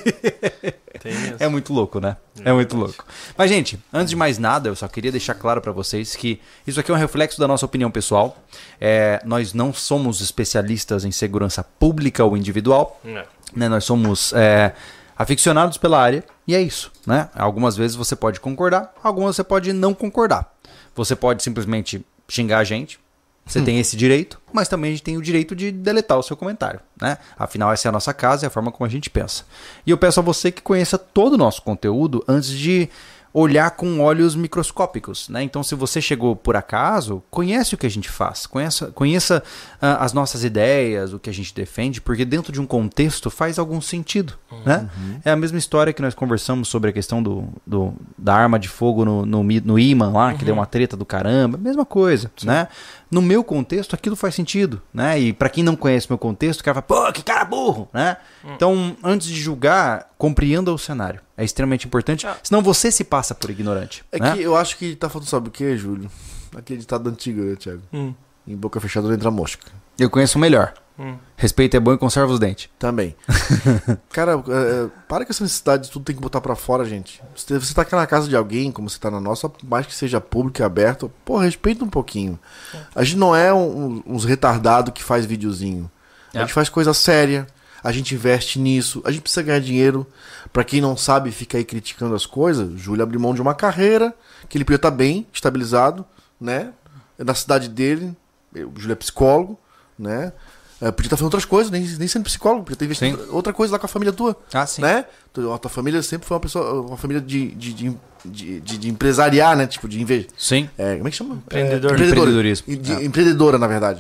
Tem mesmo. É muito louco, né? É, é muito louco. Mas, gente, antes de mais nada, eu só queria deixar claro pra vocês que isso aqui é um reflexo da nossa opinião pessoal. É, nós não somos especialistas em segurança pública ou individual. Não. Né? Nós somos é, aficionados pela área. E é isso, né? Algumas vezes você pode concordar, algumas você pode não concordar. Você pode simplesmente... xingar a gente, você hum. tem esse direito, mas também a gente tem o direito de deletar o seu comentário, né? Afinal, essa é a nossa casa, é a forma como a gente pensa. E eu peço a você que conheça todo o nosso conteúdo antes de olhar com olhos microscópicos, né? Então, se você chegou por acaso, conhece o que a gente faz, conheça, conheça uh, as nossas ideias, o que a gente defende, porque dentro de um contexto faz algum sentido, uhum. né? É a mesma história que nós conversamos sobre a questão do, do, da arma de fogo no, no, no imã lá, que uhum. deu uma treta do caramba, mesma coisa, Sim. né? No meu contexto, aquilo faz sentido, né? E pra quem não conhece meu contexto, o cara fala, pô, que cara burro, né? Hum. Então, antes de julgar, compreenda o cenário. É extremamente importante, ah. senão você se passa por ignorante. É né? que eu acho que tá falando, sabe o que, Júlio? Aquele ditado antigo, né, Thiago? Hum. Em boca fechada não entra mosca. Eu conheço o melhor. Hum. Respeito é bom e conserva os dentes. Também. Cara, é, para com essa necessidade de tudo tem que botar pra fora, gente. Se você tá aqui na casa de alguém, como você tá na nossa, mais que seja público e aberto, pô, respeita um pouquinho. É. A gente não é um, uns retardados que faz videozinho. É. A gente faz coisa séria. A gente investe nisso. A gente precisa ganhar dinheiro. Pra quem não sabe, fica aí criticando as coisas. O Júlio abriu mão de uma carreira que ele podia estar bem, estabilizado, né? Na cidade dele. O Júlio é psicólogo, né? É, podia estar fazendo outras coisas, nem, nem sendo psicólogo, podia ter investido sim. outra coisa lá com a família tua. Ah, sim. Né? A tua família sempre foi uma pessoa, uma família de, de, de, de, de, de empresariar, né? Tipo, de inveja. Sim. É, como é que chama? Empreendedor. É, empreendedora. Empreendedorismo. De, é. Empreendedora, na verdade.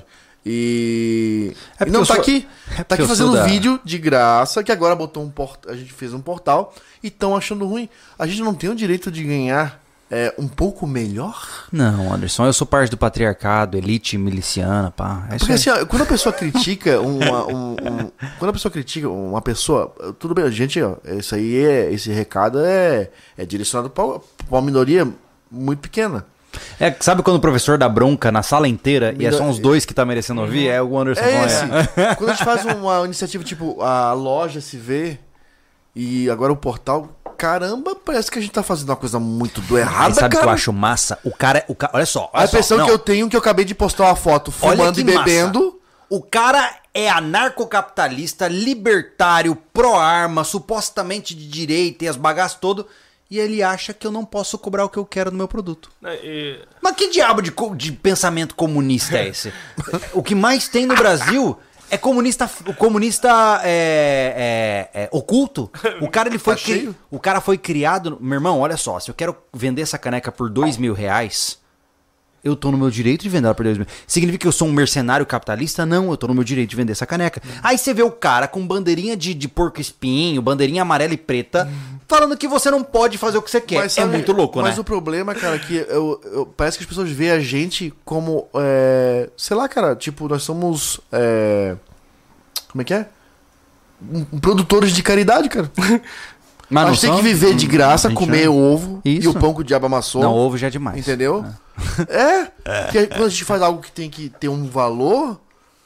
E. É e não, tá sou... aqui. é tá aqui fazendo da... vídeo de graça, que agora botou um portal. A gente fez um portal e estão achando ruim. A gente não tem o direito de ganhar. É, um pouco melhor? Não, Anderson, eu sou parte do patriarcado, elite miliciana, pá. É Porque assim, ó, quando a pessoa critica uma, um, um, quando a pessoa critica uma pessoa, tudo bem, gente, ó, isso aí é, esse recado é, é direcionado para uma minoria muito pequena. É, sabe quando o professor dá bronca na sala inteira e é só uns dois que tá merecendo ouvir? É o Anderson. É esse. Quando a gente faz uma iniciativa tipo a loja se vê e agora o portal, caramba, parece que a gente tá fazendo uma coisa muito do errado. Sabe o que eu acho massa? O cara, o cara olha só. Olha a impressão que eu tenho que eu acabei de postar uma foto fumando e bebendo. Massa. O cara é anarcocapitalista, libertário, pró-arma, supostamente de direita e as bagaças todo. E ele acha que eu não posso cobrar o que eu quero no meu produto. E... Mas que diabo de, de pensamento comunista é esse? O que mais tem no Brasil é comunista, o comunista é, é, é, oculto. O cara ele foi tá cri... o cara foi criado. Meu irmão, olha só, se eu quero vender essa caneca por dois mil reais, eu tô no meu direito de vender ela por dois mil. Significa que eu sou um mercenário capitalista? Não, eu tô no meu direito de vender essa caneca. Hum. Aí você vê o cara com bandeirinha de, de porco espinho, bandeirinha amarela e preta, hum. falando que você não pode fazer o que você quer. Mas, é sabe, muito louco, mas né? Mas o problema, cara, é que eu, eu, parece que as pessoas veem a gente como, é, sei lá, cara, tipo, nós somos, é, como é que é? Um, um produtores de caridade, cara. Mas a gente tem que viver de graça, comer é. ovo Isso. e o pão que o diabo amassou. Não, ovo já é demais. Entendeu? É. é. Porque quando a gente faz algo que tem que ter um valor,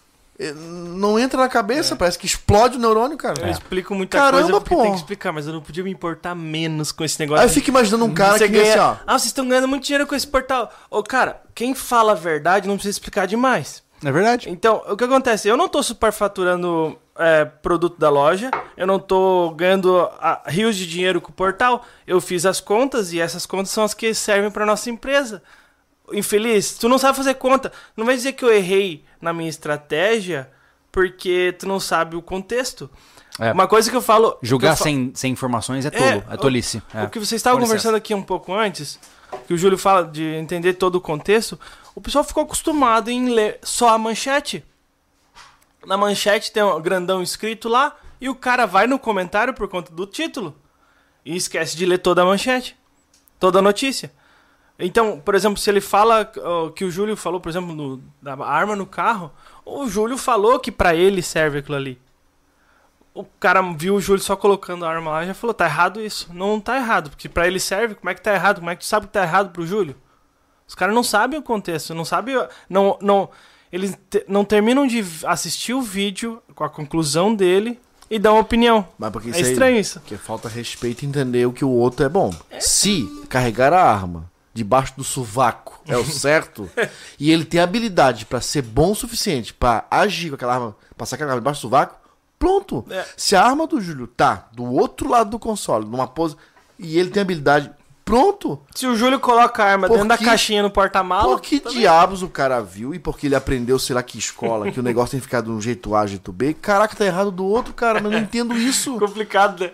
não entra na cabeça, é. parece que explode o neurônio, cara. Eu é. explico muita Caramba, coisa porque pô. tem que explicar, mas eu não podia me importar menos com esse negócio. Aí eu fico imaginando um cara Você que ganha... assim, ó. Ah, vocês estão ganhando muito dinheiro com esse portal. Ô, cara, quem fala a verdade não precisa explicar demais. É verdade. Então, o que acontece? Eu não tô superfaturando é, produto da loja, eu não tô ganhando a, rios de dinheiro com o portal, eu fiz as contas e essas contas são as que servem pra nossa empresa. Infeliz, tu não sabe fazer conta. Não vai dizer que eu errei na minha estratégia porque tu não sabe o contexto. É. Uma coisa que eu falo... Julgar eu falo, sem, sem informações é tolo, é, é tolice. O, é. o que vocês estavam conversando aqui um pouco antes, que o Júlio fala de entender todo o contexto, o pessoal ficou acostumado em ler só a manchete. Na manchete tem um grandão escrito lá, e o cara vai no comentário por conta do título, e esquece de ler toda a manchete, toda a notícia. Então, por exemplo, se ele fala uh, que o Júlio falou, por exemplo, no, da arma no carro, o Júlio falou que pra ele serve aquilo ali. O cara viu o Júlio só colocando a arma lá e já falou, tá errado isso. Não tá errado, porque pra ele serve, como é que tá errado? Como é que tu sabe que tá errado pro Júlio? Os caras não sabem o contexto, não sabem... Não, não, eles te, não terminam de assistir o vídeo com a conclusão dele e dão uma opinião. Mas porque é isso estranho aí, isso. Porque falta respeito e entender o que o outro é bom. É. Se carregar a arma debaixo do sovaco é o certo, e ele tem habilidade pra ser bom o suficiente pra agir com aquela arma, passar aquela arma debaixo do sovaco, pronto. É. Se a arma do Júlio tá do outro lado do console, numa pose, e ele tem habilidade, pronto. Se o Júlio coloca a arma por dentro que, da caixinha no porta-mala... Por que também diabos o cara viu, e porque ele aprendeu, sei lá que escola, que o negócio tem que ficar de um jeito A, jeito B, caraca, tá errado do outro, cara, mas eu não entendo isso. Complicado, né?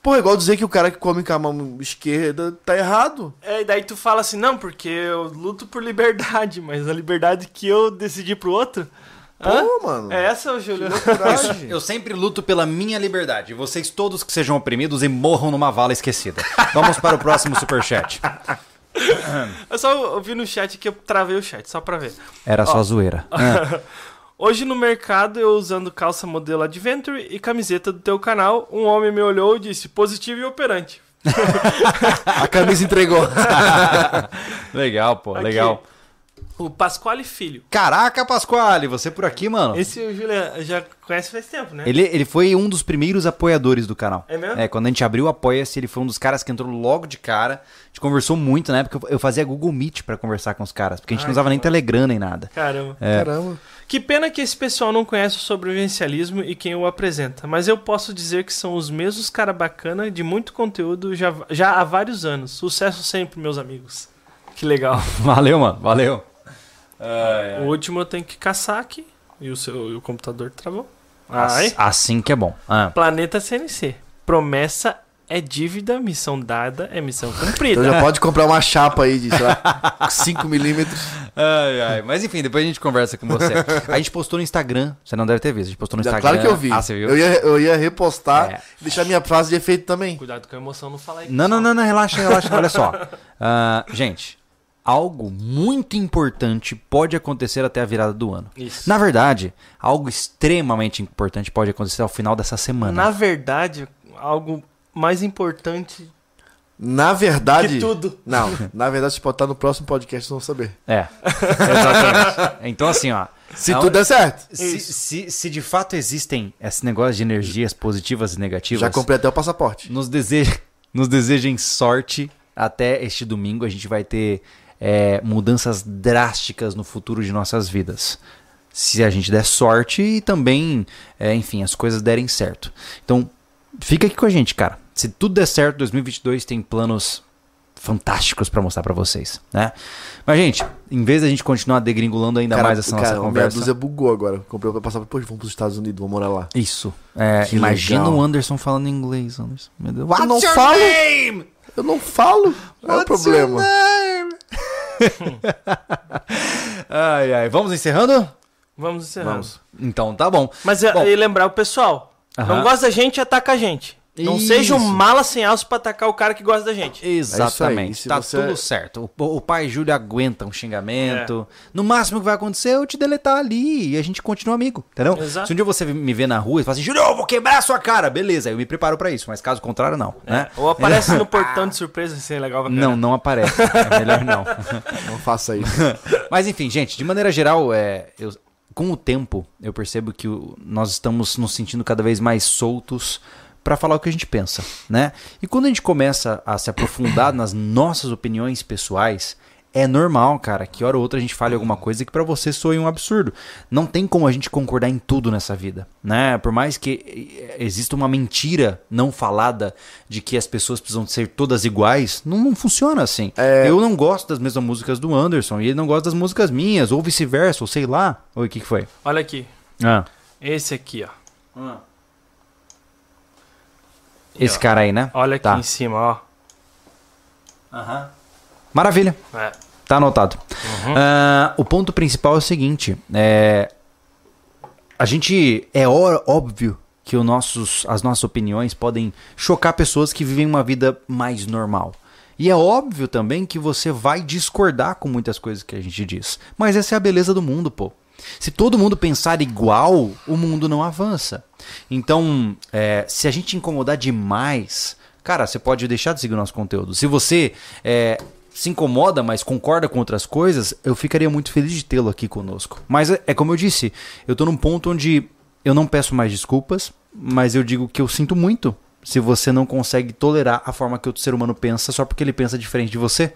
Pô, é igual dizer que o cara que come com a mão esquerda tá errado. É, e daí tu fala assim, não, porque eu luto por liberdade, mas a liberdade que eu decidi pro outro... Pô, Hã? mano. É essa, Júlio? Coragem. Eu sempre luto pela minha liberdade. Vocês todos que sejam oprimidos e morram numa vala esquecida. Vamos para o próximo superchat. Eu só ouvi no chat que eu travei o chat, só pra ver. Era só zoeira. Ah. Hoje no mercado, eu usando calça modelo Adventure e camiseta do teu canal, um homem me olhou e disse, positivo e operante. A camisa entregou. Legal, pô, Aqui. legal. O Pasquale Filho. Caraca, Pasquale, você por aqui, mano. Esse o Júlio já conhece faz tempo, né? Ele, ele foi um dos primeiros apoiadores do canal. É mesmo? É, quando a gente abriu o Apoia-se, ele foi um dos caras que entrou logo de cara. A gente conversou muito, né? Porque eu- eu fazia Google Meet pra conversar com os caras. Porque a gente Ai, não usava que nem massa. Telegram nem nada. Caramba. Caramba. Que pena que esse pessoal não conhece o sobrevivencialismo e quem o apresenta. Mas eu posso dizer que são os mesmos cara bacana de muito conteúdo já, já há vários anos. Sucesso sempre, meus amigos. Que legal. Valeu, mano, valeu. O último eu tenho que caçar aqui. E o, seu, e o computador travou. Ass- Ai. Assim que é bom. Ah. Planeta C N C. Promessa é dívida, missão dada é missão cumprida. Então já pode comprar uma chapa aí de, sei lá, cinco milímetros. Ai, ai. Mas enfim, depois a gente conversa com você. A gente postou no Instagram, você não deve ter visto. A gente postou no Já, Instagram. claro que eu vi. Ah, você viu? Eu ia, eu ia repostar É. e deixar minha frase de efeito também. Cuidado com a emoção, não falar aí. Não, não, não, não, relaxa, relaxa. Olha só. Ah, gente, algo muito importante pode acontecer até a virada do ano. Isso. Na verdade, algo extremamente importante pode acontecer ao final dessa semana. Na verdade, algo mais importante Na verdade. que tudo. Não, na verdade, você pode estar no próximo podcast, vocês vão saber. É, exatamente. Então assim, ó. Se a- tudo der certo. Se, se, se de fato existem esse negócio de energias positivas e negativas, Já comprei até o passaporte. nos, deseja, nos desejem sorte até este domingo. A gente vai ter é, mudanças drásticas no futuro de nossas vidas. Se a gente der sorte e também, é, enfim, as coisas derem certo. Então, fica aqui com a gente, cara. Se tudo der certo, dois mil e vinte e dois tem planos fantásticos pra mostrar pra vocês, né? Mas, gente, em vez da gente continuar degringolando ainda Cara, mais essa cara, nossa a minha conversa... dúzia bugou agora. Comprei o passaporte, pô, vamos pros Estados Unidos, vamos morar lá. Isso. É, Que imagina legal. o Anderson falando inglês, Anderson. Meu Deus. Eu não falo. Eu não falo. Não é o problema. Ai, ai. Vamos encerrando? Vamos encerrando. Vamos. Então, tá bom. Mas é, Bom. e lembrar o pessoal, Aham. não gosta da gente, ataca a gente. Não Isso. seja um mala sem alço pra atacar o cara que gosta da gente. Exatamente. É isso aí. Tá E se você- tudo certo. O, o pai Júlio aguenta um xingamento. No máximo que vai acontecer é eu te deletar ali e a gente continua amigo, entendeu? Exato. Se um dia você me vê na rua e fala assim, Júlio, eu vou quebrar a sua cara. Beleza, eu me preparo pra isso. Mas caso contrário, não. Né? Ou aparece no portão de surpresa, assim, é legal pra Não, caramba. não aparece. É melhor não. Não faça isso. Mas enfim, gente, de maneira geral, é, eu, com o tempo, eu percebo que o- nós estamos nos sentindo cada vez mais soltos para falar o que a gente pensa, né? E quando a gente começa a se aprofundar nas nossas opiniões pessoais, é normal, cara, que hora ou outra a gente fale alguma coisa que pra você soe um absurdo. Não tem como a gente concordar em tudo nessa vida, né? Por mais que eh, exista uma mentira não falada de que as pessoas precisam ser todas iguais, não, não funciona assim. É. Eu não gosto das mesmas músicas do Anderson e ele não gosta das músicas minhas, ou vice-versa, ou sei lá. Oi, o que, que foi? Olha aqui, Ah, esse aqui, ó. esse ó. cara aí, né? Olha aqui Tá. em cima, ó. Maravilha. É. Tá anotado. Ah, o ponto principal é o seguinte: é, a gente é ó- óbvio que os nossos, as nossas opiniões podem chocar pessoas que vivem uma vida mais normal. E é óbvio também que você vai discordar com muitas coisas que a gente diz. Mas essa é a beleza do mundo, pô. Se todo mundo pensar igual, o mundo não avança. Então, é, se a gente incomodar demais, cara, você pode deixar de seguir o nosso conteúdo. Se você é, se incomoda, mas concorda com outras coisas, eu ficaria muito feliz de tê-lo aqui conosco. Mas é, é como eu disse, eu tô num ponto onde eu não peço mais desculpas, mas eu digo que eu sinto muito se você não consegue tolerar a forma que outro ser humano pensa só porque ele pensa diferente de você.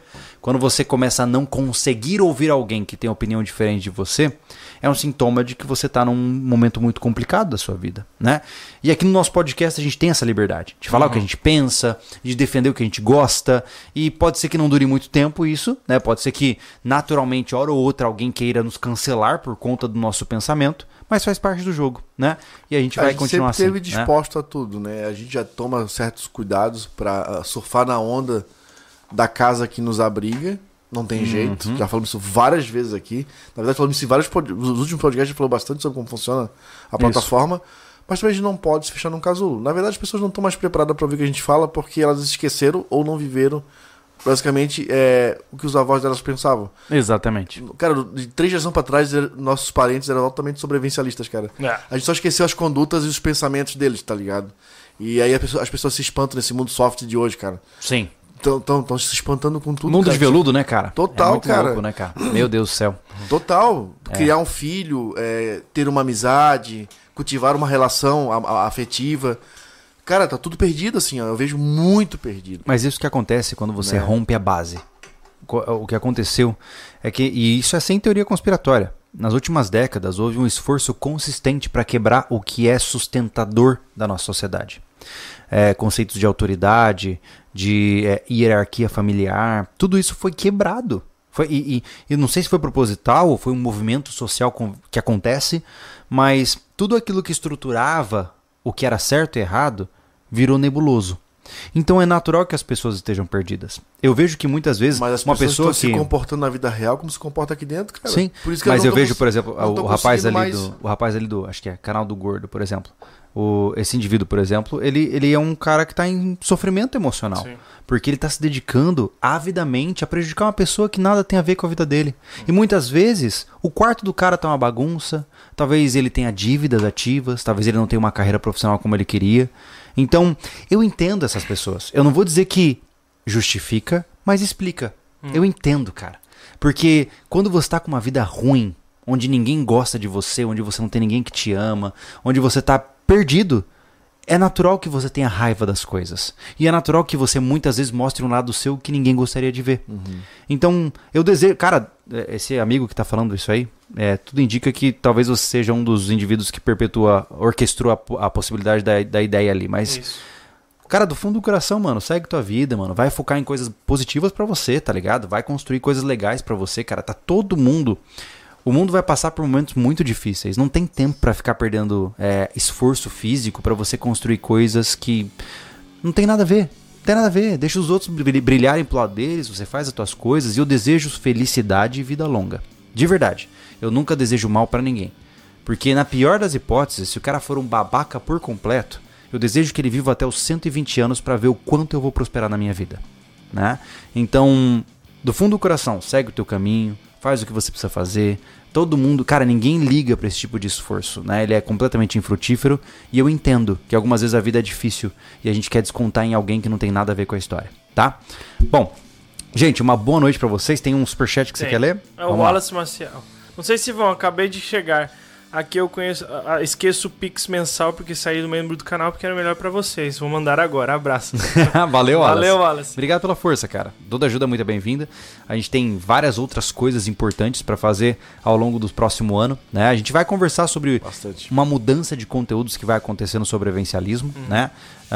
quando você começa a não conseguir ouvir alguém que tem opinião diferente de você, é um sintoma de que você está num momento muito complicado da sua vida, né? E aqui no nosso podcast a gente tem essa liberdade de falar uhum. o que a gente pensa, de defender o que a gente gosta, e pode ser que não dure muito tempo isso, né? Pode ser que naturalmente, hora ou outra, alguém queira nos cancelar por conta do nosso pensamento, mas faz parte do jogo, né? E a gente vai a gente continuar assim. A gente sempre esteve disposto, né, a tudo, né? A gente já toma certos cuidados para surfar na onda da casa que nos abriga. Não tem uhum. jeito. Já falamos isso várias vezes aqui. Na verdade, falamos isso em vários pod... Nos últimos podcasts, a gente falou bastante sobre como funciona a plataforma. Isso. Mas também a gente não pode se fechar num casulo. Na verdade, as pessoas não estão mais preparadas para ouvir o que a gente fala porque elas esqueceram ou não viveram basicamente é, o que os avós delas pensavam. Exatamente. Cara, de três gerações pra trás, nossos parentes eram altamente sobrevivencialistas, cara. É. A gente só esqueceu as condutas e os pensamentos deles, tá ligado? E aí pessoa, as pessoas se espantam nesse mundo soft de hoje, cara. Sim. Estão se espantando com tudo. Mundo cara. de veludo, né, cara? Total, é muito cara. Louco, né, cara? Meu Deus do céu. Total. É. Criar um filho, é, ter uma amizade, cultivar uma relação afetiva. Cara, tá tudo perdido, assim, ó. Eu vejo muito perdido. Mas isso que acontece quando você é. rompe a base. O que aconteceu é que, e isso é sem teoria conspiratória, nas últimas décadas houve um esforço consistente para quebrar o que é sustentador da nossa sociedade. É, conceitos de autoridade, de é, hierarquia familiar, tudo isso foi quebrado. Foi, e, e, e não sei se foi proposital ou foi um movimento social com, que acontece, mas tudo aquilo que estruturava o que era certo e errado virou nebuloso. Então é natural que as pessoas estejam perdidas. Eu vejo que muitas vezes mas as uma pessoa estão que se comportando na vida real como se comporta aqui dentro, cara. Sim, por isso que mas eu, eu vejo, cons... por exemplo, o, o rapaz ali mais... do, o rapaz ali do, acho que é Canal do Gordo, por exemplo. O, esse indivíduo, por exemplo, ele, ele é um cara que está em sofrimento emocional. Sim. Porque ele está se dedicando avidamente a prejudicar uma pessoa que nada tem a ver com a vida dele. Hum. E muitas vezes o quarto do cara tá uma bagunça, talvez ele tenha dívidas ativas, talvez ele não tenha uma carreira profissional como ele queria. Então, eu entendo essas pessoas. Eu não vou dizer que justifica, mas explica. Hum. Eu entendo, cara. Porque quando você está com uma vida ruim, onde ninguém gosta de você, onde você não tem ninguém que te ama, onde você está perdido, é natural que você tenha raiva das coisas. E é natural que você muitas vezes mostre um lado seu que ninguém gostaria de ver. Uhum. Então, eu desejo... Cara, esse amigo que tá falando isso aí, é, tudo indica que talvez você seja um dos indivíduos que perpetua, orquestrou a, a possibilidade da, da ideia ali. Mas, isso. Cara, do fundo do coração, mano, segue tua vida, mano. Vai focar em coisas positivas pra você, tá ligado? Vai construir coisas legais pra você, cara. Tá todo mundo... O mundo vai passar por momentos muito difíceis. Não tem tempo para ficar perdendo é, esforço físico para você construir coisas que não tem nada a ver. Não tem nada a ver. Deixa os outros brilharem pro lado deles, você faz as tuas coisas. E eu desejo felicidade e vida longa. De verdade. Eu nunca desejo mal para ninguém. Porque na pior das hipóteses, se o cara for um babaca por completo, eu desejo que ele viva até os cento e vinte anos para ver o quanto eu vou prosperar na minha vida. Né? Então, do fundo do coração, segue o teu caminho. Faz o que você precisa fazer. Todo mundo... Cara, ninguém liga pra esse tipo de esforço, né? Ele é completamente infrutífero. E eu entendo que algumas vezes a vida é difícil. E a gente quer descontar em alguém que não tem nada a ver com a história, tá? Bom, gente, uma boa noite pra vocês. Tem um superchat que Tem. Você quer ler? É o Vamos Wallace lá. Maciel. Não sei se vão, acabei de chegar. Aqui eu conheço, uh, esqueço o Pix mensal porque saí do membro do canal porque era melhor pra vocês. Vou mandar agora. Abraço. Valeu, Wallace. Valeu, Wallace. Obrigado pela força, cara. Toda ajuda é muito bem-vinda. A gente tem várias outras coisas importantes pra fazer ao longo do próximo ano, né? A gente vai conversar sobre Bastante. uma mudança de conteúdos que vai acontecer no sobrevivencialismo, uhum. né?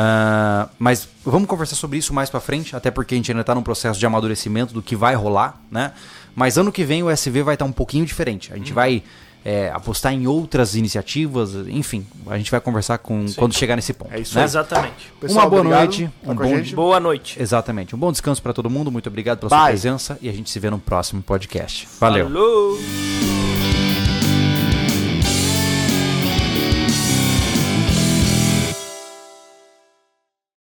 Uh, mas vamos conversar sobre isso mais pra frente, até porque a gente ainda tá num processo de amadurecimento do que vai rolar, né? Mas ano que vem o S V vai estar um pouquinho diferente. A gente uhum. vai... É, apostar em outras iniciativas, enfim, a gente vai conversar com Sim. quando chegar nesse ponto. É isso, né? Exatamente. Pessoal, uma boa noite, um bom boa noite. Exatamente, um bom descanso para todo mundo. Muito obrigado pela Bye. sua presença e a gente se vê no próximo podcast. Valeu. Falou.